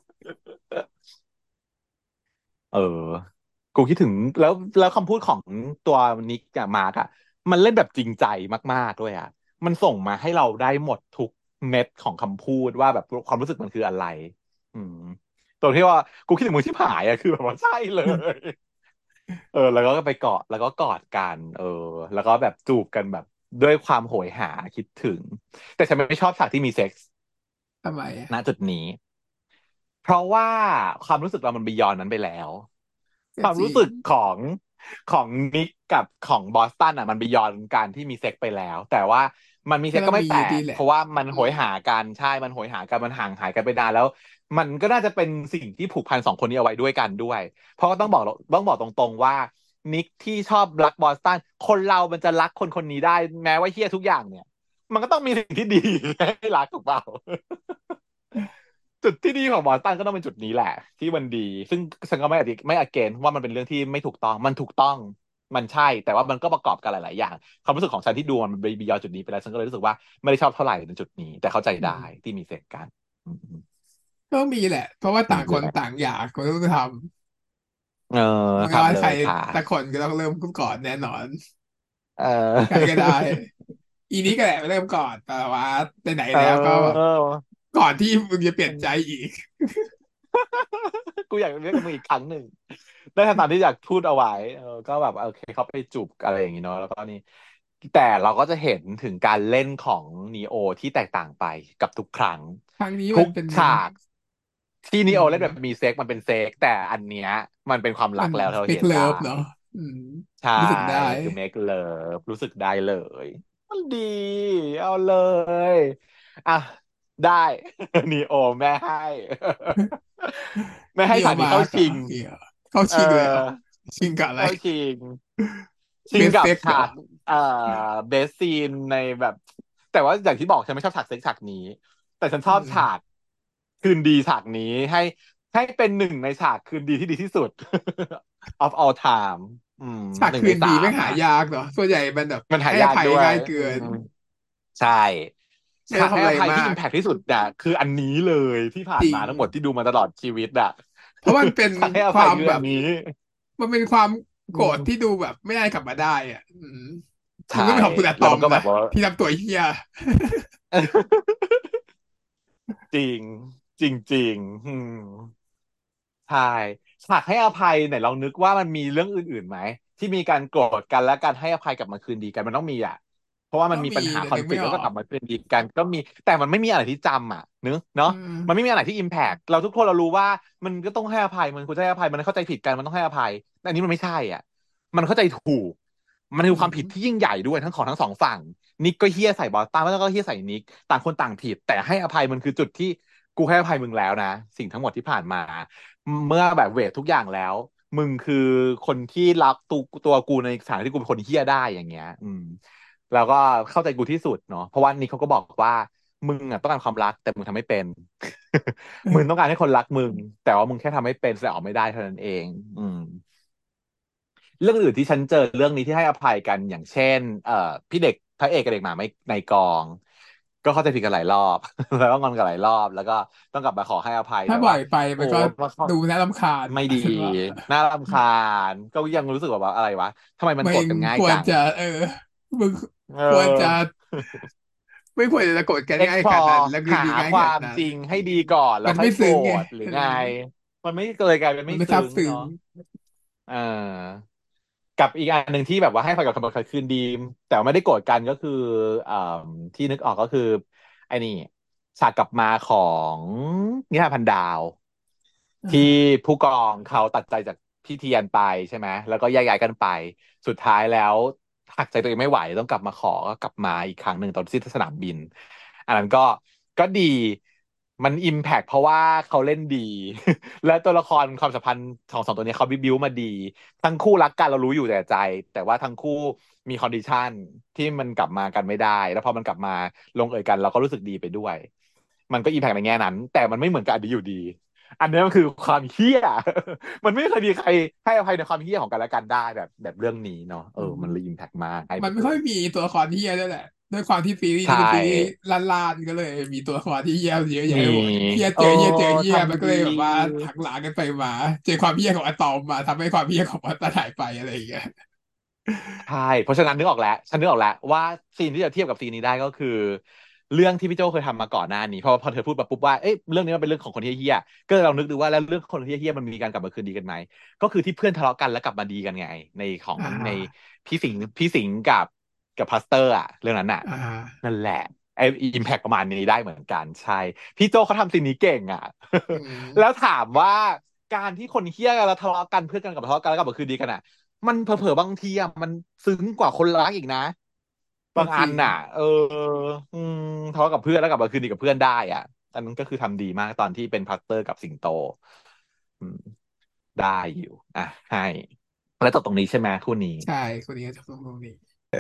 เออกูคิดถึงแล้วแล้วคำพูดของตัวนิกกับมาร์กอ่ะมันเล่นแบบจริงใจมากๆด้วยอ่ะมันส่งมาให้เราได้หมดทุกเม็ดของคำพูดว่าแบบความรู้สึกมันคืออะไรอืมตัวที่ว่ากูคิดถึงมือที่ผายอ่ะคือแบบว่าใช่เลยเออแล้วก็ไปเกาะแล้วก็กอดกันเออแล้วก็แบบจูบกันแบบด้วยความโหยหาคิดถึงแต่ฉันไม่ชอบฉากที่มีเซ็กส์ทำไมอ่ะณจุดนี้ เพราะว่าความรู้สึกเรามันบียอนนั้นไปแล้ว คก็จริงวามรู้สึกของของนิกกับของบอสตันอ่ะมันบียอนการที่มีเซ็กไปแล้ว แต่ว่ามันมีก็ต้องมีเซ็กก็ไม่แปลอยู่ดีแหละกเพราะว่ามันอืมโหยหากันใช่มันโหยหากันมันห่างหายกันไปนานแล้ว มันก็น่าจะเป็นสิ่งที่ผูกพันสองคนนี้เอาไว้ด้วยกันด้วย เพราะก็ต้องบอกต้องบอกตรงๆว่านิกที่ชอบรักบอสตันคนเรามันจะรักคนคนนี้ได้แม้ว่าเฮี้ยทุกอย่างเนี่ย มันก็ต้องมีสิ่งที่ดีให้รักถูกเปล่า จุดที่ดีของบอสตันก็ต้องเป็นจุดนี้แหละที่มันดีซึ่งฉันก็ไม่อธิไม่อเกนว่ามันเป็นเรื่องที่ไม่ถูกต้องมันถูกต้องมันใช่แต่ว่ามันก็ประกอบกันหลายๆอย่างความรู้สึกของฉันที่ดูมันไปบียอนจุดนี้ไปแล้วฉันก็เลยรู้สึกว่าไม่ได้ชอบเท่าไหร่ในจุดนี้แต่เข้าใจได้อืมที่มีเซ็กกันอืมก็มีแหละเพราะว่าต่างคนนี่แหละต่างอยากก็ต้องทเออำมันก็ทำเลใครยค่ะแต่คนก็ต้องเริ่มก่อนแน่นอนเอใครก็ได้ออีนี้ก็แหละเริ่มก่อนแต่ว่าไหนเๆแล้วก็แบบออก่อนที่มึงจะเปลี่ยนใจอีกกูอยากเรียกกับมึงอีกครั้งหนึ่งได้ทำตามที่อยากพูดเอาไว้เออก็แบบโอเคเขาไปจูบอะไรอย่างงี้เนาะแล้วก็นี่แต่เราก็จะเห็นถึงการเล่นของนีโอที่แตกต่างไปกับทุกครั้งครั้งนี้ทุกมันเป็นฉากที่อืนีโอเล่นแบบมมีเซ็กมันเป็นเซ็กแต่อันเนี้ยมันเป็นความมันรักแล้วที่เราเฟกเลิเห็นได้ฟเนาะอืมใช่รู้สึกได้คือ make love รู้สึกได้เลยมันดีเอาเลย อ่ะได้นีโอแม่ให้ไม่ให้เนียวฉากนี้มาร์กเหรอเข้าชิงเนียวเข้าเออชิงเลยเหรอชิงกับอะไรเข้าชิงชิเบงกับสเซ็กเหรอฉากเอ่อเบสซีนในแบบแต่ว่าอย่างที่บอกฉันไม่ชอบฉากเซ็กฉากนี้แต่ฉันชอือบฉากมคืนดีฉากนี้ให้ให้เป็นหนึ่งในฉากคืนดีที่ดีที่สุด of all time อืมฉากคืหนึ่งในสานดีไม่หามอ่ะยากเหรอส่วนใหญ่มันแบบมันหาให้อภัยยากด้วยง่ายเกิอืนม ใช่ฉากให้อไม่ต้องทำอะไรภัยที่อิมมากแพคที่สุดอะคืออันนี้เลยที่ผ่าจริงนมาทั้งหมดที่ดูมาตลอดชีวิตอะเพราะมันเป็นฉากให้อภัยความแบบคืออันนี้มันเป็นความอืโกรธที่มดูแบบไม่ได้กลับมาได้อ่ะอืมมัใช่นก็เป็นของคุณอะตแล้วอมนะมันก็แบบว่าที่ทำตัวเฮี้ยจริงจริงจริงอืม ใช่ฉากให้อภัยไหนลองนึกว่ามันมีเรื่องอื่นๆไหมที่มีการโกรธกันและการให้อภัยกลับมาคืนดีกันมันต้องมีอ่ะเพราะว่ามันมีก็มีแต่ปัญหาคอนนึกไม่ออกฟ lict แล้วก็กลับมาคืนดีกันก็มีแต่มันไม่มีอะไรที่จำอ่ะเนอะเนาะอืมมันไม่มีอะไรที่อิมแพกเราทุกคนเรารู้ว่ามันก็ต้องให้อภัยมันควรจะให้อภัยมันเข้าใจผิดกันมันต้องให้อภัยแต่อันนี้มันไม่ใช่อ่ะมันเข้าใจถูกมันอืคือความผิดที่มยิ่งใหญ่ด้วยทั้งของทั้งสองฝั่งนิกก็เฮี้ยใส่บอสตันแล้วก็เฮี้ยใส่นิกต่างคนต่างผิดแต่ให้อภัยมันคือจุดที่กูให้อภัยมึงแล้วนะสิ่งทั้งหมดที่ผ่านมา เมื่อแบบเวททุกอย่างแล้วมึงคือคนที่รักตัวตัวกูในฐานะที่กูเป็นคนเฮี้ยได้อย่างเงี้ยอืมแล้วก็เข้าใจกูที่สุดเนาะเพราะว่านี่เขาก็บอกว่ามึงอ่ะต้องการความรักแต่มึงทำไม่เป็นมึงต้องการให้คนรักมึงแต่ว่ามึงแค่ทำไม่เป็นแสดงออกไม่ได้เท่านั้นเองอืมเรื่องอื่นที่ฉันเจอเรื่องนี้ที่ให้อภัยกันอย่างเช่นเอ่อพี่เด็กพระเอกกับเด็กหมาไม่ในกองก็เข้าใจผิดกันหลายรอบแล้วก็งอนกันหลายรอบแล้วก็ต้องกลับมาขอให้อภัยแต่ว่าถ้าบ่อยไปโอ้มันก็มาขอดูน่ารำคาญไม่ดีฉันว่าน่ารำคาญก็ยังรู้สึกว่าอะไรวะทำไมมันมึงโกรธกันง่าควรยจังจะเออมึงเควรจะออไม่ควรจะโกรธกันง่ายขเอ็กพอนาดนั้นแล้วคืนหาดีง่ายความขนาดนั้นจริงให้ดีก่อนแล้วมันค่อยโกรไม่ซึ้งไงธหรือไงเออมันไม่เลยกลายเป็นมันไม่ไม่ซึ้ซาบซึ้งงเนาะอ่ากับอีกอันหนึ่งที่แบบว่าให้พยกับคำพูดคืนดีแต่ว่าไม่ได้โกรธกันก็คืออ่าที่นึกออกก็คือไอ้นี่ฉากกลับมาของนิทานพันดาว ที่อ่าผู้กองเขาตัดใจจากพี่เทียนไปใช่ไหมแล้วก็แยกย้ายกันไปสุดท้ายแล้วหักใจตัวเองไม่ไหวต้องกลับมาขอก็กลับมาอีกครั้งหนึ่งตอนที่สนามบินอันนั้นก็ก็ดีมันอิมแพกเพราะว่าเขาเล่นดีและตัวละครความสัมพันธ์ของสองตัวนี้เขาบิวมาดีทั้งคู่รักกันเรารู้อยู่แต่ใจแต่ว่าทั้งคู่มีคอนดิชันที่มันกลับมากันไม่ได้แล้วพอมันกลับมาลงเอยกันเราก็รู้สึกดีไปด้วยมันก็อิมแพกในแง่นั้นแต่มันไม่เหมือนกับอดีตอยู่ดี อันนี้มันคือความเฮี้ยมันไม่เคยมีใครให้อภัยในความเฮี้ยของกันและกันได้แบบแบบเรื่องนี้เนาะเอออืมันเลยอิมมแพกมากให้ไปเลยมันไม่ค่อยมีตัวละครที่แย่ด้วยแหละด้วยความที่ซีรีส์ใช่นี้เป็นซีรีส์ล้านๆก็เลยมีตัวละครที่แย่เยอะแยะมีไปหมดเฮี้ยโอ้เจอเฮี้ยเจอเฮี้ยมันก็ทำดีเลยแบบว่าหักหลังกันไปมาเจอความเฮี้ยของอะตอมมาทำให้ความเฮี้ยของวัตตาหายไปอะไรอย่างเงี้ยใช่เพราะฉะนั้นนึกออกแล้วฉันนึกออกแล้วว่าซีนที่จะเทียบกับซีนนี้ได้ก็คือเรื่องที่พี่โจเคยทำมาก่อนหน้านี้เพราะพอเธอพูดมาปุ๊บว่าเอ๊ะเรื่องนี้มันเป็นเรื่องของคนเฮี้ยๆก็เลยลองนึกดูว่าแล้วเรื่องคนเฮี้ยๆมันมีการกลับมาคืนดีกันไหมก็คือที่เพื่อนทะเลาะกันแล้วกลับมาดีกันไงในของอ่ในาพี่สิงห์พี่สิงห์กับกับพัสเตอร์อะเรื่องนั้นอะอ่านั่นแหละไออิมแพคประมาณนี้ได้เหมือนกันใช่พี่โจเขาทำซีนนี้เก่งอ่ะอืมแล้วถามว่าการที่คนเฮี้ยกันแล้วทะเลาะกันเพื่อนกันกับทะเลาะกันแล้วกลับมาคืนดีกันอ่ะมันเผลอๆบางทีอ่ะมันซึ้งกว่าคนรักอีกนะบางก็จริงอันน่ะเอออืมทะเลาะกับเพื่อนแล้วกลับมาคืนดีกับเพื่อนได้อ่ะอันนั้นก็คือทำดีมากตอนที่เป็นพัตเตอร์กับสิงโตอืมได้อยู่อ่ะให้แล้วจบตรงนี้ใช่ไหมคู่นี้ใช่คนนี้ก็จะตรงนี้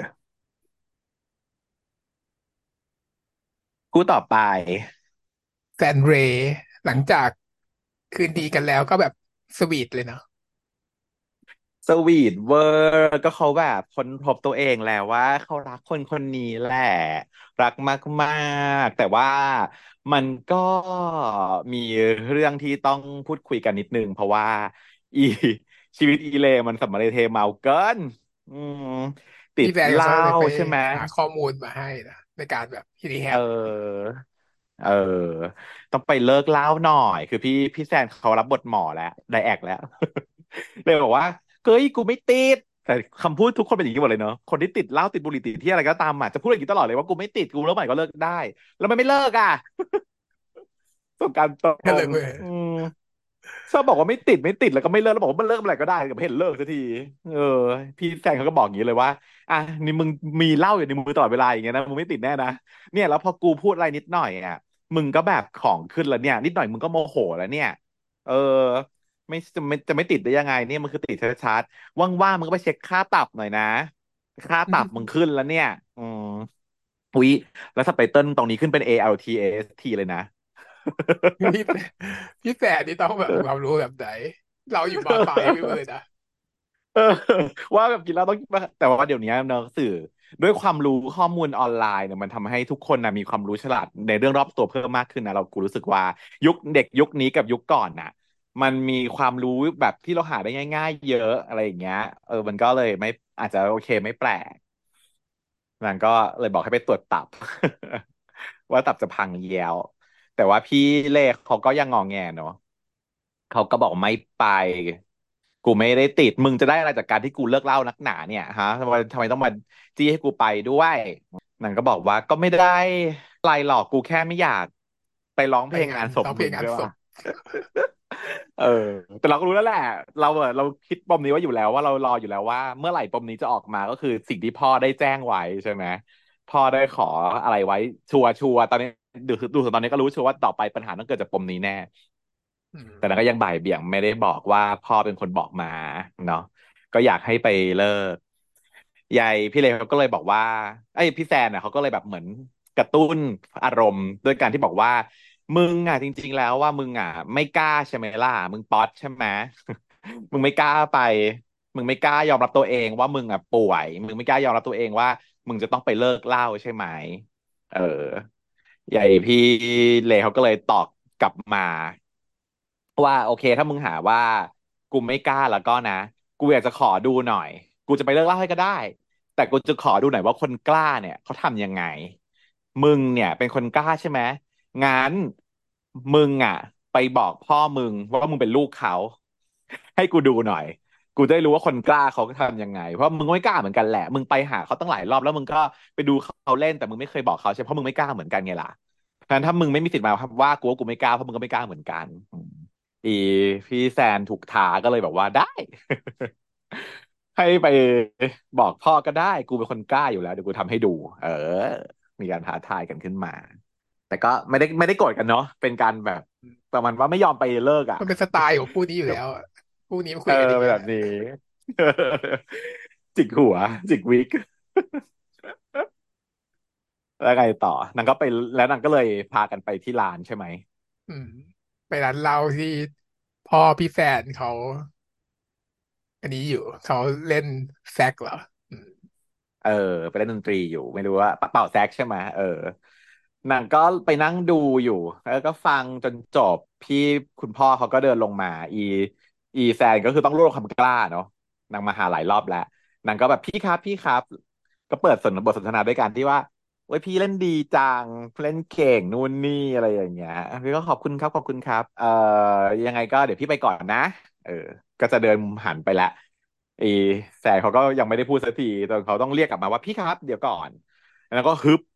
คู่ต่อไปแซนเรย์หลังจากคืนดีกันแล้วก็แบบสวีทเลยเนาะสวีทเวอร์ก็เขาแบบค้นพบตัวเองแล้วว่าเขารักคนคนนี้แหละรักมากๆแต่ว่ามันก็มีเรื่องที่ต้องพูดคุยกันนิดนึงเพราะว่าอีชีวิตอีเลมันสัมมาเลเทเมาเกินอืมติพี่ดเหล้าแซนเขาเลยไปใช่ไหมหาข้อมูลมาให้นะในการแบบฮิริแฮเปออเออต้องไปเลิกเหล้าหน่อยคือพี่พี่แซนเขารับบทหมอแล้วไดแอกแล้ว เลยบอกว่าเฮ้ยกูไม่ติดแต่คำพูดทุกคนเป็นอย่างนี้หมดเลยเนอะคนที่ติดเหล้าติดบุหรี่ติดที่อะไรก็ตามอ่ะจะพูดอย่างนี้ตลอดเลยว่ากูไม่ติดกูเลิกใหม่ก็เลิกได้แล้วมันไม่เลิกอ่ะประสบการณ์ตรงก็เลยเว้ยอืมชอบบอกว่าไม่ติดไม่ติดแล้วก็ไม่เลิกแล้วบอกว่ามันเลิกเมื่อไหร่ก็ได้แต่ไม่เห็นเลิกสักทีเออพี่แซงเขาก็บอกอย่างนี้เลยว่าอ่ะนี่มึงมีเหล้าอยู่ในมือตลอดเวลาอย่างเงี้ยนะมึงไม่ติดแน่นะเนี่ยแล้วพอกูพูดอะไรนิดหน่อยอ่ะมึงก็แบบของขึ้นแล้วเนี่ยนิดหน่อยมึงก็โมโหแล้วเนี่ยเออ ไม่จะไม่จะไม่ติดได้ยังไงเนี่ยมันคือติดชัดๆว่างๆมึงก็ไปเช็คค่าตับหน่อยนะค่าตับมึงขึ้นแล้วเนี่ยอืมอุ๊ยแล้วสเปเติลตรงนี้ขึ้นเป็น เอ แอล ที เอส ที เลยนะพี่พี่แสนนี่ต้องแบบมีความรู้แบบไหนเราอยู่มอปลายไม่เวิร์ดอะเออว่าแบบกินแล้วต้องแต่ว่าเดี๋ยวนี้เนอะสื่อด้วยความรู้ข้อมูลออนไลน์เนี่ยมันทำให้ทุกคนนะมีความรู้ฉลาดในเรื่องรอบตัวเพิ่มมากขึ้นนะเรากูรู้สึกว่ายุคเด็กยุคนี้กับยุคก่อนน่ะมันมีความรู้แบบที่เราหาได้ง่ายๆเยอะอะไรอย่างเงี้ยเออมันก็เลยไม่อาจจะโอเคไม่แปลกมันก็เลยบอกให้ไปตรวจตับว่าตับจะพังแย้วแต่ว่าพี่เลขเขาก็ยังงอแงเนาะ เขาก็บอกไม่ไป กูไม่ได้ติด มึงจะได้อะไรจากการที่กูเลิกเหล้านักหนาเนี่ยฮะทำไมทำไมต้องมาจี้ให้กูไปด้วยนางก็บอกว่าก็ไม่ได้อะไรหรอกกูแค่ไม่อยากไปร้องไปงานเพลงงานศพร้องเพลงงานมึงใช่ปะศพเออแต่เราก็รู้แล้วแหละเราเออเราคิดปมนี้ไว่าอยู่แล้วว่าเรารออยู่แล้วว่าเมื่อไหร่ปมนี้จะออกมาก็คือสิ่งที่พ่อได้แจ้งไว้ใช่ไหมพ่อได้ขออะไรไว้ชัวร์ชัวร์ตอนนี้ดูดูถึงตอนนี้ก็รู้ชัวร์ว่าต่อไปปัญหาต้องเกิดจากปมนี้แน่อืมแต่นั้นก็ยังบ่ายเบี่ยงไม่ได้บอกว่าพ่อเป็นคนบอกมาเนาะก็อยากให้ไปเลิกยายพี่เลเขาก็เลยบอกว่าไอ้ยพี่แซนน่ะเขาก็เลยแบบเหมือนกระตุ้นอารมณ์ด้วยการที่บอกว่ามึงอ่ะจริงๆแล้วว่ามึงอ่ะไม่กล้าใช่ไหมล่ะมึงป๊อตใช่ไหมมึงไม่กล้าไปมึงไม่กล้ายอมรับตัวเองว่ามึงอ่ะป่วยมึงไม่กล้ายอมรับตัวเองว่ามึงจะต้องไปเลิกเหล้าใช่ไหมเออใหญ่พี่เลเขาก็เลยตอบกลับมา ว่าโอเคถ้ามึงหาว่ากูไม่กล้าแล้วก็นะกูอยากจะขอดูหน่อยกูจะไปเลิกเหล่าให้ก็ได้แต่กูจะขอดูหน่อยว่าคนกล้าเนี่ยเขาทำยังไงมึงเนี่ยเป็นคนกล้าใช่ไหมงั้นมึงอ่ะไปบอกพ่อมึงว่ามึงเป็นลูกเขาให้กูดูหน่อยกูจะได้รู้ว่าคนกล้าเขาทำยังไงเพราะมึงก็ไม่กล้าเหมือนกันแหละมึงไปหาเขาตั้งหลายรอบแล้วมึงก็ไปดูเขาเล่นแต่มึงไม่เคยบอกเขาใช่เพราะมึงไม่กล้าเหมือนกันไงล่ะเพราะฉะนั้นถ้ามึงไม่มีสิทธิ์มาว่ากูว่ากูไม่กล้าเพราะมึงก็ไม่กล้าเหมือนกัน อีพี่แซนถูกท้าก็เลยแบบว่าได้ให้ไปบอกพ่อก็ได้กูเป็นคนกล้าอยู่แล้วเดี๋ยวกูทำให้ดูเออมีการท้าทายกันขึ้นมาแต่ก็ไม่ได้ไม่ได้โกรธกันเนาะเป็นการแบบประมาณว่าไม่ยอมไปเลิกอ่ะมันเป็นสไตล์ของคู่นี้อยู่แล้วอะคู่นี้มาเออคุยกันอย่างเงี้ยเป็นแบบนี้จิกหัวจิกวิกแล้วไงต่อนางก็ไปแล้วนางก็เลยพากันไปที่ร้านใช่ไหมอืมไปร้านเหล้าที่พ่อพี่แฟนเขาอันนี้อยู่เขาเล่นแซกเหรออืมเออไปเล่นดนตรีอยู่ไม่รู้ว่าเป่าแซกใช่ไหมเออนางก็ไปนั่งดูอยู่แล้วก็ฟังจนจบพี่คุณพ่อเขาก็เดินลงมาอีอีแซนก็คือต้องรวบรวมความกล้าเนาะนางมาหาหลายรอบแล้วนางก็แบบพี่ครับพี่ครับก็เปิดสนบทสนทนาด้วยกันที่ว่าโอ้ยพี่เล่นดีจังเล่นเก่งนู่นนี่อะไรอย่างเงี้ยพี่ก็ขอบคุณครับขอบคุณครับเอ่อยังไงก็เดี๋ยวพี่ไปก่อนนะเออก็จะเดินหันไปแล้ว ไอ้แสนเขาก็ยังไม่ได้พูดสักทีจนเขาต้องเรียกกลับมาว่าพี่ครับเดี๋ยวก่อนแล้วก็ฮึบ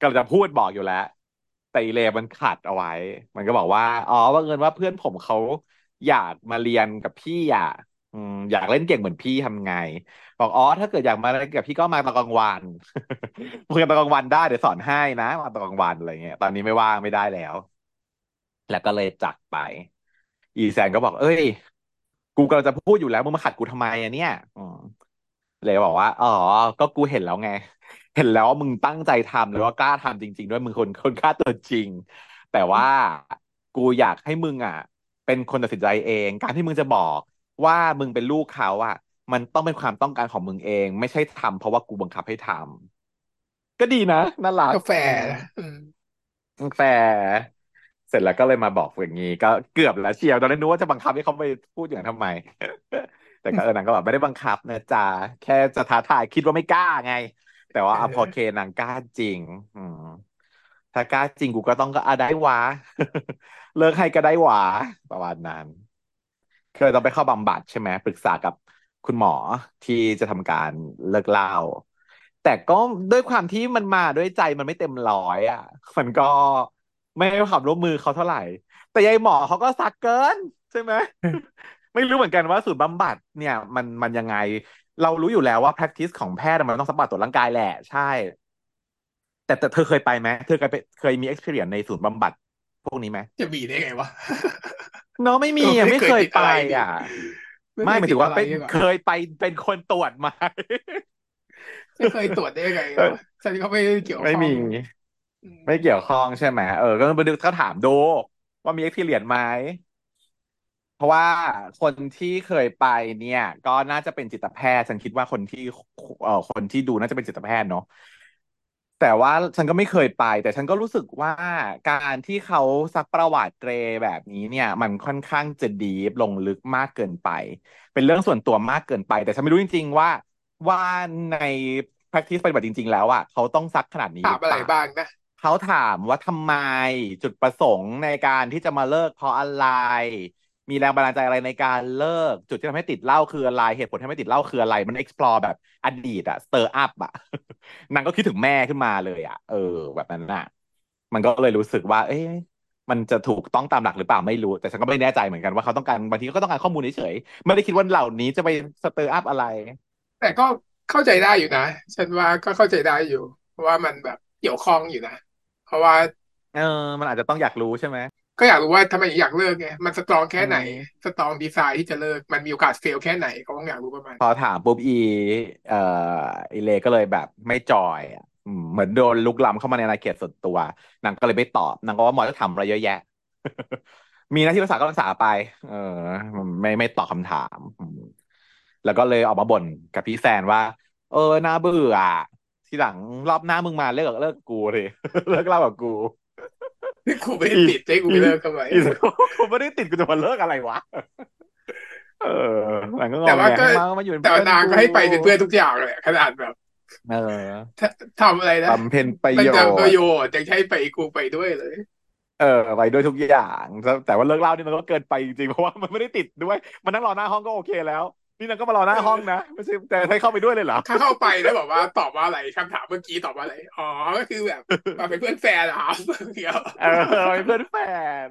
ก็จะพูดบอกอยู่แล้ว แต่อีเลมันขัดเอาไว้ มันก็บอกว่าอ๋อว่าเงินว่าเพื่อนผมเขาอยากมาเรียนกับพี่อ่ะอืมอยากเล่นเก่งเหมือนพี่ทำไงบอกอ๋อถ้าเกิดอยากมาเล่นกับพี่ก็มาตอนกลางวันมึงตอนกลางวันได้เดี๋ยวสอนให้นะมาตอนกลางวันอะไรเงี้ยตอนนี้ไม่ว่างไม่ได้แล้ว แล้วก็เลยจักไปอีแซนก็บอกเอ้ยกูกำลังจะพูดอยู่แล้วมึงมาขัดกูทำไมอะเนี่ยอืมเลยบอกว่าอ๋อก็กูเห็นแล้วไงเห็นแล้วว่ามึงตั้งใจทำแล้วว่ากล้าทำจริงๆด้วยมึงคนคนกล้าตัวจริงแต่ว่ากูอยากให้มึงอ่ะเป็นคนตัดสินใจเองการที่มึงจะบอกว่ามึงเป็นลูกเขาอ่ะมันต้องเป็นความต้องการของมึงเองไม่ใช่ทำเพราะว่ากูบังคับให้ทำก็ดีนะน่ารักก็แฟอืมร์นะอืมแต่เสร็จแล้วก็เลยมาบอกอย่างนี้ก็เกือบแล้วเชียวตอนนั้นนึกว่าจะบังคับให้เขาไปพูดอย่างนั้นทำไมแต่ก็เออนางก็แบบไม่ได้บังคับนะจ๊ะแค่จะท้าทายคิดว่าไม่กล้าไงแต่ว่าเออะพอเคนอางกล้าจริงอืมถ้ากล้าจริงกูก็ต้องก็อะได้วะเลิกให้ก็ได้วะประมาณนั้นเคยต้องไปเข้าบำบัดใช่ไหมปรึกษากับคุณหมอที่จะทำการเลิกเหล้าแต่ก็ด้วยความที่มันมาด้วยใจมันไม่เต็มร้อยอ่ะมันก็ ไม่ให้ความร่วมมือเขาเท่าไหร่ แต่ยายหมอเขาก็ซักเกินใช่ไหม ไม่รู้เหมือนกันว่าศูนย์บำบัดเนี่ยมันมันยังไง เรารู้อยู่แล้วว่า practice ของแพทย์มันต้องสัมผัสตรวจร่างกายแหละใช่ แต่แต่เธอเคยไปไหมเธอเคยไปเคยมี experience ในศูนย์บำบัดพวกนี้ไหมจะมีได้ไงวะเนาะไม่เอมีอ่ะอไม่เคยไม่เคยไปติดอะไรนี่อ่ะไม่ไม่หมายเคยติดอะไรถึงว่าเป็นดีกว่าเคยไปเป็นคนตรวจมาจะเคยตรวจได้ยังไงเออวะฉันก็ไม่ได้เกี่ยวไม่มีข้องอืไม่เกี่ยวมข้องใช่ไหมเออก็ไปดูก็ถามดูว่ามี experience ไหม เพราะว่าคนที่เคยไปเนี่ยก็น่าจะเป็นจิตแพทย์ฉันคิดว่าคนที่เอ่อคนที่ดูน่าจะเป็นจิตแพทย์เนาะแต่ว่าฉันก็ไม่เคยไปแต่ฉันก็รู้สึกว่าการที่เขาซักประวัติเรแบบนี้เนี่ยมันค่อนข้างจะดีฟลงลึกมากเกินไปเป็นเรื่องส่วนตัวมากเกินไปแต่ฉันไม่รู้จริงๆว่าว่าใน practice ปฏิบัติจริงๆแล้วอ่ะเขาต้องซักขนาดนี้ถามอะไรหรือเปล่าบ้างนะเขาถามว่าทำไมจุดประสงค์ในการที่จะมาเลิกเพราะอะไร มีแรงบันดาลใจอะไรในการเลิกจุดที่ทำให้ติดเหล้าคืออะไรเหตุผลที่ทำให้ติดเหล้าคืออะไรมัน explore แบบอดีตอะ stir up อะนางก็คิดถึงแม่ขึ้นมาเลยอะเออแบบนั้นน่ะมันก็เลยรู้สึกว่าเอ๊ะมันจะถูกต้องตามหลักหรือเปล่าไม่รู้แต่ฉันก็ไม่แน่ใจเหมือนกันว่าเขาต้องการบางทีก็ต้องการข้อมูลเฉยๆไม่ได้คิดว่าเหล่านี้จะไป stir up อะไรแต่ก็เข้าใจได้อยู่นะฉันว่าก็เข้าใจได้อยู่เพราะว่ามันแบบเกี่ยวข้องอยู่นะเพราะว่าเออมันอาจจะต้องอยากรู้ใช่ไหมก็อยากรู้ว่าทำไมอยากเลิกไงมันสตรองแค่อืไหนมสตรองดีไซน์ที่จะเลิกมันมีโอกาสเฟลแค่ไหนเขาก็อยากรู้ประมาณพอถามปุ๊บอีเอ่ออีเลก็เลยแบบไม่จอยอ่ะอืมเหมือนโดนลุกล้ำเข้ามาในอาณาเขตส่วนตัวนางก็เลยไม่ตอบนางก็ว่าหมอจะทำอะไรเยอะแยะมีหน้าที่รักษาก็รักษาไปเออไม่ไม่ตอบคำถามอืมแล้วก็เลยออกมาบ่นกับพี่แซนว่าเออน่าเบื่ออะทีหลังรอบหน้ามึงมาเลิกกับเลิกกับกูเลยเลิกเล่ากับกูนี้กูไม่ได้อีติดให้กูอีไปเลิกทำไมอีสกูไม่ได้ติดกูจะมาเลิกอะไรวะเออหลังก็งแต่ว่าก็งไงให้มามาอยู่เป็นแต่ว่าเพื่อนกูนางก็ให้ไปเป็นเพื่อนทุกอย่างเลยขนาดแบบเออถ้าทำอะไรนะบำเพ็ญประโยมันจะประโยชน์ชน์ยังใช้ไปกูไปด้วยเลยเออไปด้วยทุกอย่างแต่แต่ว่าเลิกเล่านี่มันก็เกินไปจริงๆเพราะว่ามันไม่ได้ติดด้วยมันนั่งรอหน้าห้องก็โอเคแล้วนี่นางก็มารอหเอน้าห้องนะอไม่ใช่แต่ให้เข้าไปด้วยเลยเหรอถ้าเข้าไปแล้วแบบว่าตอบว่าอะไรคำถามเมื่อกี้ตอบว่าอะไรอ๋อก็คือแบบมาเป็นเพื่อนแฟนเหรอครับเดียวเออเป็นเพื่อนแฟน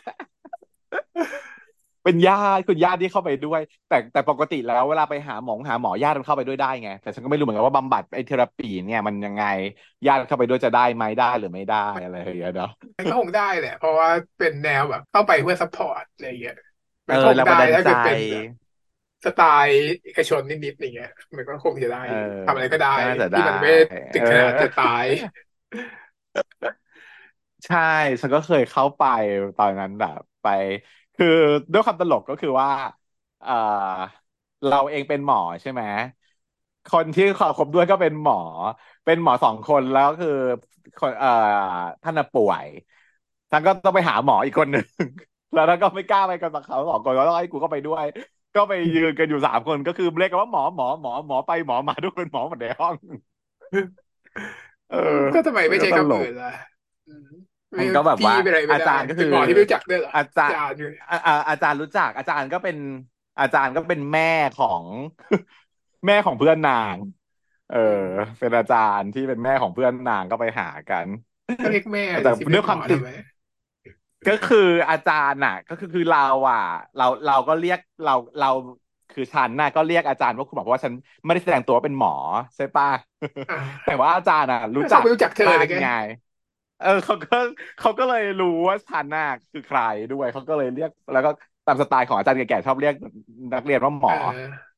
เป็นญาติคุณญาติที่เข้าไปด้วยแต่แต่ปกติแล้วเวลาไปหาหมอหาหมอญาติมันเข้าไปด้วยได้ไงแต่ฉันก็ไม่รู้เหมือนกันว่าบำบัดไอ้เทอราปีเนี่ยมันยังไงญาติเข้าไปด้วยจะได้ไหมได้หรือไม่ได้อะไรอย่างเงี้ยเนาะมันก็คงได้แหละเพราะว่าเป็นแนวแบบเข้าไปเพื่อซัพพอร์ตอะไรอย่างเงี้ยเออมันก็คงได้แรงบันดาลใจถ้าเกิดเป็นแบบสไตล์เอกชนนิดๆอย่างเงี้ยมันก็คงจะได้เอออยู่ทำอะไรก็ได้ก็น่าจะได้ที่มันไม่ถึเอองขนาดจะตายใช่ฉันก็เคยเข้าไปตอนนั้นแบบไปคือด้วยความตลกก็คือว่าเอ่อเราเองเป็นหมอใช่ไหมคนที่ขอคบด้วยก็เป็นหมอเป็นหมอสองคนแล้วคือคนเอ่อท่านน่ะป่วยท่านก็ต้องไปหาหมออีกคนหนึ่งแล้วท่านก็ไม่กล้าไปกันกับเขาสองคนก็ต้องให้กูเข้าไปด้วยก็ไปยืนกันอยู่สามคนก็คือเรียกกันว่าหมอหมอหมอหมอไปหมอมาทุกคนหมอหมดในห้องเออก็ทำไมมันก็ไม่ใช้คำตลกอื่นล่ะอืมไม่มันก็แบบพี่ว่าอาเป็นอะไรไม่ได้จารย์ก็คือเป็นหมอที่ไม่รู้จักด้วยเหรออาจารย์อาจารย์อยู่อาอาอาจารย์รู้จักอาจารย์ก็เป็นอาจารย์ก็เป็นแม่ของแม่ของเพื่อนนางเอเออ เป็นอาจารย์ที่เป็นแม่ของเพื่อนนางก็ไปหากันก็เรียกแม่แต่สิเรีด้ยกหมอวยความติดทำไมก็คืออาจารย์น่ะก็คือคือเราอ่ะเราเราก็เรียกเราเราคือฉันน่ะก็เรียกอาจารย์ว่าคุณหมอเพราะว่าฉันไม่ได้แสดงตัวว่าเป็นหมอใช่ปะอ่าแต่ว่าอาจารย์อ่ะรู้จักเขาไม่รู้จักเธอเลยแกมากไงเออเขาก็เขาก็เลยรู้ว่าฉันน่ะคือใครด้วยเขาก็เลยเรียกแล้วก็ตามสไตล์ของอาจารย์แก่ๆชอบเรียกนักเรียนว่าหมเอออ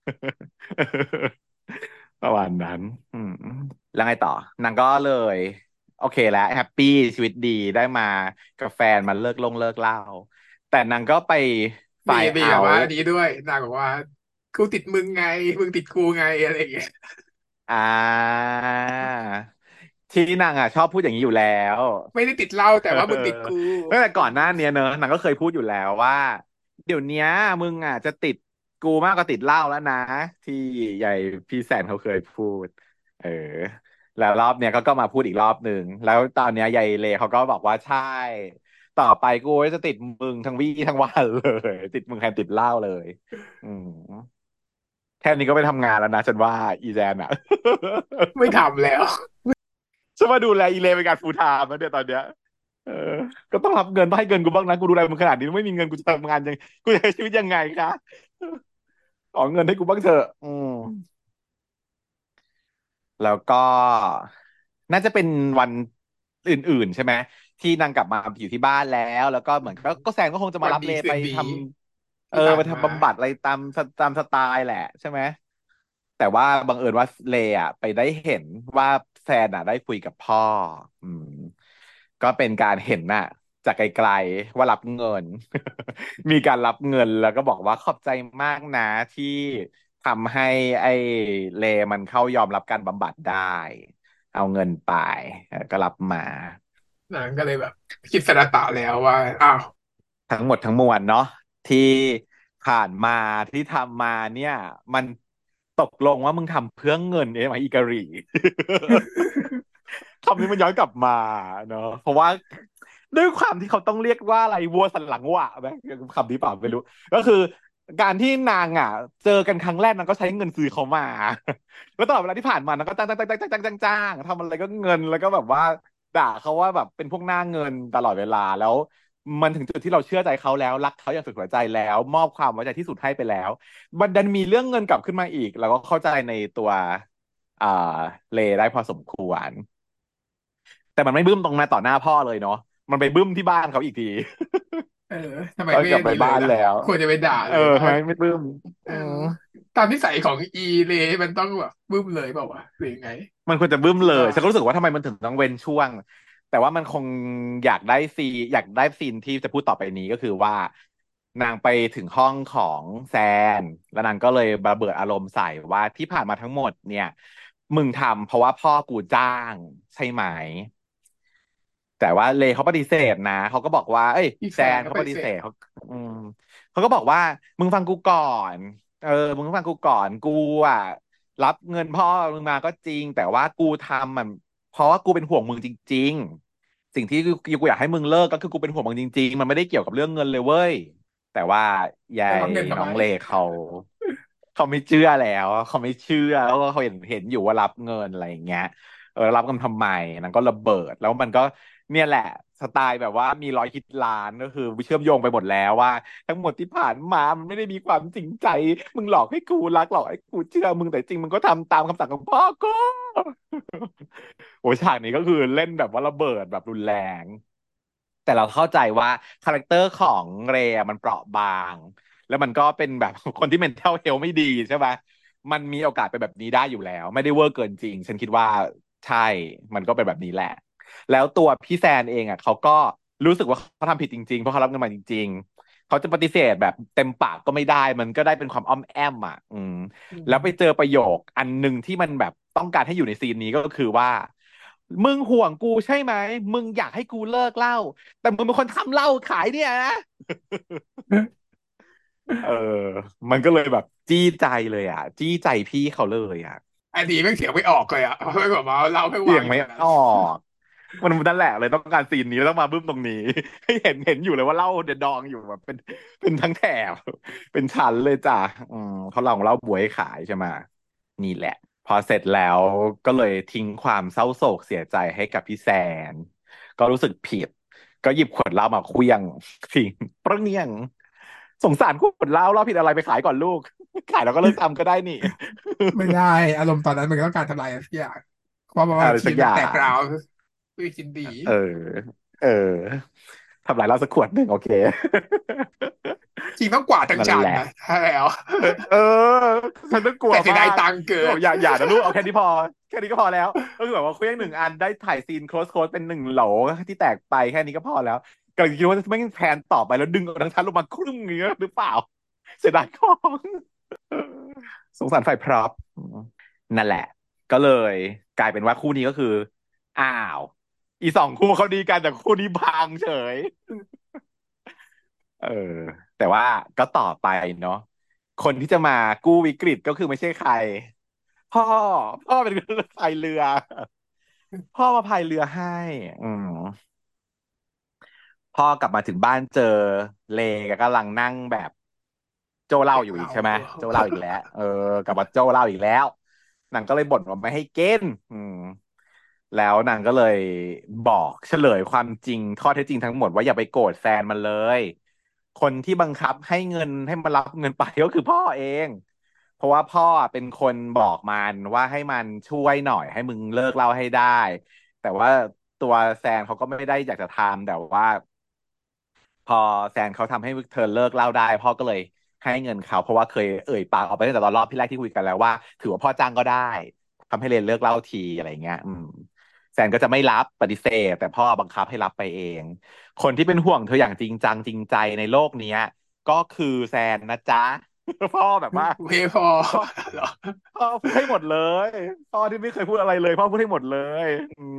ประมาณนั้นอืมแล้วไงต่อนางก็เลยโอเคแล้วแฮปปี้ชีวิตดีได้มากับแฟนมาเลิกลงเลิกเหล้าแต่นางก็ไปไฟมีล์เอามีแบบว่าอันนี้ด้วยนางบอกว่ากูติดมึงไงมึงติดกูไงอะไรอย่างเงี้ยอ่าที่นางอ่ะชอบพูดอย่างนี้อยู่แล้วไม่ได้ติดเหล้าแต่ว่ามึงติดกูตั้งแต่ก่อนหน้าเนี้ยเนอะนางก็เคยพูดอยู่แล้วว่าเดี๋ยวเนี้ยมึงอ่ะจะติดกูมากกว่าติดเหล้าแล้วนะที่ใหญ่พี่แสนเขาเคยพูดเออแล้วรอบเนี้ยเขาก็มาพูดอีกรอบหนึ่งแล้วตอนเนี้ยยายเลเขาก็บอกว่าใช่ต่อไปกูจะติดมึงทั้งวี่ทั้งวันเลยติดมึงแทนติดเหล้าเลยอืมแค่นี้ก็ไปทำงานแล้วนะฉันว่าอีแจนอ่ะไม่ทำแล้วฉันมาดูแลอีเลเป็นการฟูลไทม์แล้วเนี่ยตอนเนี้ยเออก็ต้องรับเงินต้องให้เงินกูบ้างนะกูดูแลมึงขนาดนี้ไม่มีเงินกูจะทำงานยังกูจะใช้ชีวิตยังไงคะขอเงินให้กูบ้างเถอะอืมแล้วก็น่าจะเป็นวันอื่นๆใช่ไหมที่นางกลับมาอยู่ที่บ้านแล้วแล้วก็เหมือนก็ก็แซนก็คงจะมาวันดีรับเลไปทคืนดีำเออที่ผ่านมาไปทำบำบัดอะไรตามตามสไตล์แหละใช่ไหมแต่ว่าบังเอิญว่าเลอ่ะไปได้เห็นว่าแฟนอ่ะได้คุยกับพ่ออืมก็เป็นการเห็นน่ะจากไกลๆว่ารับเงินมีการรับเงินแล้วก็บอกว่าขอบใจมากนะที่ทำให้ไอ้เลมันเข้ายอมรับการบำบัดได้ เอาเงินไปเออก็รับมานางก็เลยแบบคิดสรตะแล้วว่าอ้าวทั้งหมดทั้งมวลเนาะที่ผ่านมาที่ทำมาเนี่ยมันตกลงว่ามึงทำเพื่อเงินเองไหมอีกะหรี่คำนี้มันย้อนกลับมาเนาะเพราะว่าด้วยความที่เขาต้องเรียกว่าอะไรวัวสันหลังหวะไหมคำนี้เปล่าไม่รู้ก็คือการที่นางอ่ะเจอกันครั้งแรกนางก็ใช้เงินซื้อเขามาแล้วตลอดเวลาที่ผ่านมานางก็จ้างจ้างจ้างจ้างจ้างจ้างจ้างทำอะไรก็เงินแล้วก็แบบว่าด่าเขาว่าแบบเป็นพวกหน้าเงินตลอดเวลาแล้ว มันถึงจุดที่เราเชื่อใจเขาแล้วรักเขาอย่างสุดหัวใจแล้วมอบความไว้ใจที่สุดให้ไปแล้วมันดันมีเรื่องเงินกลับขึ้นมาอีกเราก็เข้าใจในตัวอ่าเลได้พอสมควรแต่มันไม่บึ้มตรงนั้นต่อหน้าพ่อเลยเนาะมันไปบึ้มที่บ้านเขาอีกทีเออทำไมตอนไม่กลับไปนี่เลยล่ะบ้านแล้วควรจะไปด่าเออเลยว่าทำไมไม่บึ้มเอออืมตามนิสัยของอีเลมันต้องแบบบึ้มเลยเปล่าวะหรือยังไงมันควรจะบึ้มเลคิดว่ายฉันก็รู้สึกว่าทำไมมันถึงต้องเว้นช่วงแต่ว่ามันคงอยากได้ซีอยากได้ซีนที่จะพูดต่อไปนี้ก็คือว่านางไปถึงห้องของแซนแล้วนางก็เลยระเบิดอารมณ์ใส่ว่าที่ผ่านมาทั้งหมดเนี่ยมึงทำเพราะว่าพ่อกูจ้างใช่ไหม แต่ว่าเลเขาปฏิเสธนะเขาก็บอกว่าเอ้ยพี่แซแฟนก็นเขาปฏิไปฏิเสธเสธเขาอืมเขาก็บอกว่ามึงฟังกูก่อนเออมึงฟังกูก่อนกูอ่ะรับเงินพ่อมึงมาก็จริงแต่ว่ากูทำมันเพราะว่ากูเป็นห่วงมึงจริงๆสิ่งที่กูอยากให้มึงเลิกก็คือกูเป็นห่วงมึงจริงๆมันไม่ได้เกี่ยวกับเรื่องเงินเลยเว้ยแต่ว่ายาแล้วรัยบเงินทำไมน้องเลเขาเขาไม่เชื่อแล้วเขาไม่เชื่อแล้วก็เขาเห็นเห็นอยู่ว่ารับเงินอะไรอย่างเงี้ย เออรับกันทำไมนันก็ระเบิดแล้วมันก็เนี่ยแหละสไตล์แบบว่ามีร้อยฮิตล้านก็คือเชื่อมโยงไปหมดแล้วว่าทั้งหมดที่ผ่านมามันไม่ได้มีความจริงใจมึงหลอกให้กูรักหลอกให้กูเชื่อมึงแต่จริงมึงก็ทำตามคำสั่งของพ่อก็โอ้ยฉากนี้ก็คือเล่นแบบว่าระเบิดแบบรุนแรงแต่เราเข้าใจว่าคาแรคเตอร์ของเรย์อะมันเปราะบางแล้วมันก็เป็นแบบคนที่ mental health ไม่ดีใช่ไหม มันมีโอกาสเป็นแบบนี้ได้อยู่แล้วไม่ได้เวอร์เกินจริงฉันคิดว่าใช่มันก็เป็นแบบนี้แหละแล้วตัวพี่แซนเองอ่ะเขาก็รู้สึกว่าเขาทำผิดจริงๆเพราะเขารับเงินมาจริงๆเขาจะปฏิเสธแบบเต็มปากก็ไม่ได้มันก็ได้เป็นความอ้อมแอมอ่ะอืมอืแล้วไปเจมอประโยคอันหนึ่งที่มันแบบต้องการให้อยู่ในซีนนี้ก็คือว่ามึงห่วงกูใช่ไหมมึงอยากให้กูเลิกเหล้าแต่มึงเป็นคนทำเหล้าขายเนี่ยนะ เออมันก็เลยแบบจี้ใจเลยอ่ะจี้ใจพี่เขาเลยอ่ะอันนี้แม่งเสียงไม่ออกเลยอ่ะไม่บอกว่าเราให้เสียงไม่วางอยู่ตรงนั้นออกมันนั่นแหละเลยต้องการซีนนี้แล้วต้องมาบึ้มตรงนี้ให้เห็นเห็นอยู่เลยว่าเหล้าเดดดองอยู่แบบเป็นเป็นทั้งแถบเป็นชั้นเลยจ้ะอืมเขาลองเหล้าบวยขายใช่ไหมนี่แหละพอเสร็จแล้วก็เลยทิ้งความเศร้าโศกเสียใจให้กับพี่แซนก็รู้สึกผิดก็หยิบขวดเหล้ามาเคลี้ยงทิ้งเปรี้ยงสงสารขวดเหล้าเหล้าผิดอะไรไปขายก่อนลูกขายแล้วก็เลิกทำก็ได้นี่ไม่ได้อารมณ์ตอนนั้นมันก็ต้องการทำลายอะไรสักอย่างเพราะว่าอะไรทีมสักอย่ามันแตกร้างวด้วยคินดีเออเออทำลายเหล้าสักขวดหนึ่งโอเคทีมต้องกวาดทั้งนั่นแหละชั้นนะถ้าแล้วเออเออฉันต้องกลัวแต่เสียมากดายตังค์เกินก็บอกอย่าอย่านะลูกเอาแค่นี้พอแค่นี้ก็พอแล้วก็คือแบบว่าเครื่องหนึ่งอันได้ถ่ายซีนโคลสโคลสเป็นหนึ่งโหลที่แตกไปแค่นี้ก็พอแล้วก็คิดว่าไม่งแพนต่อไปแล้วดึงเอาทั้งชั้นลงมาครึ่งอย่างเงี้ยหรือเปล่าเสียดายของสงสารฝ่ายพร็อพนั่นแหละก็เลยกลายเป็นว่าคู่นี้ก็คืออ้าวอีสองคู่เขาดีกันแต่คู่นี้พังเฉย เออแต่ว่าก็ต่อไปเนาะคนที่จะมากู้วิกฤตก็คือไม่ใช่ใครพ่อพ่อเป็นคนพายเรือพ่อมาพายเรือให้อืมพ่อกลับมาถึงบ้านเจอเลกำลังนั่งแบบโจ้เหล้าแดกเราอยู่อีกใช่ไหมโจ้เหล้าอีกแล้วเออกลับมาโจ้เหล้าอีกแล้วนางก็เลยบ่นว่าไม่ให้กินอืมแล้วนางก็เลยบอกเฉลยความจริงข้อเท็จจริงทั้งหมดว่าอย่าไปโกรธแฟนมันเลยคนที่บังคับให้เงินให้มันรับเงินไปก็คือพ่อเองเพราะว่าพ่อเป็นคนบอกมันว่าให้มันช่วยหน่อยให้มึงเลิกเหล้าให้ได้แต่ว่าตัวแซนเขาก็ไม่ได้อยากจะทำแต่ว่า พอแซนเขาทำให้เธอเลิกเหล้าได้พ่อก็เลยให้เงินเขาเพราะว่าเคยเอ่ยปากออกไปตั้งแต่ตอนรอบที่แรกที่คุยกันแล้วว่าถือว่าพ่อจ้างก็ได้ทำให้เรนเลิกเหล้าทีอะไรเงี้ยอืมแซนก็จะไม่รับปฏิเสธแต่พ่อบังคับให้รับไปเองคนที่เป็นห่วงเธออย่างจริงจังจริงใจในโลกเนี้ยก็คือแซนนะจ๊ะพ่อแบบว่าไม่พอพ่อเหรอพ่อพูดให้หมดเลยพ่อที่ไม่เคยพูดอะไรเลยพ่อพูดให้หมดเลยอืม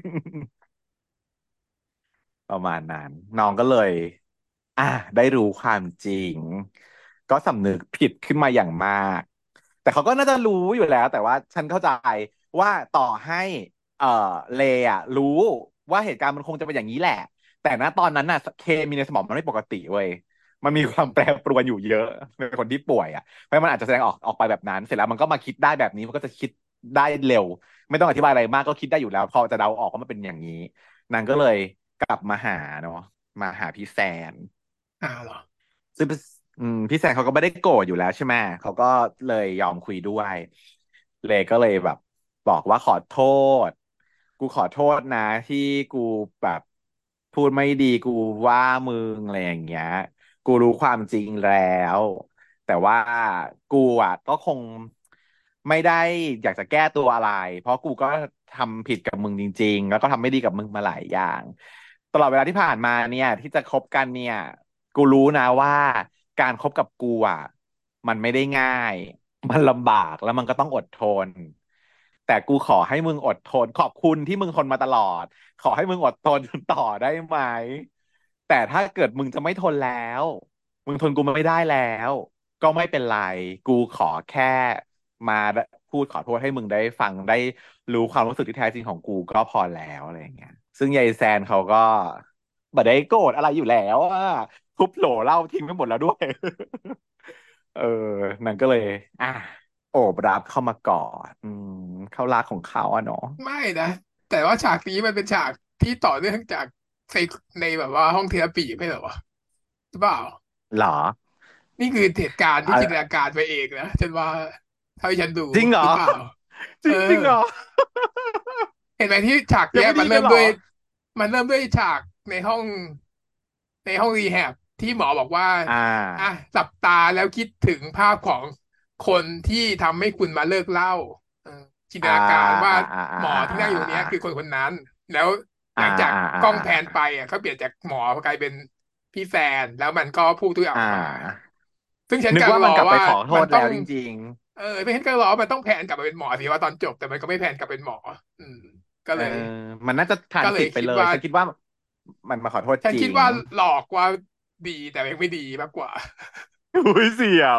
ประมาณนั้นน้องก็เลยอ่ะได้รู้ความจริงก็สำนึกผิดขึ้นมาอย่างมากแต่เขาก็น่าจะรู้อยู่แล้วแต่ว่าฉันเข้าใจว่าต่อให้เอ่อเลอะรู้ว่าเหตุการณ์มันคงจะเป็นอย่างนี้แหละแต่ณตอนนั้นน่ะเคมีในสมองมันไม่ปกติเว้ยมันมีความแปรปรวนอยู่เยอะในคนที่ป่วยอ่ะเพราะมันอาจจะแสดงออกออกไปแบบนั้นเสร็จแล้วมันก็มาคิดได้แบบนี้มันก็จะคิดได้เร็วไม่ต้องอธิบายอะไรมากก็คิดได้อยู่แล้วพอจะเดาออกว่ามันเป็นอย่างนี้ นางก็เลยกลับมาหาเนาะมาหาพี่แซนอ่าเหรอซึ่งอืมพี่แซนเขาก็ไม่ได้โกรธอยู่แล้วใช่ไหมเขาก็เลยยอมคุยด้วยเลยก็เลยแบบบอกว่าขอโทษกูขอโทษนะที่กูแบบพูดไม่ดีกูว่ามึงอะไรอย่างเงี้ยกูรู้ความจริงแล้วแต่ว่ากูอ่ะก็คงไม่ได้อยากจะแก้ตัวอะไรเพราะกูก็ทำผิดกับมึงจริงๆแล้วก็ทำไม่ดีกับมึงมาหลายอย่าง ตลอดเวลาที่ผ่านมาเนี่ยที่จะคบกันเนี่ยกูรู้นะว่าการคบกับกูอ่ะมันไม่ได้ง่ายมันลำบากแล้วมันก็ต้องอดทนแต่กูขอให้มึงอดทนขอบคุณที่มึงทนมาตลอดขอให้มึงอดทนต่อได้ไหมแต่ถ้าเกิดมึงจะไม่ทนแล้วมึงทนกูไม่ได้แล้วก็ไม่เป็นไรกูขอแค่มาพูดขอโทษให้มึงได้ฟังได้รู้ความรู้สึกที่แท้จริงของกูก็พอแล้วอะไรอย่างเงี้ย ซึ่งยายแซนเขาก็บ่ได้โกรธอะไรอยู่แล้วอ่ะทุบโหลเหล้าทิ้งไปหมดแล้วด้วย เออนั่นก็เลยอ่ะโอบรับเข้ามากอดอืมเข้ารักของเขาอะเนาะไม่นะแต่ว่าฉากนี้มันเป็นฉากที่ต่อเนื่องจากในในแบบว่าห้องเทอราปีไม่เหรอวะหรือเปล่าหรอนี่คือเหตุการณ์ที่จินตนาอ่ะการไปเองนะฉันว่าเท่าที่ฉันดูจริงเหรอหรือเปล่าจเออริงจริงเหรอเห็นไหมที่ฉากยังเนี้ยไม่ดีกันเหรอมันเริ่มด้วยมันเริ่มด้วยฉากในห้องในห้องรีแฮบที่หมอบอกว่าอ่อ่ะาหลับตาแล้วคิดถึงภาพของคนที่ทำให้คุณมาเลิกเหล้าเออจินตอ่านาการว่าอ่าอ่าอ่าหมออ่าที่นั่งอยู่ตรงเนี้อ่ายคือคนคนนั้นแล้วหอ่าลังจากอ่าอ่ากล้องอ่าแพนไปอ่ะเขาเปลี่ยนจากหมอกลายเป็นพี่แฟนแล้วมันก็พูดทุกอย่างอ่ออกมาาซึ่งฉันนึกกำลังรอว่ามันกลับไปว่าขอโทมันต้องษแล้วจริงเออไม่ฉันก็รอว่ามันต้องแพนกลับมาเป็นหมอสิว่าตอนจบแต่มันก็ไม่แพนกลับเป็นหมออืมก็ๆเออเลยมันน่าจะทรานก็เลสิตไปเลยยคิดว่าฉันคิดว่ามันมาขอโทษจริงฉันคิดว่าหลอกว่าดีแต่ยังไม่ดีมากกว่าอุ้ยเสียว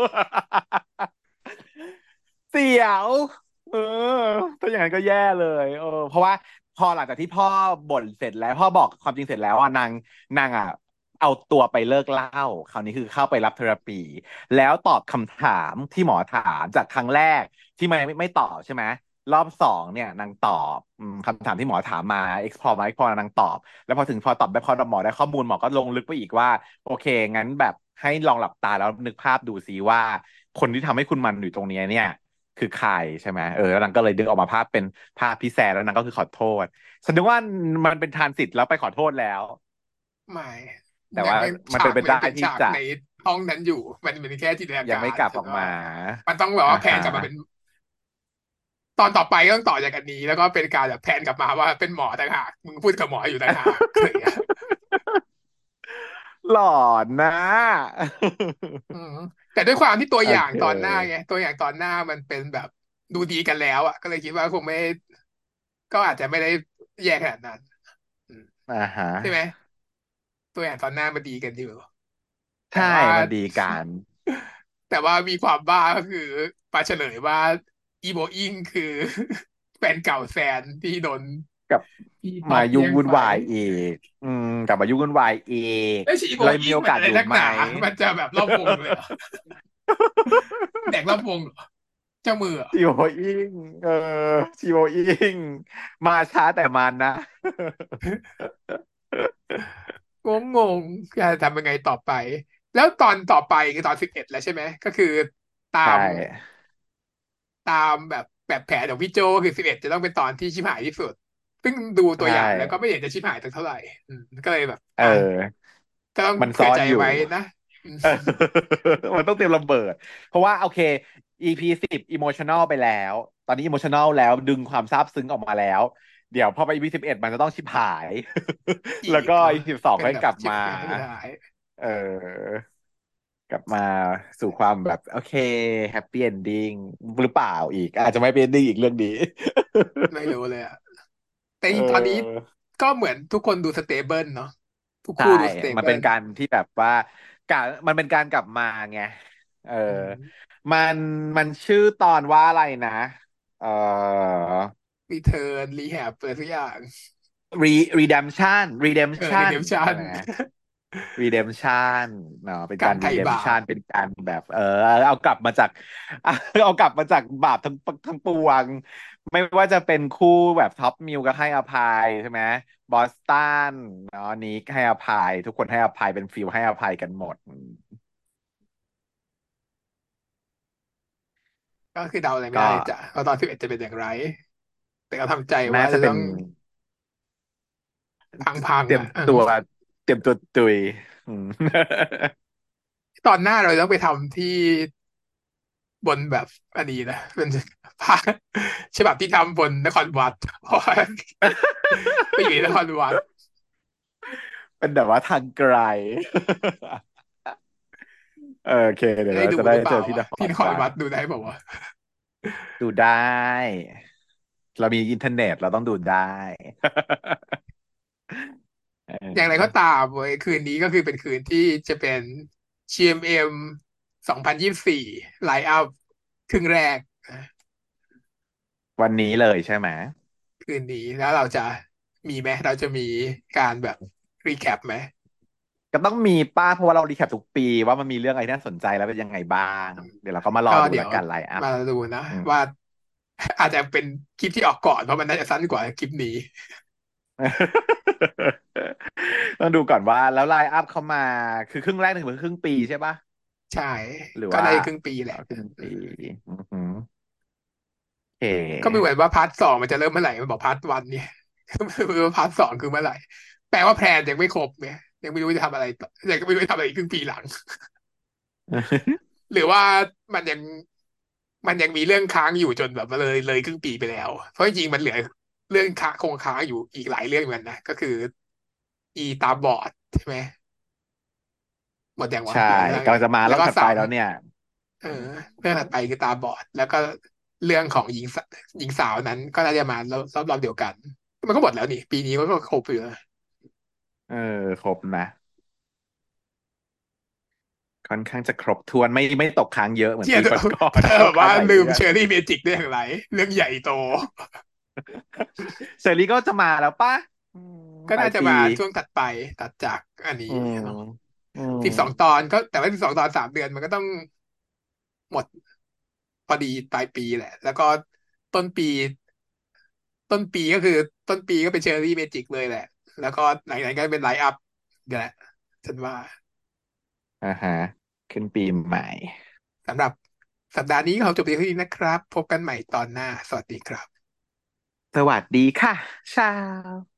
เสียวเออถ้าอย่างนั้นก็แย่เลยเออเพราะว่าพอหลังจากที่พ่อบ่นเสร็จแล้วพ่อบอกความจริงเสร็จแล้วอ่ะนางนางอ่ะเอาตัวไปเลิกเหล้าคราวนี้คือเข้าไปรับเทอราปีแล้วตอบคำถามที่หมอถามจากครั้งแรกที่ไม่ไม่ไม่ตอบใช่ไหมรอบสองเนี่ยนางตอบอืมคำถามที่หมอถามมา explore มา explore นางตอบแล้วพอถึงพอตอบได้พอหมอได้ข้อมูลหมอก็ลงลึกไปอีกว่าโอเคงั้นแบบให้ลองหลับตาแล้วนึกภาพดูซิว่าคนที่ทำให้คุณมันอยู่ตรงเนี้ยเนี่ยคือใครใช่ไหมเออแล้วนางก็เลยดึงออกมาภาพเป็นภาพพี่แซร์แล้วนางก็คือขอโทษแสดงว่ามันเป็นทรานสิตแล้วไปขอโทษแล้วไม่แต่ว่ายังไม่มันเป็นไปได้ฉากมันเป็นที่จะฉากในห้องนั้นอยู่มันเป็นแค่จินตนายังไม่การฉันว่ากลับออกมามันต้องแบบอ่าว่าแพฮะนกลับมาเป็นตอนต่อไปก็ต้องต่อจากอันนี้แล้วก็เป็นการแบบแพนกลับมาว่าเป็นหมอต่างหากมึงพูดกับหมออยู่ต่างหากอะไรอย่างเงี้ยหลอนนะอืมแต่ด้วยความที่ตัวโออย่างเคตอนหน้าไงตัวอย่างตอนหน้ามันเป็นแบบดูดีกันแล้วอ่ะก็เลยคิดว่าคงไม่ก็อาจจะไม่ได้แย่ขนาดนั้นอืมอ่าฮะใช่ไหมตัวอย่างตอนหน้ามันดีกันอยู่แต่ใช่ว่ามันดีกันแต่ว่ามีความบ้าก็คือมาเฉลยว่าอีโบอิงคือแฟนเก่าแซนที่โดนกับพี่ท็อมายุ่งปแย่งไปวุ่นวายอีกอืมกลับมายุ่งวุ่นวายอีกไอ้ชีอีโบเลยอิมีโอกางมันอะไรสอยู่ไหมนักหนามันจะแบบรอบวงเลยเหรอแดกรอบวงเหรอเจ้ามือเหรอจีโออิงเออจีโออิงมาช้าแต่มันนะงงงจะทำยังไงต่อไปแล้วตอนต่อไปคือตอนสิบเอ็ดแล้วใช่ไหมก็คือตาใช่มตามแบบแบบแผนของพี่โจก็คือสิบเอ็ดจะต้องเป็นตอนที่ชิบหายที่สุดซึ่งดูใชตัวอย่างแล้วก็่ไม่เห็นจะชิบหายสักเท่าไหร่อืมก็เลยแบบเออ่ะอก็ต้องมันเผื่ซ่อนอยู่อใจไว้นะอืมเออมันต้องเตรียมระเบิด เพราะว่าโอเค อี พี สิบ emotional ไปแล้ว ตอนนี้ emotional แล้วดึงความซาบซึ้งออกมาแล้ว เดี๋ยวพอไป อี พี สิบเอ็ดมันจะต้องชิบหายอีแล้วก็กเนาะอี พี สิบสองเป็นแบบค่อยกลับมาชิบหายสุดท้ายเออ กลับมาสู่ความแบบโอเคแฮปปี้เอนดิ้งหรือเปล่าอีกอาจจะไม่เป็นเอนดิ้งอีกเรื่องนี้ไม่รู้เลยอะแต่เตอนนี้ออก็เหมือนทุกคนดูสเตเบิลเนาะทุกใช่คู่ดูสเตมันเป็นเบิลการที่แบบว่าการมันเป็นการกลับมาไงเอออืมมันมันชื่อตอนว่าอะไรนะเอ่อรีเทิร์นรีแฮบอะไรทุกอย่าง re redemption เออรีเด redemption มชันใช่ไหม redemption เนาะเป็นกาการรไถ่บาป redemption เป็นการแบบเออเอากลับมาจากเอากลับมาจากบาปทั้งทั้งปวงไม่ว่าจะเป็นคู่แบบท็อปมิวก็ให้อภัยใช่ไหมบอสตันเนาะนิกให้อภัยทุกคนให้อภัยเป็นฟิลให้อภัยกันหมดก็คือเดาอะไรไม่ได้ก็เลยจ้ะว่าตอนสิบเอ็ดจะเป็นอย่างไรแต่ก็ทำใจน่าจะเป็นว่าจะต้องพังเตรียมๆอ่ะเออตัวเตรียมตัวตุยอืมตอนหน้าเราต้องไปทำที่บนแบบอันนี้นะเป็นภาคฉบับที่ทำบนนครวัดเพราะว่าไปอยู่ในนครวัดเป็นแบบว่าทางไกล เออโอเคเดี๋ยวจะได้ดูเราจะได้หรือเปล่าเจอที่นควะที่นครรวัดวัดดูได้เปล่าวะดูได้เรามีอินเทอร์เน็ตเราต้องดูได้ เอย่างไรก็ออตามเว้ยคืนนี้ก็คือเป็นคืนที่จะเป็น ซี เอ็ม เอ็ม สองพันยี่สิบสี่ไลน์อัพครึ่งแรกนะวันนี้เลยใช่ไหมคืนนี้แล้วเราจะมีไหมเราจะมีการแบบรีแคปไหมก็ต้องมีป้าเพราะว่าเรารีแคปทุกปีว่ามันมีเรื่องอะไรที่น่าสนใจแล้วเป็นยังไงบ้างเดี๋ยวเราก็มารอก็เดี๋ยวดูแล้วกันไลน์อัพมาดูนะอืมว่าอาจจะเป็นคลิปที่ออกก่อนเพราะมันน่าจะสั้นกว่าคลิปนี้ต้องดูก่อนว่าแล้วไลน์อัพเข้ามาคือครึ่งแรกถึงครึ่งปีใช่ปะใช่หรือว่าก็ในครึ่งปีแหละเอาครึ่งปีอืมอือหือโอเคก็ไม่เหมือนว่าพาร์ทสองมันจะเริ่มเมื่อไหร่มันบอกพาร์ทวันเนี่ยไม่รู้ว่าพาร์ทสองคือเมื่อไหร่แปลว่าแพลนยังไม่ครบเนี่ยยังไม่รู้จะทำอะไรต่อยังไม่รู้จะทำอะไรอีกครึ่งปีหลัง หรือว่ามันยังมันยังมีเรื่องค้างอยู่จนแบบเลยเลยครึ่งปีไปแล้วเพราะจริงๆมันเหลือเรื่องค้างคงค้างอยู่อีกหลายเรื่องเหมือนกันนะก็คืออีตาบอดใช่ไหมหมดอย่างวะใช่เหลือเรื่องอะไรกำลังจะมารอบถัดแล้วก็สามไปแล้วเนี่ยเออเรื่องถัดไปคือตาบอดแล้วก็เรื่องของหญิงสาหญิงสาวนั้นก็น่าจะมารอบรอบรอบเดียวกันมันก็หมดแล้วนี่ปีนี้มันก็ครบอยู่นะเออครบนะค่อนข้างจะครบถ้วนไม่ไม่ตกค้างเยอะเหมือนเที่ยปีก่อนเธอๆที่ตแบบว่ากค้างหลายลืมเรื่องเชอรี่เมจิกได้อย่างไรเรื่องใหญ่โตเชอรี่ก็จะมาแล้วปะอืมก็ปลาน่าจะยปีมาช่วงถัดไปตัดจากอันอืนี้มเนาะอืสิบสองตมอนก็แต่ว่าสิบสองตอนสามเดือนมันก็ต้องหมดพอดีปลายปีแหละแล้วก็ต้นปีต้นปีก็คือต้นปีก็เป็นเชอรี่เมจิกเลยแหละแล้วก็หลังจากนั้นก็เป็นไลน์อัพเดี๋ยวแหละฉันว่าอ่าฮะขึ้นปีใหม่สำหรับสัปดาห์นี้ก็ขอจบเพียงเท่านี้นะครับพบกันใหม่ตอนหน้าสวัสดีครับสวัสดีค่ะชาว